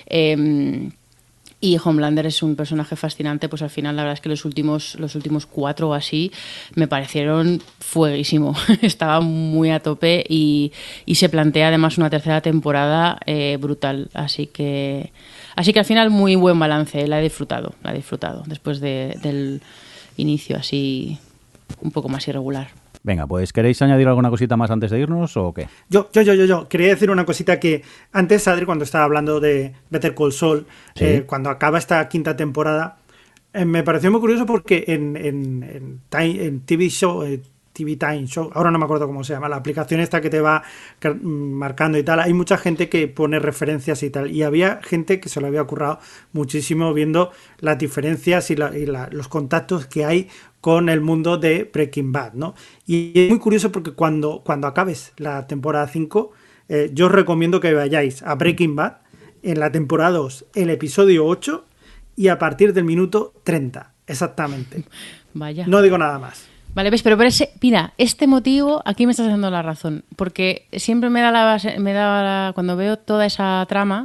y Homelander es un personaje fascinante, pues al final la verdad es que los últimos 4 o así me parecieron fueguísimo. Estaba muy a tope y se plantea además una tercera temporada brutal. Así que al final muy buen balance, la he disfrutado después del inicio así un poco más irregular. Venga, pues ¿queréis añadir alguna cosita más antes de irnos o qué? Yo. Quería decir una cosita que antes, Adri, cuando estaba hablando de Better Call Saul, ¿sí? Cuando acaba esta 5ª temporada, me pareció muy curioso porque en TV Show... TV Time Show, ahora no me acuerdo cómo se llama, la aplicación esta que te va marcando y tal, hay mucha gente que pone referencias y tal, y había gente que se lo había currado muchísimo viendo las diferencias y los contactos que hay con el mundo de Breaking Bad, ¿no? Y es muy curioso porque cuando acabes la temporada 5, yo os recomiendo que vayáis a Breaking Bad en la temporada 2, el episodio 8 y a partir del minuto 30, exactamente. Vaya. No digo nada más. Vale, ves, pero mira, este motivo, aquí me estás dando la razón, porque siempre me da cuando veo toda esa trama,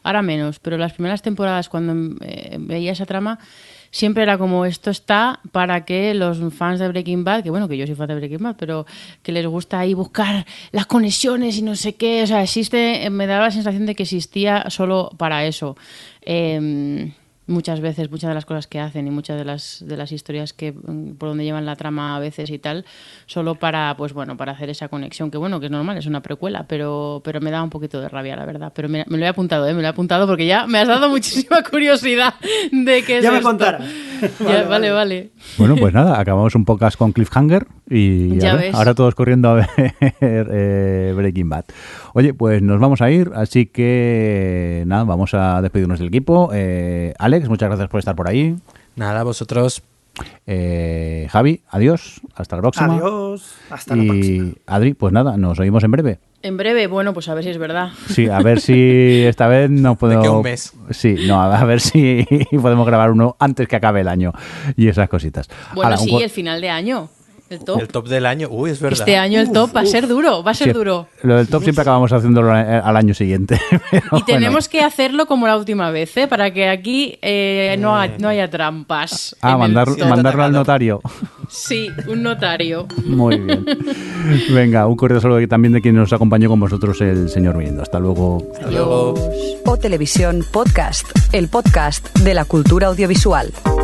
Ahora menos, pero las primeras temporadas cuando veía esa trama siempre era como esto está para que los fans de Breaking Bad, que bueno, que yo soy fan de Breaking Bad, pero que les gusta ahí buscar las conexiones y no sé qué, o sea, me daba la sensación de que existía solo para eso. Muchas veces, muchas de las cosas que hacen y muchas de las historias que por donde llevan la trama a veces y tal, solo para, pues bueno, para hacer esa conexión, que bueno, que es normal, es una precuela, pero me da un poquito de rabia, la verdad. Pero me lo he apuntado, me lo he apuntado porque ya me has dado muchísima curiosidad de qué es ya me esto. contarás. Vale. Bueno, pues nada, acabamos un podcast con cliffhanger y Ya a ver, ves. ahora todos corriendo a ver Breaking Bad. Oye, pues nos vamos a ir, así que nada, vamos a despedirnos del equipo. Alex, muchas gracias por estar por ahí. Nada, vosotros. Javi, adiós, hasta la próxima. Adiós, hasta la próxima. Y Adri, pues nada, nos oímos en breve. En breve, bueno, pues a ver si es verdad. Sí, a ver si esta vez no podemos... De que un mes. Sí, no, a ver si podemos grabar uno antes que acabe el año y esas cositas. Bueno, Hala, sí, el final de año. El top. El top del año. Uy, es verdad. Este año el top va a ser duro, va a ser Sí, duro. Lo del top siempre acabamos haciéndolo al año siguiente. Pero Y tenemos que hacerlo como la última vez, ¿eh? Para que aquí no haya trampas. en el top. Mandarlo al notario. Sí, un notario. Muy bien. Venga, un cordial saludo también de quien nos acompañó con vosotros, el señor Mirindo. Hasta luego. Hasta luego. O Televisión Podcast, el podcast de la cultura audiovisual.